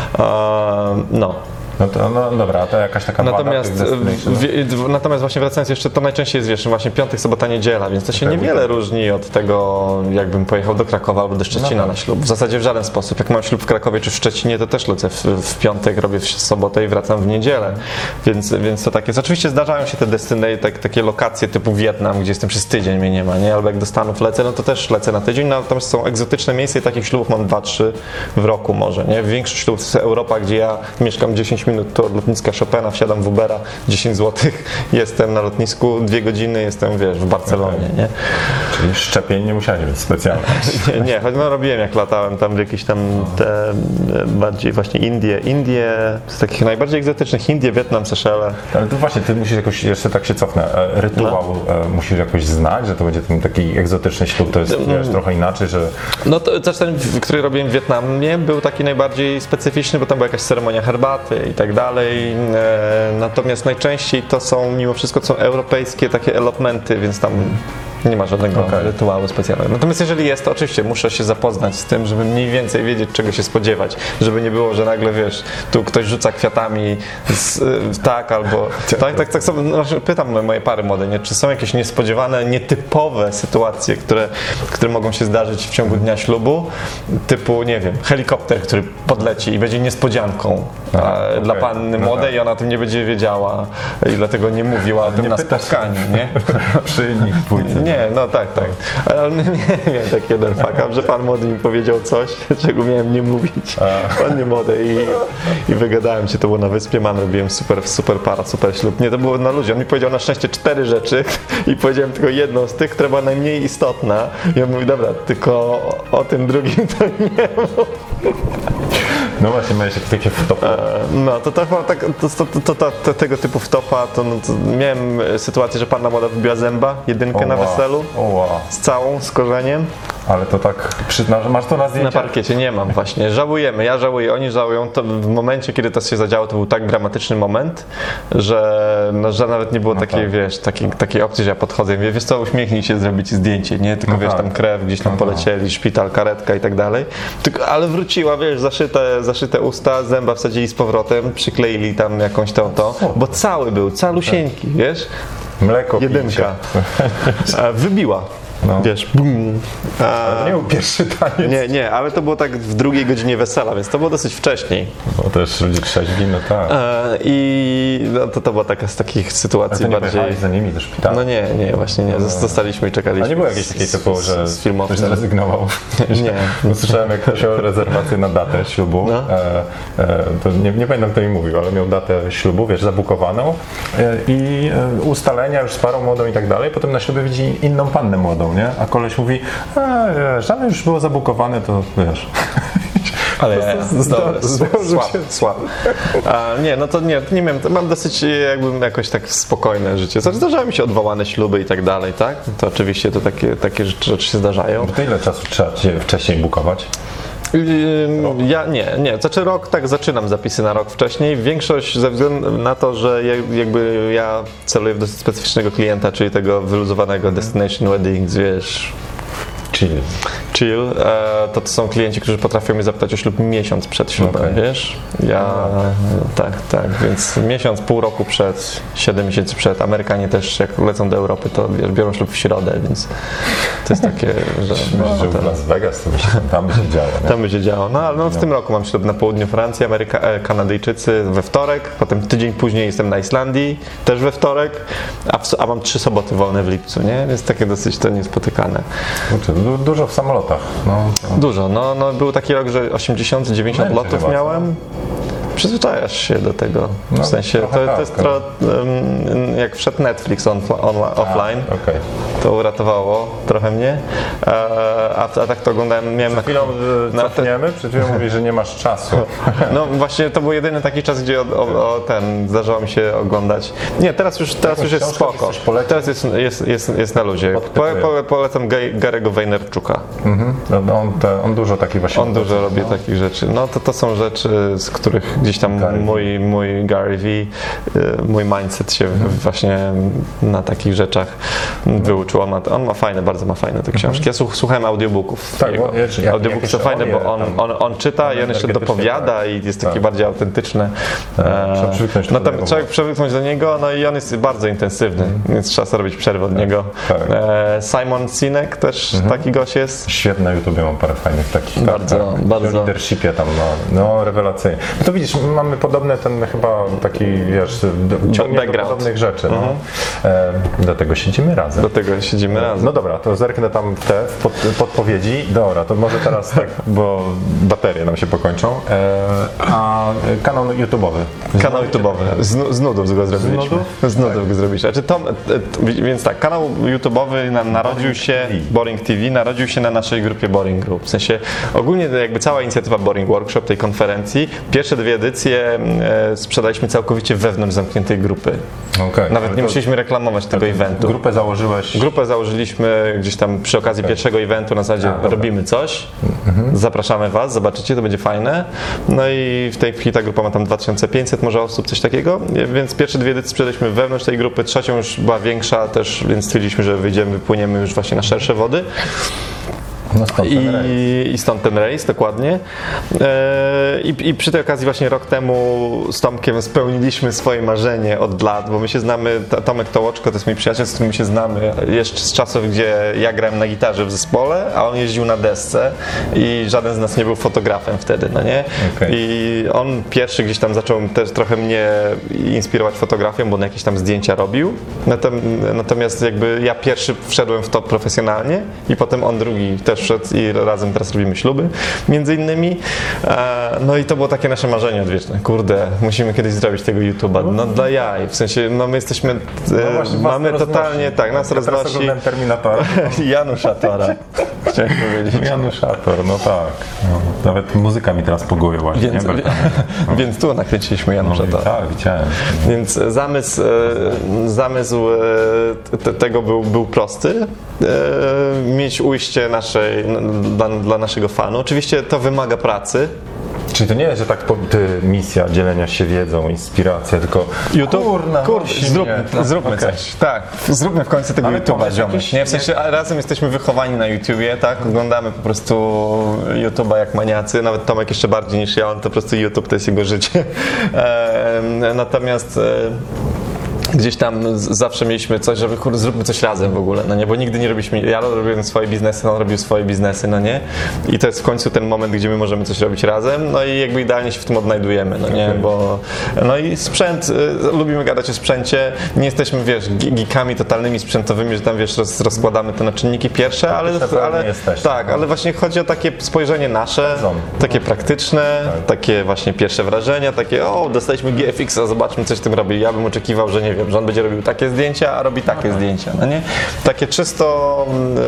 No. No to no dobra, to jakaś taka Natomiast właśnie wracając jeszcze, to najczęściej jest, wiesz, właśnie piątek, sobota, niedziela, więc to się niewiele różni od tego, jakbym pojechał do Krakowa albo do Szczecina na ślub. W zasadzie w żaden sposób. Jak mam ślub w Krakowie czy w Szczecinie, to też lecę w piątek, robię w sobotę i wracam w niedzielę. Więc to tak jest. Oczywiście zdarzają się te destyny, takie lokacje typu Wietnam, gdzie jestem przez tydzień, mnie nie ma, nie? Albo jak do Stanów lecę, no to też lecę na tydzień, natomiast są egzotyczne miejsca i takich ślubów mam 2-3 w roku może, nie? Większość ślubów to jest Europa, gdzie ja mieszkam 10 minut to od lotniska Chopina, wsiadam w Ubera, 10 zł, jestem na lotnisku, 2 godziny jestem, wiesz, w Barcelonie, nie? Czyli szczepień nie musiałeś być specjalnie. Nie, choć no robiłem jak latałem tam w jakieś tam te bardziej właśnie Indie, z takich najbardziej egzotycznych, Indie, Wietnam, Seszele. Ale to właśnie, ty musisz jakoś, jeszcze tak się cofnę, rytuał musisz jakoś znać, że to będzie ten taki egzotyczny ślub, to jest wiesz, trochę inaczej, że... No to też ten, który robiłem w Wietnamie, był taki najbardziej specyficzny, bo tam była jakaś ceremonia herbaty i tak dalej. Natomiast najczęściej to są, mimo wszystko, to są europejskie takie elopmenty, więc tam nie ma żadnego rytuału specjalnego. Natomiast jeżeli jest, to oczywiście muszę się zapoznać z tym, żeby mniej więcej wiedzieć, czego się spodziewać. Żeby nie było, że nagle, wiesz, tu ktoś rzuca kwiatami, tak, albo... Tak sobie pytam moje pary młode, nie? Czy są jakieś niespodziewane, nietypowe sytuacje, które mogą się zdarzyć w ciągu dnia ślubu? Typu, nie wiem, helikopter, który podleci i będzie niespodzianką dla panny młodej i ona o tym nie będzie wiedziała i dlatego nie mówiła o tym na spotkaniu, nie? Przy nich dwójce. Nie, no tak. Ale nie miałem taki jeden fuck up, że pan młody mi powiedział coś, czego miałem nie mówić. Pan nie młody i wygadałem się, to było na wyspie, robiłem super para, super ślub. Nie, to było na luzie. On mi powiedział na szczęście 4 rzeczy i powiedziałem tylko jedną z tych, która była najmniej istotna. I on mówi, dobra, tylko o tym drugim to nie mów. No właśnie, miałeś takie wtopy. No to tego typu wtopa, to miałem sytuację, że panna młoda wybiła zęba, 1 na weselu, z całą, z korzeniem. Ale to tak, masz to na zdjęciach? Na parkiecie nie mam właśnie, żałujemy, ja żałuję, oni żałują, to w momencie, kiedy to się zadziało, to był tak dramatyczny moment, że nawet nie było takiej, wiesz, takiej opcji, że ja podchodzę i mówię, wiesz co, uśmiechnij się, zrobić zdjęcie, nie, tylko wiesz, tam krew, gdzieś tam polecieli, szpital, karetka i tak dalej, ale wróciła, wiesz, zaszyte usta, zęba wsadzili z powrotem, przykleili tam jakąś bo cały był, calusieńki, wiesz, Mleko 1. Wybiła. No. Wiesz, bum. Ale nie był pierwszy taniec. Nie, ale to było tak w 2 godzinie wesela, więc to było dosyć wcześniej. Bo też ludzie trzeźwi, no tak. I no, to była taka z takich sytuacji ale to nie bardziej... za nimi do szpitala? No nie, właśnie nie. Zostaliśmy i czekaliśmy. A nie było jakiejś takiej typu, że ktoś zrezygnował? Nie. Bo słyszałem, jak ktoś miał rezerwację na datę ślubu, no. To nie pamiętam, kto mi mówił, ale miał datę ślubu, wiesz, zabukowaną i ustalenia już z parą młodą i tak dalej, potem na ślubie widzi inną pannę młodą, nie? A koleś mówi, żadne już było zabukowane, to wiesz... Ale słabe. Nie, no to nie miałem, mam dosyć jakbym jakoś tak spokojne życie. Zdarzały mi się odwołane śluby i tak dalej, tak? To oczywiście to takie rzeczy się zdarzają. To ile czasu trzeba cię wcześniej bukować? Ja nie. Znaczy rok, tak zaczynam zapisy na rok wcześniej. Większość ze względu na to, że jakby ja celuję w dosyć specyficznego klienta, czyli tego wyluzowanego destination weddings, wiesz... Chill. Chill, to są klienci, którzy potrafią mnie zapytać o ślub miesiąc przed ślubem, Okej. wiesz? Tak, więc miesiąc, pół roku przed, 7 miesięcy przed. Amerykanie też, jak lecą do Europy, to wiesz, biorą ślub w środę, więc to jest takie, że... Myślę, że w Las Vegas to by się, tam by się działo, nie? Tam będzie działo. No ale w tym roku mam ślub na południu Francji, Kanadyjczycy we wtorek, potem tydzień później jestem na Islandii, też we wtorek, a mam 3 soboty wolne w lipcu, nie? Więc takie dosyć to niespotykane. Kurczę, dużo w samolotach. No, Dużo, no był taki rok, że 80-90 Będzie lotów chyba, miałem. Przyzwyczajasz się do tego. No, W sensie, trochę to tak, jest no. trochę, jak wszedł Netflix offline, Okej. to uratowało trochę mnie, a tak to oglądałem, miałem na Chwilą na cofniemy, przed chwilą mówisz, że nie masz czasu. No właśnie to był jedyny taki czas, gdzie zdarzało mi się oglądać. Nie, teraz już jest książkę spoko. byś coś polecił? Teraz jest na luzie. Podpytuję. Polecam Gary'ego Vaynerchuka. No, on dużo takich właśnie... On dużo robi takich rzeczy. No to są rzeczy, z których gdzieś tam Gary V. mój Gary V, mój mindset się właśnie na takich rzeczach wyuczył. On ma fajne, bardzo ma fajne te książki. Ja słuchałem audiobooków. Tak, jego. bo jak Audiobooki są fajne, bo on czyta i on jeszcze dopowiada i jest taki bardziej autentyczny. Trzeba przywyknąć No do tam niego. trzeba przywyknąć do niego, no i on jest bardzo intensywny, więc trzeba sobie robić przerwę od niego. tak. Simon Sinek też taki gość jest. Świetne na YouTubie mam parę fajnych takich. Bardzo. O leadershipie tam, no rewelacyjnie. No to widzisz, mamy podobny ten chyba taki, wiesz, ciągnie do Background. podobnych rzeczy. No. Dlatego siedzimy razem. Do tego siedzimy razem. No dobra, to zerknę tam w te podpowiedzi. Dobra, to może teraz tak, bo baterie nam się pokończą. A kanał YouTube'owy. Kanał YouTube'owy. Z nudów go zrobiliśmy. nudów? Z nudów go zrobiliśmy. Znaczy więc tak, kanał YouTube'owy narodził się, Boring TV, narodził się na naszej grupie Boring Group. W sensie ogólnie jakby cała inicjatywa Boring Workshop, tej konferencji, pierwsze 2 edycje sprzedaliśmy całkowicie wewnątrz zamkniętej grupy. Okay. Nawet nie musieliśmy reklamować tego eventu. Grupę założyłeś. Grupę założyliśmy gdzieś tam przy okazji pierwszego eventu, na zasadzie robimy coś, zapraszamy Was, zobaczycie, to będzie fajne. No i w tej chwili ta grupa ma tam 2500 może osób, coś takiego, więc pierwsze 2 edycje sprzedaliśmy wewnątrz tej grupy, trzecią już była większa też, więc stwierdziliśmy, że wypłyniemy już właśnie na szersze wody. No stąd ten rejs. I stąd ten rejs, dokładnie. I przy tej okazji właśnie rok temu z Tomkiem spełniliśmy swoje marzenie od lat, bo my się znamy, Tomek Tołoczko to jest mój przyjaciel, z którym się znamy jeszcze z czasów, gdzie ja grałem na gitarze w zespole, a on jeździł na desce i żaden z nas nie był fotografem wtedy, no nie? Okay. I on pierwszy gdzieś tam zaczął też trochę mnie inspirować fotografią, bo on jakieś tam zdjęcia robił, natomiast jakby ja pierwszy wszedłem w to profesjonalnie i potem on drugi też wszedł i razem teraz robimy śluby, między innymi. No i to było takie nasze marzenie odwieczne. Kurde, musimy kiedyś zrobić tego YouTube'a. No dla jaj, w sensie, no my jesteśmy, właśnie, mamy was totalnie, roznosi. tak, nas Ja teraz roznosi. oglądałem Terminatora. Janusz Atora, chciałem powiedzieć. Janusz Ator, no tak. No, nawet muzyka mi teraz po głowie właśnie, Więc, nie? więc tu nakręciliśmy Janusza Atora. Tak, widziałem. Więc zamysł tego był prosty. Mieć ujście dla naszego fanu. Oczywiście to wymaga pracy. Czyli to nie jest, że tak misja dzielenia się wiedzą, inspiracja, tylko Kurde, zróbmy Okay. coś. Tak, zróbmy w końcu tego Ale YouTube'a, pomysł ziomek. jakiś? Nie, w sensie razem jesteśmy wychowani na YouTubie, tak? Oglądamy po prostu YouTube'a jak maniacy, nawet Tomek jeszcze bardziej niż ja, on to po prostu YouTube to jest jego życie. Natomiast gdzieś tam zawsze mieliśmy coś, żeby kurde, zróbmy coś razem w ogóle, no nie, bo nigdy nie robiliśmy, ja robiłem swoje biznesy, on robił swoje biznesy, no nie, i to jest w końcu ten moment, gdzie my możemy coś robić razem, no i jakby idealnie się w tym odnajdujemy, no nie, bo, no i sprzęt, lubimy gadać o sprzęcie, nie jesteśmy, wiesz, geekami totalnymi sprzętowymi, że tam, wiesz, rozkładamy te na czynniki pierwsze, ale tak, ale właśnie chodzi o takie spojrzenie nasze, takie praktyczne, takie właśnie pierwsze wrażenia, takie, dostaliśmy GFX-a, zobaczmy, coś z tym robi, ja bym oczekiwał, że nie wiem, że on będzie robił takie zdjęcia, a robi takie zdjęcia, no nie? Takie czysto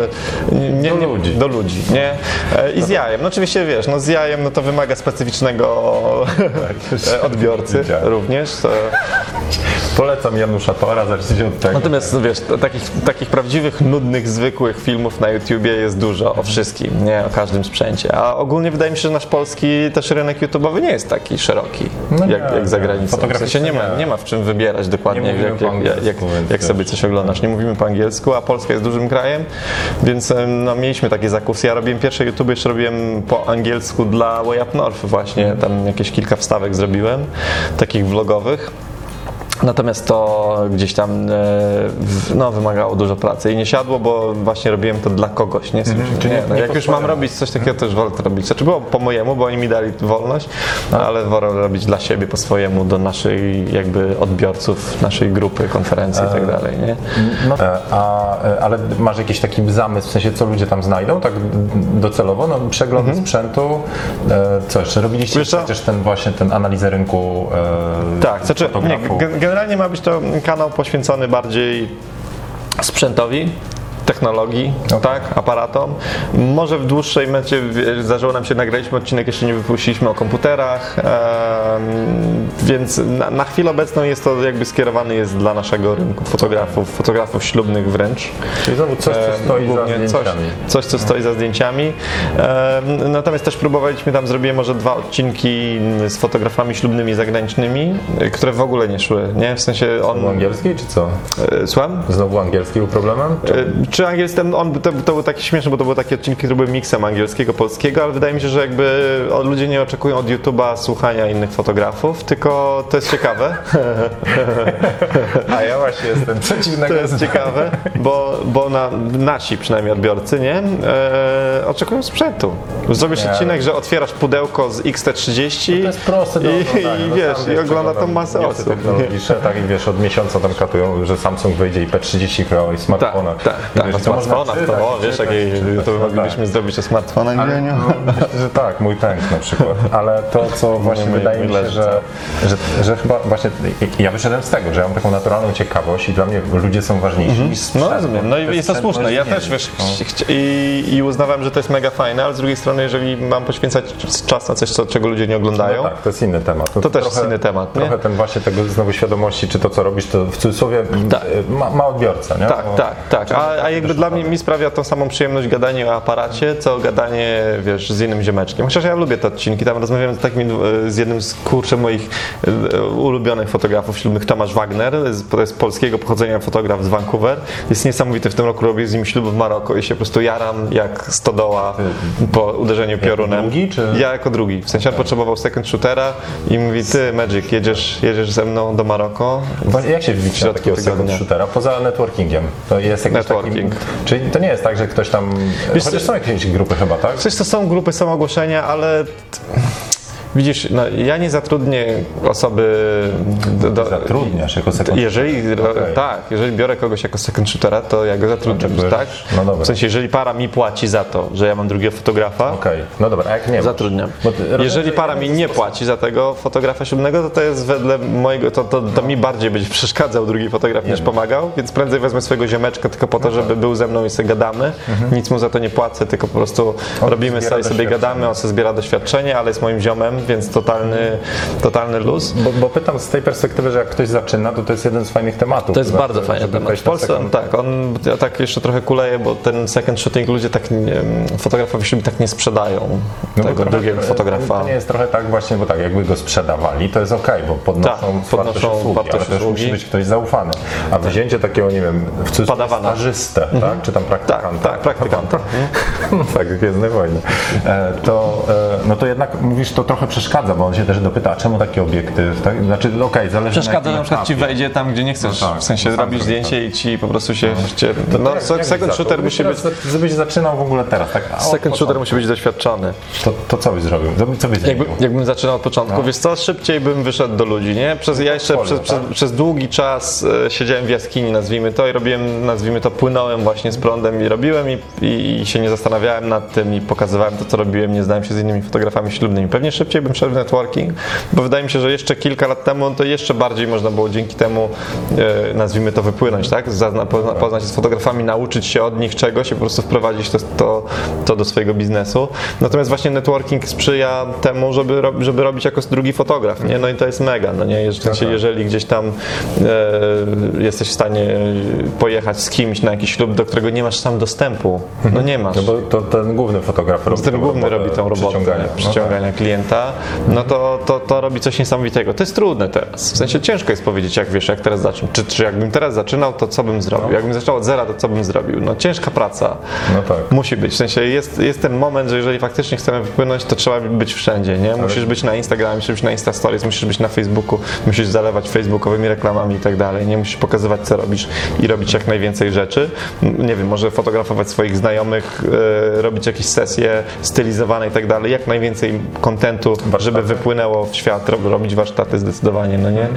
do ludzi, nie? I z jajem. No oczywiście, wiesz, no z jajem no to wymaga specyficznego odbiorcy również. Polecam Janusza Tora, zacznijcie od tego. Natomiast wiesz, takich prawdziwych, nudnych, zwykłych filmów na YouTubie jest dużo o wszystkim, nie o każdym sprzęcie. A ogólnie wydaje mi się, że nasz polski też rynek YouTube'owy nie jest taki szeroki jak za granicą. W sensie nie ma w czym wybierać dokładnie, Nie mówimy po angielsku, więc jak sobie coś oglądasz. Nie mówimy po angielsku, a Polska jest dużym krajem, więc no, mieliśmy takie zakusy. Ja robiłem pierwsze YouTube, jeszcze robiłem po angielsku dla Way Up North właśnie, tam jakieś kilka wstawek zrobiłem, takich vlogowych. Natomiast to gdzieś tam no, wymagało dużo pracy i nie siadło, bo właśnie robiłem to dla kogoś. Nie? Jak już mam robić coś takiego, to już wolę to robić. Znaczy było po mojemu, bo oni mi dali wolność, ale wolę robić dla siebie, po swojemu, do naszej jakby odbiorców, naszej grupy, konferencji i tak dalej. Nie? No, ale masz jakiś taki zamysł, w sensie co ludzie tam znajdą, tak docelowo? No, przegląd sprzętu, co jeszcze? Robiliście przecież ten analizę rynku tak, znaczy fotografów. Generalnie ma być to kanał poświęcony bardziej sprzętowi, technologii, tak, aparatom. Może w dłuższej mecie zdarzyło nam się, nagraliśmy odcinek, jeszcze nie wypuściliśmy o komputerach, więc na chwilę obecną jest to jakby skierowany jest dla naszego rynku fotografów ślubnych wręcz. Czyli znowu coś, co stoi za zdjęciami. Coś, co stoi za zdjęciami. Natomiast też próbowaliśmy, tam zrobiłem może 2 odcinki z fotografami ślubnymi zagranicznymi, które w ogóle nie szły, nie? W sensie Znowu angielski, czy co? Słucham? Znowu angielski był problemem? Czy angielski, to był taki śmieszny, bo to były takie odcinki, które były miksem angielskiego, polskiego, ale wydaje mi się, że jakby ludzie nie oczekują od YouTube'a słuchania innych fotografów, tylko to jest ciekawe. A ja właśnie jestem przeciwnego. To jest ciekawe, bo nasi przynajmniej odbiorcy, nie? Oczekują sprzętu. Zrobisz odcinek, że otwierasz pudełko z XT30 to jest proste do oglądania. i wiesz, i ogląda to masę osób. Technologiczne, tak i wiesz, od miesiąca tam katują, że Samsung wyjdzie i P30 Pro i smartfona. Tak, na smartfonach to wiesz, jakie to moglibyśmy zrobić o smartfonach. Myślę, że tak, mój pęk na przykład. Ale to, co właśnie wydaje mi się, że chyba właśnie ja wyszedłem z tego, że ja mam taką naturalną ciekawość i dla mnie ludzie są ważniejsi niż sprzęt. No rozumiem, no i jest to słuszne. Ja też wiesz, i uznawałem, że to jest mega fajne, ale z drugiej strony, jeżeli mam poświęcać czas na coś, czego ludzie nie oglądają, no tak, to jest inny temat. To też jest inny temat. Nie? Trochę ten właśnie tego znowu świadomości, czy to, co robisz, to w cudzysłowie ma odbiorcę, nie? Tak. A jakby dla mnie mi sprawia tą samą przyjemność gadanie o aparacie, co gadanie, wiesz, z innym ziomeczkiem. Chociaż ja lubię te odcinki, tam rozmawiałem z jednym z moich ulubionych fotografów ślubnych, Tomasz Wagner, to jest polskiego pochodzenia fotograf z Vancouver. Jest niesamowity, w tym roku robię z nim ślub w Maroku i się po prostu jaram jak stodoła po uderzeniu piorunem. Drugi, czy? Ja jako drugi. W sensie on potrzebował second shootera i mówi, ty Magic, jedziesz ze mną do Maroko. Jak się wbić na takiego second shootera? Poza networkingiem. To jest jakiś Networking. Czyli to nie jest tak, że ktoś tam... Chociaż są jakieś grupy chyba, tak? Coś to są grupy, są ogłoszenia, ale... Widzisz, no, ja nie zatrudnię osoby... Zatrudniasz jako second shooter? Tak, jeżeli biorę kogoś jako second shootera, to ja go zatrudniam, tak? No dobra. W sensie, jeżeli para mi płaci za to, że ja mam drugiego fotografa, no dobra, a jak nie zatrudniam. Jeżeli para mi nie płaci za tego fotografa ślubnego, to jest wedle mojego, to mi bardziej będzie przeszkadzał drugi fotograf niż pomagał, więc prędzej wezmę swojego ziomeczka tylko po to, żeby był ze mną i sobie gadamy. Nic mu za to nie płacę, tylko po prostu robimy sobie gadamy, on sobie zbiera doświadczenie, ale jest moim ziomem, więc totalny luz. Bo pytam z tej perspektywy, że jak ktoś zaczyna, to jest jeden z fajnych tematów. To jest bardzo fajny temat. W Polsce on tak jeszcze trochę kuleje, bo ten second shooting ludzie tak, fotografowie ślubni tak nie sprzedają tego drugiego fotografa. To nie jest trochę tak właśnie, bo tak jakby go sprzedawali, to jest okej, bo podnoszą wartość usługi, ale też musi być ktoś zaufany. A wzięcie takiego, nie wiem, w cudzysłowie stażystę, tak? Czy tam praktykanta. Tak, praktykanta. Tak, Gwiezdne Wojny. No to jednak mówisz, to trochę przeszkadza, bo on się też dopyta, a czemu taki obiektyw? Tak? Znaczy, zależy przeszkadza, na przykład ci wejdzie tam, gdzie nie chcesz. W sensie robisz zdjęcie i ci po prostu się... second shooter musi być... Żebyś zaczynał w ogóle teraz, tak? Second shooter musi być doświadczony. To co byś zrobił? Co byś zrobił? Jakbym zaczynał od początku, wiesz co, szybciej bym wyszedł do ludzi, nie? Przez długi czas siedziałem w jaskini, nazwijmy to, i robiłem, nazwijmy to, płynąłem właśnie z prądem i robiłem i się nie zastanawiałem nad tym i pokazywałem to, co robiłem, nie znałem się z innymi fotografami ślubnymi. Pewnie szybciej bym szedł w networking, bo wydaje mi się, że jeszcze kilka lat temu to jeszcze bardziej można było dzięki temu, nazwijmy to, wypłynąć, tak? Poznać się z fotografami, nauczyć się od nich czegoś i po prostu wprowadzić to do swojego biznesu. Natomiast właśnie networking sprzyja temu, żeby robić jako drugi fotograf, nie? No i to jest mega, no nie? Jeżeli gdzieś tam jesteś w stanie pojechać z kimś na jakiś ślub, do którego nie masz sam dostępu, no nie masz. No bo to ten główny fotograf robi tą robotę przyciągania klienta, no to robi coś niesamowitego. To jest trudne teraz, w sensie ciężko jest powiedzieć, jak teraz zacząć. Czy jakbym teraz zaczynał, to co bym zrobił? Jakbym zaczął od zera, to co bym zrobił? No ciężka praca musi być, w sensie jest ten moment, że jeżeli faktycznie chcemy wypłynąć, to trzeba być wszędzie, nie? Musisz być na Instagramie, musisz być na Insta Stories, musisz być na Facebooku, musisz zalewać facebookowymi reklamami i tak dalej, nie? Musisz pokazywać, co robisz i robić jak najwięcej rzeczy. Nie wiem, może fotografować swoich znajomych, robić jakieś sesje stylizowane i tak dalej, jak najwięcej kontentu, żeby wypłynęło w świat, robić warsztaty zdecydowanie, no nie?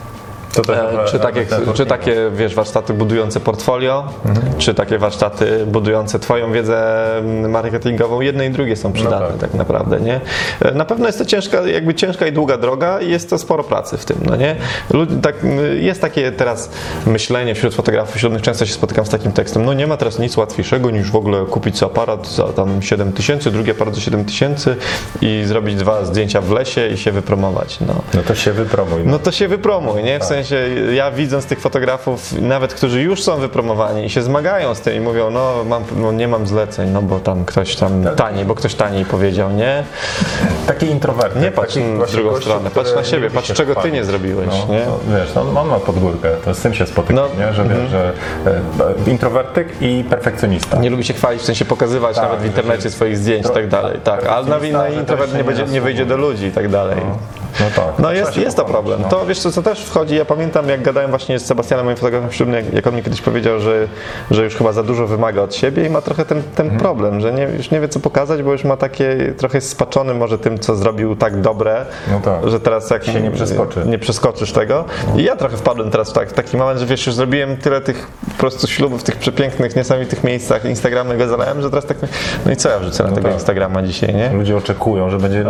Czy takie, wiesz, warsztaty budujące portfolio, czy takie warsztaty budujące twoją wiedzę marketingową, jedne i drugie są przydatne tak naprawdę, nie? Na pewno jest to ciężka i długa droga i jest to sporo pracy w tym, no nie? Jest takie teraz myślenie wśród fotografów ślubnych, często się spotykam z takim tekstem, no nie ma teraz nic łatwiejszego niż w ogóle kupić sobie aparat za tam 7 000, drugi aparat za 7 000 i zrobić 2 zdjęcia w lesie i się wypromować, no. No to się wypromuj. No to się wypromuj, nie? W sensie ja widząc tych fotografów, nawet którzy już są wypromowani i się zmagają z tym i mówią, nie mam zleceń, no bo tam ktoś taniej, bo ktoś taniej powiedział, nie? Taki introwertyk. Nie patrz w drugą stronę, patrz na siebie, patrz czego ty nie zrobiłeś, nie? Wiesz, on ma podgórkę, to z tym się spotyka, nie? Że wiesz, że introwertyk i perfekcjonista. Nie lubi się chwalić, w sensie pokazywać nawet w internecie swoich zdjęć i tak dalej, tak, ale na introvert nie wyjdzie do ludzi i tak dalej. No tak. No jest to problem. To wiesz co też wchodzi, ja pamiętam jak gadałem właśnie z Sebastianem, moim fotografem ślubnym, jak on mi kiedyś powiedział, że już chyba za dużo wymaga od siebie i ma trochę ten problem, że już nie wie co pokazać, bo już ma takie, trochę jest spaczony może tym, co zrobił tak dobre, że teraz jak się nie przeskoczysz tego. I ja trochę wpadłem teraz w taki moment, że wiesz, już zrobiłem tyle tych po prostu ślubów w tych przepięknych, niesamowitych miejscach, Instagramy go zalałem, że teraz tak, no i co ja wrzucę na tego Instagrama dzisiaj, nie? Ludzie oczekują, że będzie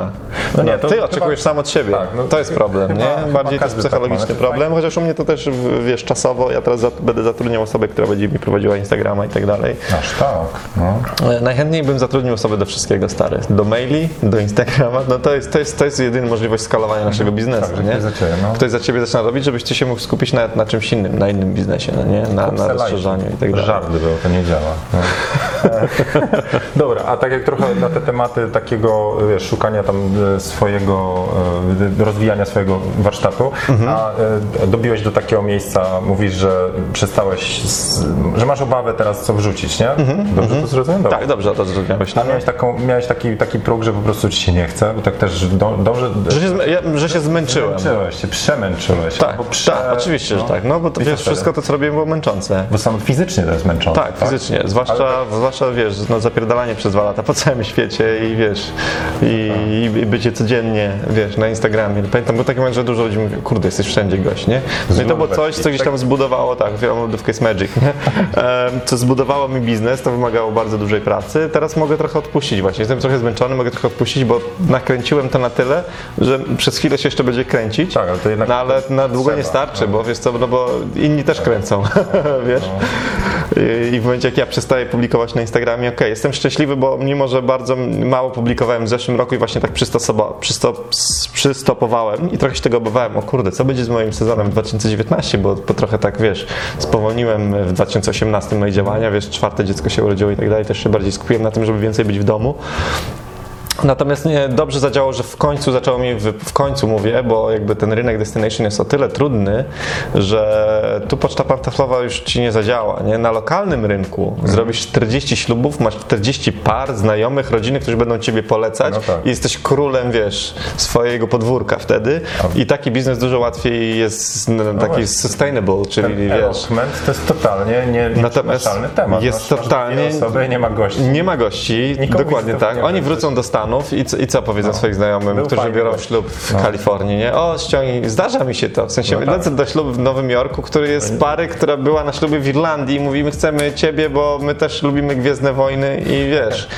ty oczekujesz sam od siebie. Tak, to jest problem, nie? Bardziej to jest psychologiczny problem, chociaż u mnie to też, wiesz, czasowo, ja teraz będę zatrudniał osobę, która będzie mi prowadziła Instagrama i tak dalej. Aż tak, no. Najchętniej bym zatrudnił osobę do wszystkiego, stary. Do maili, do Instagrama, no to jest jedyna możliwość skalowania naszego biznesu, tak, nie? Ktoś za ciebie zaczyna robić, żebyś ty się mógł skupić na czymś innym, na innym biznesie, no nie? Na rozszerzaniu i tak dalej. Żart był, to nie działa. No. Dobra, a tak jak trochę na te tematy takiego, wiesz, szukania tam swojego, rozwijania swojego warsztatu, a dobiłeś do takiego miejsca, mówisz, że przestałeś, że masz obawę teraz co wrzucić, nie? Dobrze to zrozumiałem? Tak, dobrze to zrozumiałeś. A miałeś taki próg, że po prostu ci się nie chce, bo tak też dobrze... Że się zmęczyłem. Przemęczyłeś. Tak, oczywiście, że tak. No bo to, wiesz, wszystko to, co robiłem, było męczące. Bo samo fizycznie to jest męczące. Tak, fizycznie. Zwłaszcza wiesz, zapierdalanie przez 2 lata po całym świecie i wiesz, i bycie codziennie, wiesz, na Instagramie. Pamiętam, był taki moment, że dużo ludzi mówi, kurde, jesteś wszędzie gość, nie? No i to było coś, co gdzieś tam zbudowało, tak, lodówkę jest magic, nie? Co zbudowało mi biznes, to wymagało bardzo dużej pracy. Teraz mogę trochę odpuścić właśnie. Jestem trochę zmęczony, mogę trochę odpuścić, bo nakręciłem to na tyle, że przez chwilę się jeszcze będzie kręcić, tak, ale to jednak ale na długo nie starczy, bo wiesz co, no bo inni też kręcą, wiesz? I w momencie, jak ja przestaję publikować na Instagramie, jestem szczęśliwy, bo mimo, że bardzo mało publikowałem w zeszłym roku i właśnie tak przystopowałem i trochę się tego obawiałem, o kurde, co będzie z moim sezonem w 2019, bo trochę tak, wiesz, spowolniłem w 2018 moje działania, wiesz, 4. dziecko się urodziło i tak dalej, też się bardziej skupiłem na tym, żeby więcej być w domu. Natomiast dobrze zadziałało, że w końcu zaczęło mi, w końcu mówię, bo jakby ten rynek destination jest o tyle trudny, że tu poczta pantoflowa już ci nie zadziała, nie? Na lokalnym rynku zrobisz 40 ślubów, masz 40 par, znajomych, rodziny, którzy będą ciebie polecać i jesteś królem, wiesz, swojego podwórka wtedy i taki biznes dużo łatwiej jest taki sustainable, czyli wiesz. To jest totalnie nieprzemyślalny temat. Jest totalnie... Osoby, nie ma gości. Nie ma gości, dokładnie tak. Oni wrócą do Stanów, Stanów i co powiedzą swoim znajomym, Był którzy fajny biorą gość. ślub w Kalifornii, nie? O, ściągnij, zdarza mi się to, w sensie lecę do ślubu w Nowym Jorku, który jest pary, która była na ślubie w Irlandii i mówi, my chcemy ciebie, bo my też lubimy Gwiezdne Wojny i wiesz,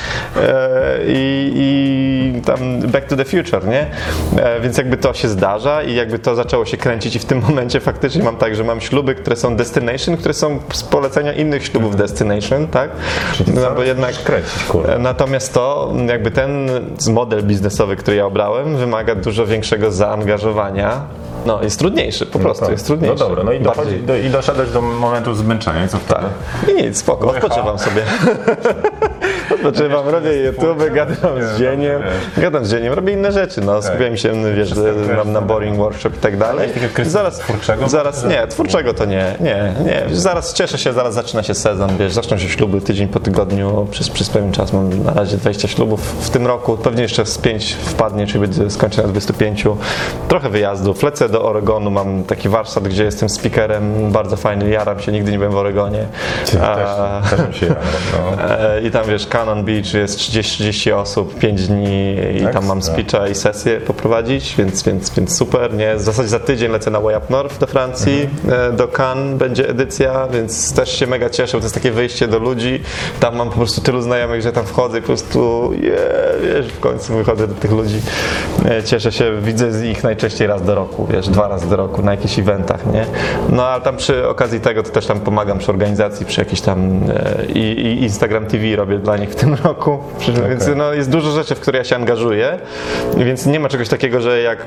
i tam Back to the Future, nie? Więc jakby to się zdarza i jakby to zaczęło się kręcić i w tym momencie faktycznie mam tak, że mam śluby, które są destination, które są z polecenia innych ślubów destination, tak? No bo jednak kręcić, kurde. natomiast to jakby ten model biznesowy, który ja obrałem, wymaga dużo większego zaangażowania. No, jest trudniejszy, po prostu jest trudniejszy. No dobra, no i doszedłeś do momentu zmęczenia, i co wtedy? I nic, spoko, odpoczywam sobie. Odpoczywam, robię YouTube, gadam z dzieniem, robię inne rzeczy, no, skupiam się, wiesz, na boring workshop i tak dalej. Zaraz, nie, twórczego to nie, zaraz cieszę się, zaraz zaczyna się sezon, wiesz, zaczną się śluby tydzień po tygodniu, przez pewien czas mam na razie 20 ślubów w tym roku, pewnie jeszcze z 5 wpadnie, czyli będzie skończę na 25, trochę wyjazdów, lecę do Oregonu, mam taki warsztat, gdzie jestem speakerem, bardzo fajny, jaram się, nigdy nie byłem w Oregonie. Też bym się jaram, no. I tam wiesz, Cannon Beach jest 30 osób, 5 dni i tam mam speecha i sesję poprowadzić, więc super, nie? W zasadzie za tydzień lecę na Way Up North do Francji, do Cannes będzie edycja, więc też się mega cieszę, bo to jest takie wyjście do ludzi, tam mam po prostu tylu znajomych, że tam wchodzę i po prostu wiesz, w końcu wychodzę do tych ludzi, cieszę się, widzę z ich najczęściej raz do roku, wiesz, 2 razy do roku na jakichś eventach, nie? No ale tam przy okazji tego to też tam pomagam przy organizacji, przy jakiejś tam i Instagram TV robię dla nich w tym roku, więc no, jest dużo rzeczy, w które ja się angażuję, więc nie ma czegoś takiego,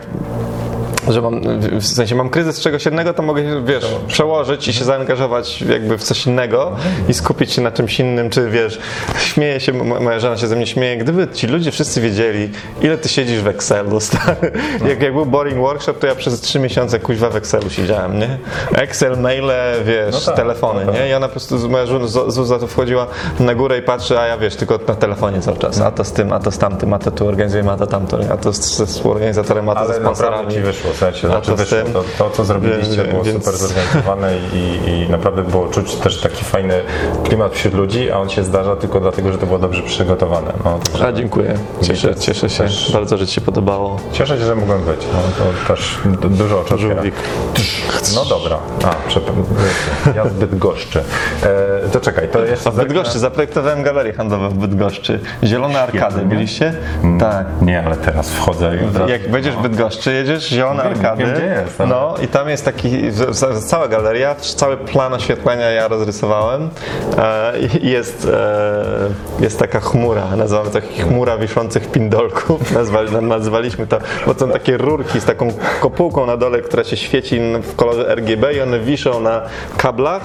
że w sensie mam kryzys czegoś jednego, to mogę, wiesz, przełożyć i się zaangażować jakby w coś innego i skupić się na czymś innym, czy wiesz, śmieje się, moja żona się ze mnie śmieje, gdyby ci ludzie wszyscy wiedzieli, ile ty siedzisz w Excelu, stary. Jak był boring workshop, to ja przez 3 miesiące kuźwa w Excelu siedziałem, nie? Excel, maile, wiesz, telefony, nie? I ona po prostu, moja żona Zuza tu wchodziła na górę i patrzy, a ja wiesz, tylko na telefonie cały czas, a to z tym, a to z tamtym, a to tu organizujemy, a to tamto, a to ze współorganizatorem, a to ze sponsorami. W sensie, to co zrobiliście było super zorganizowane i naprawdę było czuć też taki fajny klimat wśród ludzi, a on się zdarza tylko dlatego, że to było dobrze przygotowane. No, a dziękuję, cieszę się bardzo, że ci się podobało. Cieszę się, że mogłem być, no, to też dużo oczu otwiera. No dobra, ja z Bydgoszczy. To czekaj, to jeszcze... W Bydgoszczy, zaprojektowałem galerię handlową w Bydgoszczy. Zielone arkady, byliście? Tak. Nie, ale teraz wchodzę. Jak będziesz w Bydgoszczy, jedziesz, zielone arkady, gdzie jest, no i tam jest taki, cała galeria, cały plan oświetlenia ja rozrysowałem i jest taka chmura, nazywamy to chmura wiszących pindolków, nazwaliśmy to, bo są takie rurki z taką kopułką na dole, która się świeci w kolorze RGB i one wiszą na kablach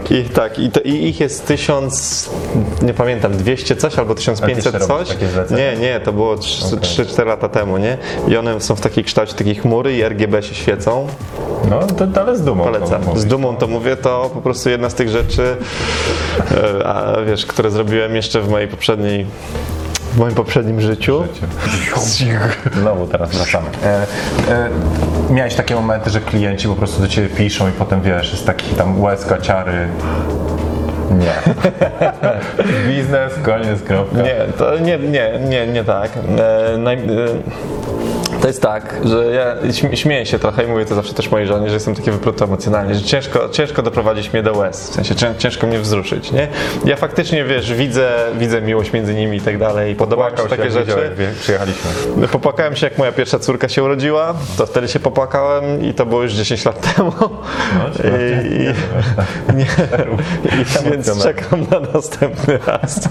i ich jest 1000, nie pamiętam, 200 coś albo 1500 coś, nie, to było 3-4 lata temu, nie? I one są w takiej kształcie takiej chmury i RGB się świecą. No, ale z dumą. Polecam. Z dumą to mówię, to po prostu jedna z tych rzeczy, wiesz, które zrobiłem jeszcze w moim poprzednim życiu. Znowu teraz wracamy. Miałeś takie momenty, że klienci po prostu do ciebie piszą i potem wiesz, jest taki tam łezka, ciary. Nie. Biznes, koniec, kropka. Nie, to nie tak. To jest tak, że ja śmieję się trochę i mówię to zawsze też mojej żonie, że jestem taki wypruty emocjonalnie, że ciężko doprowadzić mnie do łez, w sensie ciężko mnie wzruszyć, nie? Ja faktycznie, wiesz, widzę miłość między nimi i tak dalej, podobają mi się takie rzeczy. Przyjechaliśmy. Popłakałem się, jak moja pierwsza córka się urodziła, to wtedy się popłakałem i to było już 10 lat temu. Więc czekam na następny raz.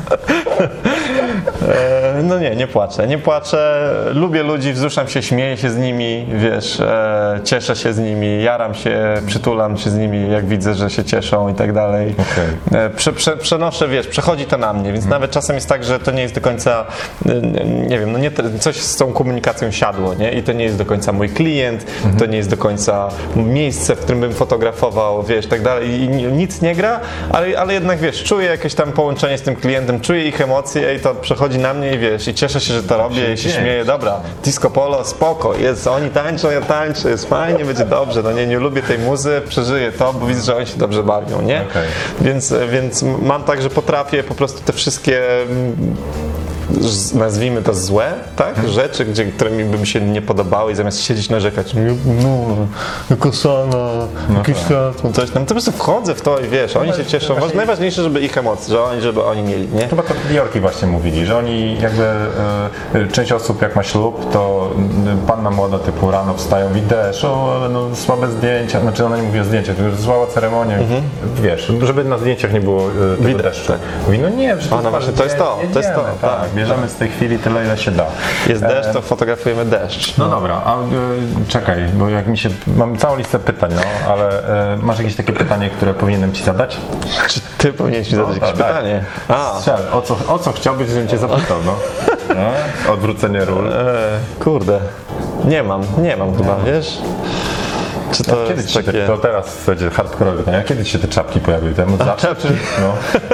No nie płaczę, lubię ludzi, wzruszam się, śmieję się z nimi, wiesz, cieszę się z nimi, jaram się, przytulam się z nimi, jak widzę, że się cieszą i tak dalej. Przenoszę, wiesz, przechodzi to na mnie, więc nawet czasem jest tak, że to nie jest do końca, nie wiem, coś z tą komunikacją siadło, nie? I to nie jest do końca mój klient, to nie jest do końca miejsce, w którym bym fotografował, wiesz, tak dalej i nic nie gra, ale jednak, wiesz, czuję jakieś tam połączenie z tym klientem, czuję ich emocje i to przechodzi na mnie i wiesz, i cieszę się, że to robię i się śmieję, dobra, disco polo, spoko, oni tańczą, ja tańczę, jest fajnie, będzie dobrze, no nie lubię tej muzy, przeżyję to, bo widzę, że oni się dobrze bawią, nie? Więc mam tak, że potrafię po prostu te wszystkie nazwijmy to złe, tak? Rzeczy, które mi by się nie podobały i zamiast siedzieć narzekać, kosana, jakieś światło, coś tam, to po prostu wchodzę w to i wiesz, oni się cieszą. Najważniejsze, żeby ich emocje, żeby oni mieli, nie? Chyba to Jorki właśnie mówili, że oni jakby, część osób jak ma ślub, to panna młoda typu rano wstają, widesz, no słabe zdjęcia, znaczy ona nie mówi o zdjęciach, tylko że słaba ceremonia, wiesz, żeby na zdjęciach nie było tego deszczu. Mówi, no nie, że no właśnie, to jest to, tak, bierzemy z tej chwili tyle, ile się da. Jest deszcz, to fotografujemy deszcz. No dobra, a czekaj, bo jak mi się, mam całą listę pytań, no, ale masz jakieś takie pytanie, które powinienem ci zadać? Czy ty powinieneś mi zadać jakieś pytanie? Strzel, o co chciałbyś, żebym cię zapytał, no? Odwrócenie ról. Kurde, nie mam chyba, wiesz? Czy to Kiedy jest ci takie... to teraz będzie hardcore pytanie, kiedy ci się te czapki pojawiły? Czapki? No.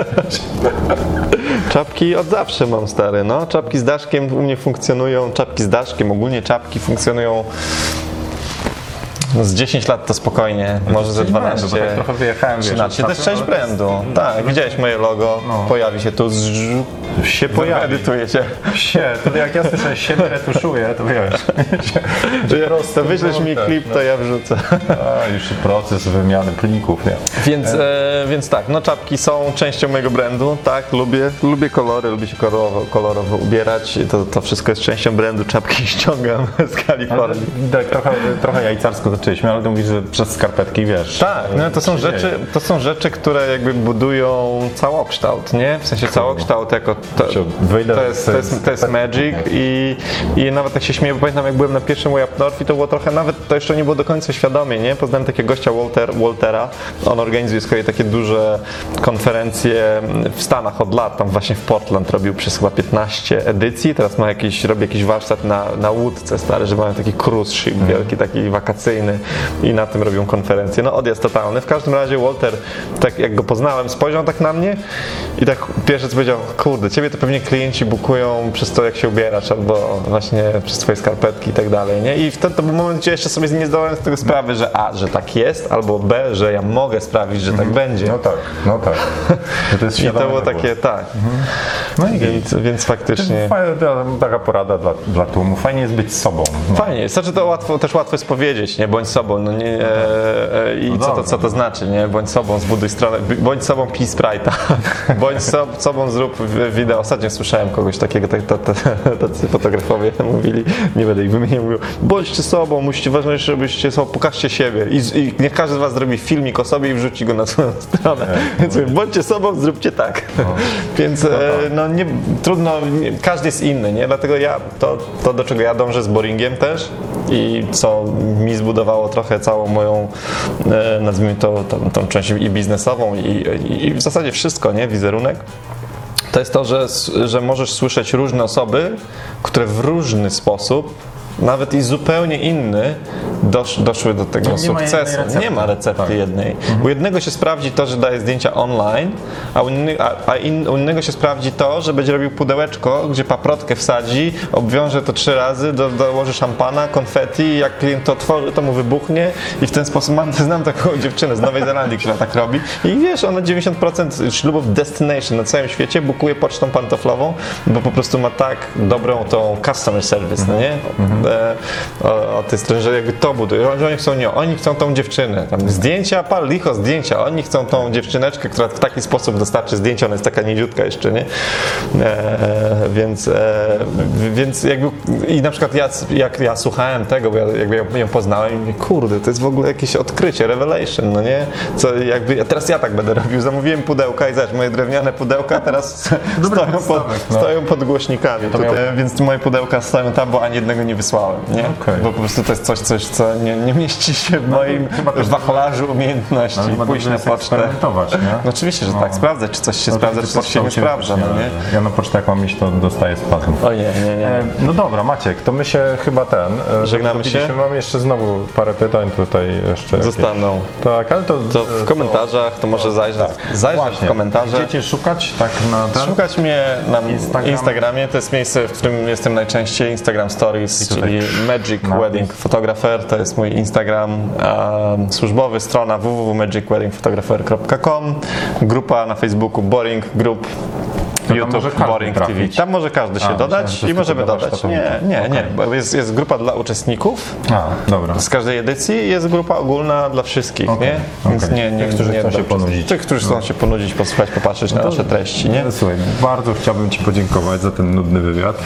Czapki od zawsze mam, stary, no. Czapki z daszkiem u mnie funkcjonują, czapki z daszkiem, ogólnie czapki funkcjonują z 10 lat to spokojnie, może ze 12. Bo tak trochę wyjechałem, wiesz, 13. To jest część brandu. Tak, widziałeś moje logo, pojawi się tu, się pojawi. Edytuje się. To jak ja słyszę się retuszuje, to wiesz. To wyślesz mi klip, to ja wrzucę. A, już proces wymiany plików, nie? Więc tak, no czapki są częścią mojego brandu, tak, lubię kolory, lubię się kolorowo ubierać, to wszystko jest częścią brandu, czapki ściągam z Kalifornii. Tak, trochę jajcarsko zaczęliśmy, ale to mówisz, że przez skarpetki, wiesz. Tak, no to są rzeczy, które jakby budują całokształt, nie? W sensie całokształt jako to jest magic i nawet tak się śmieję, bo pamiętam jak byłem na pierwszym Way Up North i to było trochę, nawet to jeszcze nie było do końca świadomie, nie? Poznałem takiego gościa Waltera, on organizuje z kolei takie duże konferencje w Stanach od lat, tam właśnie w Portland robił przez chyba 15 edycji, teraz robi jakiś warsztat na łódce stary, że mają taki cruise ship wielki, taki wakacyjny i na tym robią konferencje. No odjazd totalny. W każdym razie Walter, tak jak go poznałem, spojrzał tak na mnie i tak pierwsze co powiedział, kurde, ciebie to pewnie klienci bukują przez to, jak się ubierasz, albo właśnie przez twoje skarpetki i tak dalej, nie? I wtedy to był moment, gdzie jeszcze sobie nie zdałem z tego sprawy, że A, że tak jest, albo B, że ja mogę sprawić, że tak będzie. No tak. Że to jest I to było takie, tak. No i więc faktycznie... Taka porada dla tłumu. Fajnie jest być sobą. No. Fajnie jest. Znaczy to łatwo jest powiedzieć, nie? Bądź sobą, no nie... I co to znaczy, nie? Bądź sobą, zbuduj stronę, bądź sobą, pij Sprite'a. Bądź sobą, zrób wideo. Ostatnio słyszałem kogoś takiego, tacy fotografowie mówili, nie będę ich wymieniał, mówił, bądźcie sobą, musicie, ważniejsze, żebyście sobą, pokażcie siebie i niech każdy z was zrobi filmik o sobie i wrzuci go na swoją stronę. Więc mówię, bądźcie sobą, zróbcie tak. Więc no nie, trudno, każdy jest inny, nie? Dlatego to do czego ja dążę z Boringiem też i co mi zbudowało trochę całą moją, nazwijmy to, tą część i biznesową i w zasadzie wszystko, nie? Wizerunek. To jest to, że możesz słyszeć różne osoby, które w różny sposób, nawet i zupełnie inny, doszły do tego sukcesu. Nie ma recepty jednej. U jednego się sprawdzi to, że daje zdjęcia online, u innego się sprawdzi to, że będzie robił pudełeczko, gdzie paprotkę wsadzi, obwiąże to 3 razy, dołoży szampana, konfetti i jak klient to otworzy, to mu wybuchnie i w ten sposób znam taką dziewczynę z Nowej Zelandii, która tak robi i wiesz, ona 90% ślubów destination na całym świecie bukuje pocztą pantoflową, bo po prostu ma tak dobrą tą customer service, no nie? O tej stronie, że jakby to budują, że oni chcą tą dziewczynę, tam zdjęcia, pal licho zdjęcia, oni chcą tą dziewczyneczkę, która w taki sposób dostarczy zdjęcia, ona jest taka niziutka jeszcze, nie? Więc jakby i na przykład jak ja słuchałem tego, bo jakby ją poznałem i mówię, kurde, to jest w ogóle jakieś odkrycie, revelation, no nie? Co jakby, teraz ja tak będę robił, zamówiłem pudełka i zobacz, moje drewniane pudełka teraz stoją pod głośnikami, więc moje pudełka stoją tam, bo ani jednego nie wysłałem, nie? Okay. Bo po prostu to jest coś co nie mieści się w moim wachlarzu umiejętności. Pójść na pocztę. Nie? No oczywiście, że tak. Sprawdzać, czy coś się sprawdza, czy coś się nie sprawdza. No, nie? Ja na pocztę jak mam iść, to dostaję spazm. O nie. No dobra, Maciek, to my się chyba żegnamy się? Mam jeszcze znowu parę pytań tutaj jeszcze. Zostaną. Tak, ale to w to może zajrzeć w komentarze. Gdzie cię szukać? Tak Szukać mnie na Instagramie, to jest miejsce, w którym jestem najczęściej, Instagram Stories, czyli Magic Wedding Photographer, to jest mój Instagram służbowy, strona www.magicweddingphotographer.com, grupa na Facebooku Boring Group tam YouTube może każdy Boring TV. trafić. Tam może każdy się dodać myślałem, że to i jest możemy tylko dla dodać. warsztatowników. Nie, bo jest grupa dla uczestników Dobra. z każdej edycji i jest grupa ogólna dla wszystkich, Okej, nie? Więc okej. nie, Tych, którzy nie chcą się dla wszystkich. ponudzić. Tych, którzy chcą się ponudzić, posłuchać, popatrzeć na nasze treści, nie? Słuchaj, bardzo chciałbym Ci podziękować za ten nudny wywiad.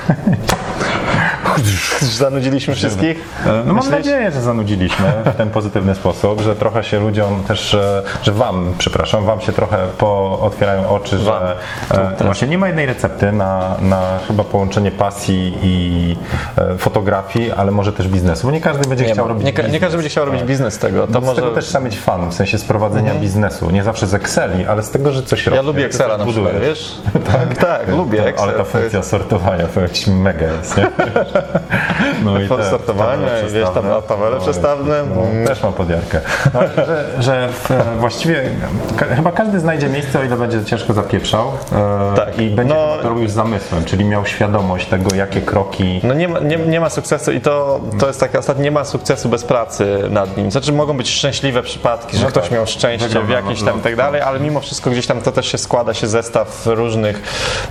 Zanudziliśmy wszystkich? No mam Myślisz? nadzieję, że zanudziliśmy w ten pozytywny sposób, że trochę się ludziom też, że Wam się trochę otwierają oczy, że właśnie nie ma jednej recepty na chyba połączenie pasji i fotografii, ale może też biznesu, bo nie każdy będzie chciał robić Nie biznes. każdy będzie chciał robić biznes z tego. To Z może... tego też trzeba mieć fan, w sensie sprowadzenia biznesu. Nie zawsze z Exceli, ale z tego, że coś robisz. Ja lubię Excela na przykład, wiesz? Tak, lubię Excel. Ale ta funkcja sortowania to jakiś mega jest, nie? No i te sortowania, tabele wiesz, tam przestawne. tabele przestawne. Też mam podjarkę. No, że właściwie chyba każdy znajdzie miejsce, o ile będzie ciężko zapieprzał Tak. i będzie No, chyba to robił z zamysłem, czyli miał świadomość tego, jakie kroki. No nie ma sukcesu i to jest takie ostatnie, nie ma sukcesu bez pracy nad nim. Znaczy mogą być szczęśliwe przypadki, że No ktoś tak. miał szczęście Wygrał w na jakiś tam i tak dalej, ale mimo wszystko gdzieś tam to też się składa się zestaw różnych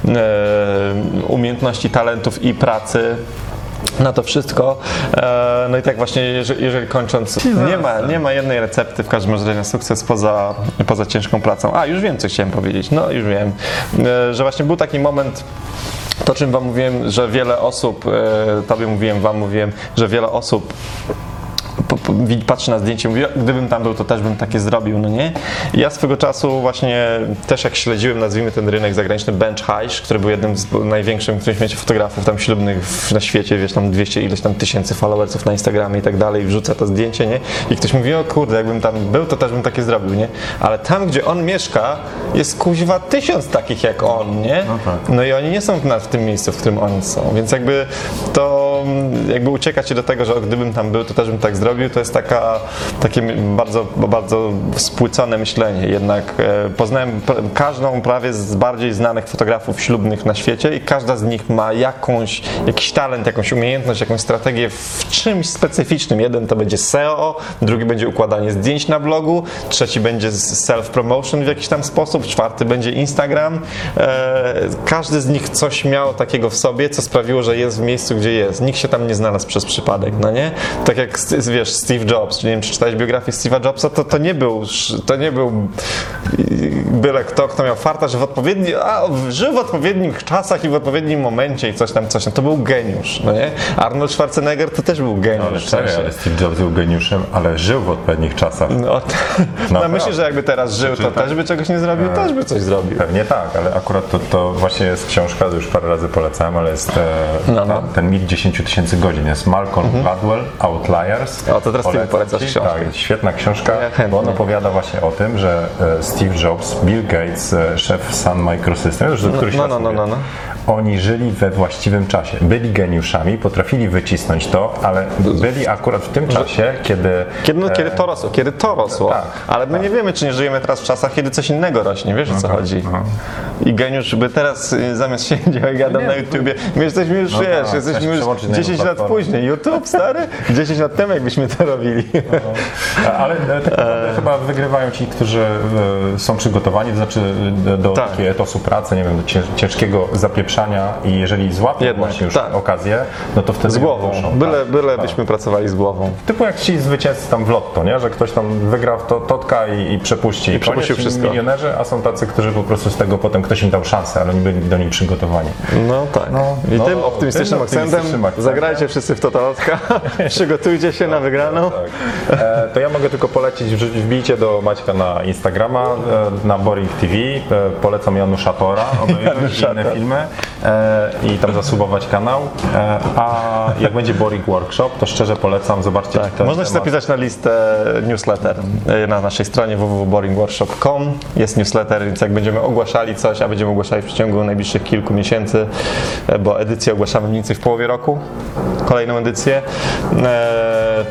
umiejętności, talentów i pracy na to wszystko. No i tak właśnie, jeżeli kończąc, nie ma jednej recepty w każdym razie na sukces poza ciężką pracą. A, już wiem, co chciałem powiedzieć. No, już wiem, że właśnie był taki moment, to czym Wam mówiłem, że wiele osób, Tobie mówiłem, Wam mówiłem, że wiele osób patrzy na zdjęcie i mówi, gdybym tam był, to też bym takie zrobił, no nie? I ja swego czasu właśnie też jak śledziłem, nazwijmy ten rynek zagraniczny, Bench High, który był jednym z największych w którymś momencie fotografów tam ślubnych na świecie, wiesz, tam 200 ileś tam tysięcy followersów na Instagramie i tak dalej, wrzuca to zdjęcie, nie? I ktoś mówi, o kurde, jakbym tam był, to też bym takie zrobił, nie? Ale tam, gdzie on mieszka, jest kuźwa 1000 takich jak on, nie? No tak. No i oni nie są w tym miejscu, w którym oni są, więc jakby to, jakby uciekać się do tego, że gdybym tam był, to też bym tak zrobił, to jest takie bardzo, bardzo spłycone myślenie. Jednak poznałem każdą prawie z bardziej znanych fotografów ślubnych na świecie i każda z nich ma jakiś talent, jakąś umiejętność, jakąś strategię w czymś specyficznym. Jeden to będzie SEO, drugi będzie układanie zdjęć na blogu, trzeci będzie self-promotion w jakiś tam sposób, czwarty będzie Instagram. Każdy z nich coś miał takiego w sobie, co sprawiło, że jest w miejscu, gdzie jest. Nikt się tam nie znalazł przez przypadek, no nie? Tak jak, wiesz, Steve Jobs, nie wiem, czy czytałeś biografię Steve'a Jobsa, to nie był byle kto miał farta, że żył w odpowiednich czasach i w odpowiednim momencie i coś tam. To był geniusz, no nie? Arnold Schwarzenegger to też był geniusz. Ale Steve Jobs był geniuszem, ale żył w odpowiednich czasach. No myślę, że jakby teraz żył, to też by czegoś nie zrobił, też by coś zrobił. Pewnie tak, ale akurat to właśnie jest książka, to już parę razy polecałem, ale jest ten mit 10 000 godzin. Jest Malcolm Gladwell, Outliers. O, to teraz ty mi polecasz ci. książkę. Tak, jest świetna książka, Ja chętnie. bo on opowiada właśnie o tym, że Steve Jobs, Bill Gates, szef Sun Microsystems, już do których oni żyli we właściwym czasie. Byli geniuszami, potrafili wycisnąć to, ale byli akurat w tym czasie, kiedy Kiedy to rosło. Tak, ale my nie wiemy, czy nie żyjemy teraz w czasach, kiedy coś innego rośnie, wiesz o co chodzi. I geniusz by teraz zamiast siedział i gadał na YouTubie, my jesteśmy już, jesteśmy już 10 lat później. YouTube, stary? 10 lat temu jakbyśmy to robili. Ale tak naprawdę chyba wygrywają ci, którzy są przygotowani, to znaczy do takiego etosu pracy, nie wiem, do ciężkiego zapieprzania i jeżeli złapią właśnie już okazję, no to wtedy z głową. Byle byśmy pracowali z głową. Typu jak ci zwycięzcy tam w lotto, nie? Że ktoś tam wygra w totka i przepuści. I przepuścił wszystko. Milionerzy, a są tacy, którzy po prostu z tego potem ktoś im dał szansę, ale oni byli do niej przygotowani. No tak. I tym optymistycznym akcentem zagrajcie wszyscy w Totalotka, przygotujcie się na wygraną. Tak. To ja mogę tylko polecić, wbijcie do Maćka na Instagrama, na Boring TV, polecam Janusza Tora, obejrzeć inne filmy i tam zasubować kanał, a jak będzie Boring Workshop, to szczerze polecam, zobaczcie. Tak, można się zapisać na listę newsletter na naszej stronie www.boringworkshop.com. Jest newsletter, więc jak będziemy ogłaszali coś, a będziemy ogłaszali w przeciągu najbliższych kilku miesięcy, bo edycję ogłaszamy mniej więcej w połowie roku, kolejną edycję, to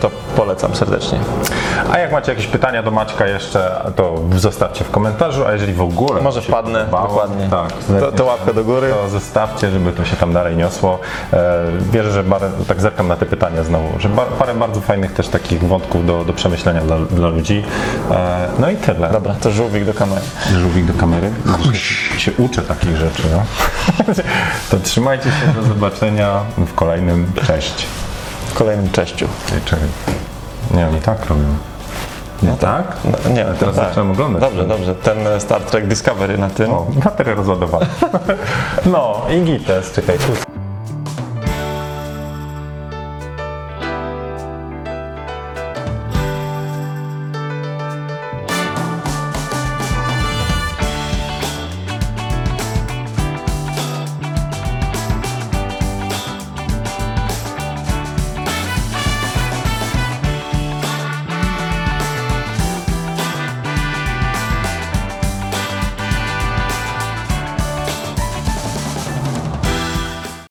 to polecam serdecznie. A jak macie jakieś pytania do Maćka jeszcze, to zostawcie w komentarzu, a jeżeli w ogóle Może się wpadnę, podobało, dokładnie. tak, To łapkę do góry. to zostawcie, żeby to się tam dalej niosło. Wierzę, że tak zerkam na te pytania znowu, że parę bardzo fajnych też takich wątków do przemyślenia dla ludzi. No i tyle. Dobra, to żółwik do kamery. Żółwik do kamery. Się uczę takich rzeczy. No. To trzymajcie się, do zobaczenia w kolejnym. Cześć. W kolejnym cześciu. Czekaj. Nie, oni tak robią. Nie tak? No, nie, Teraz tak. zacząłem oglądać. Dobrze. Ten Star Trek Discovery na tym. O, baterię rozładowałem. No i gites, czekaj. Tu.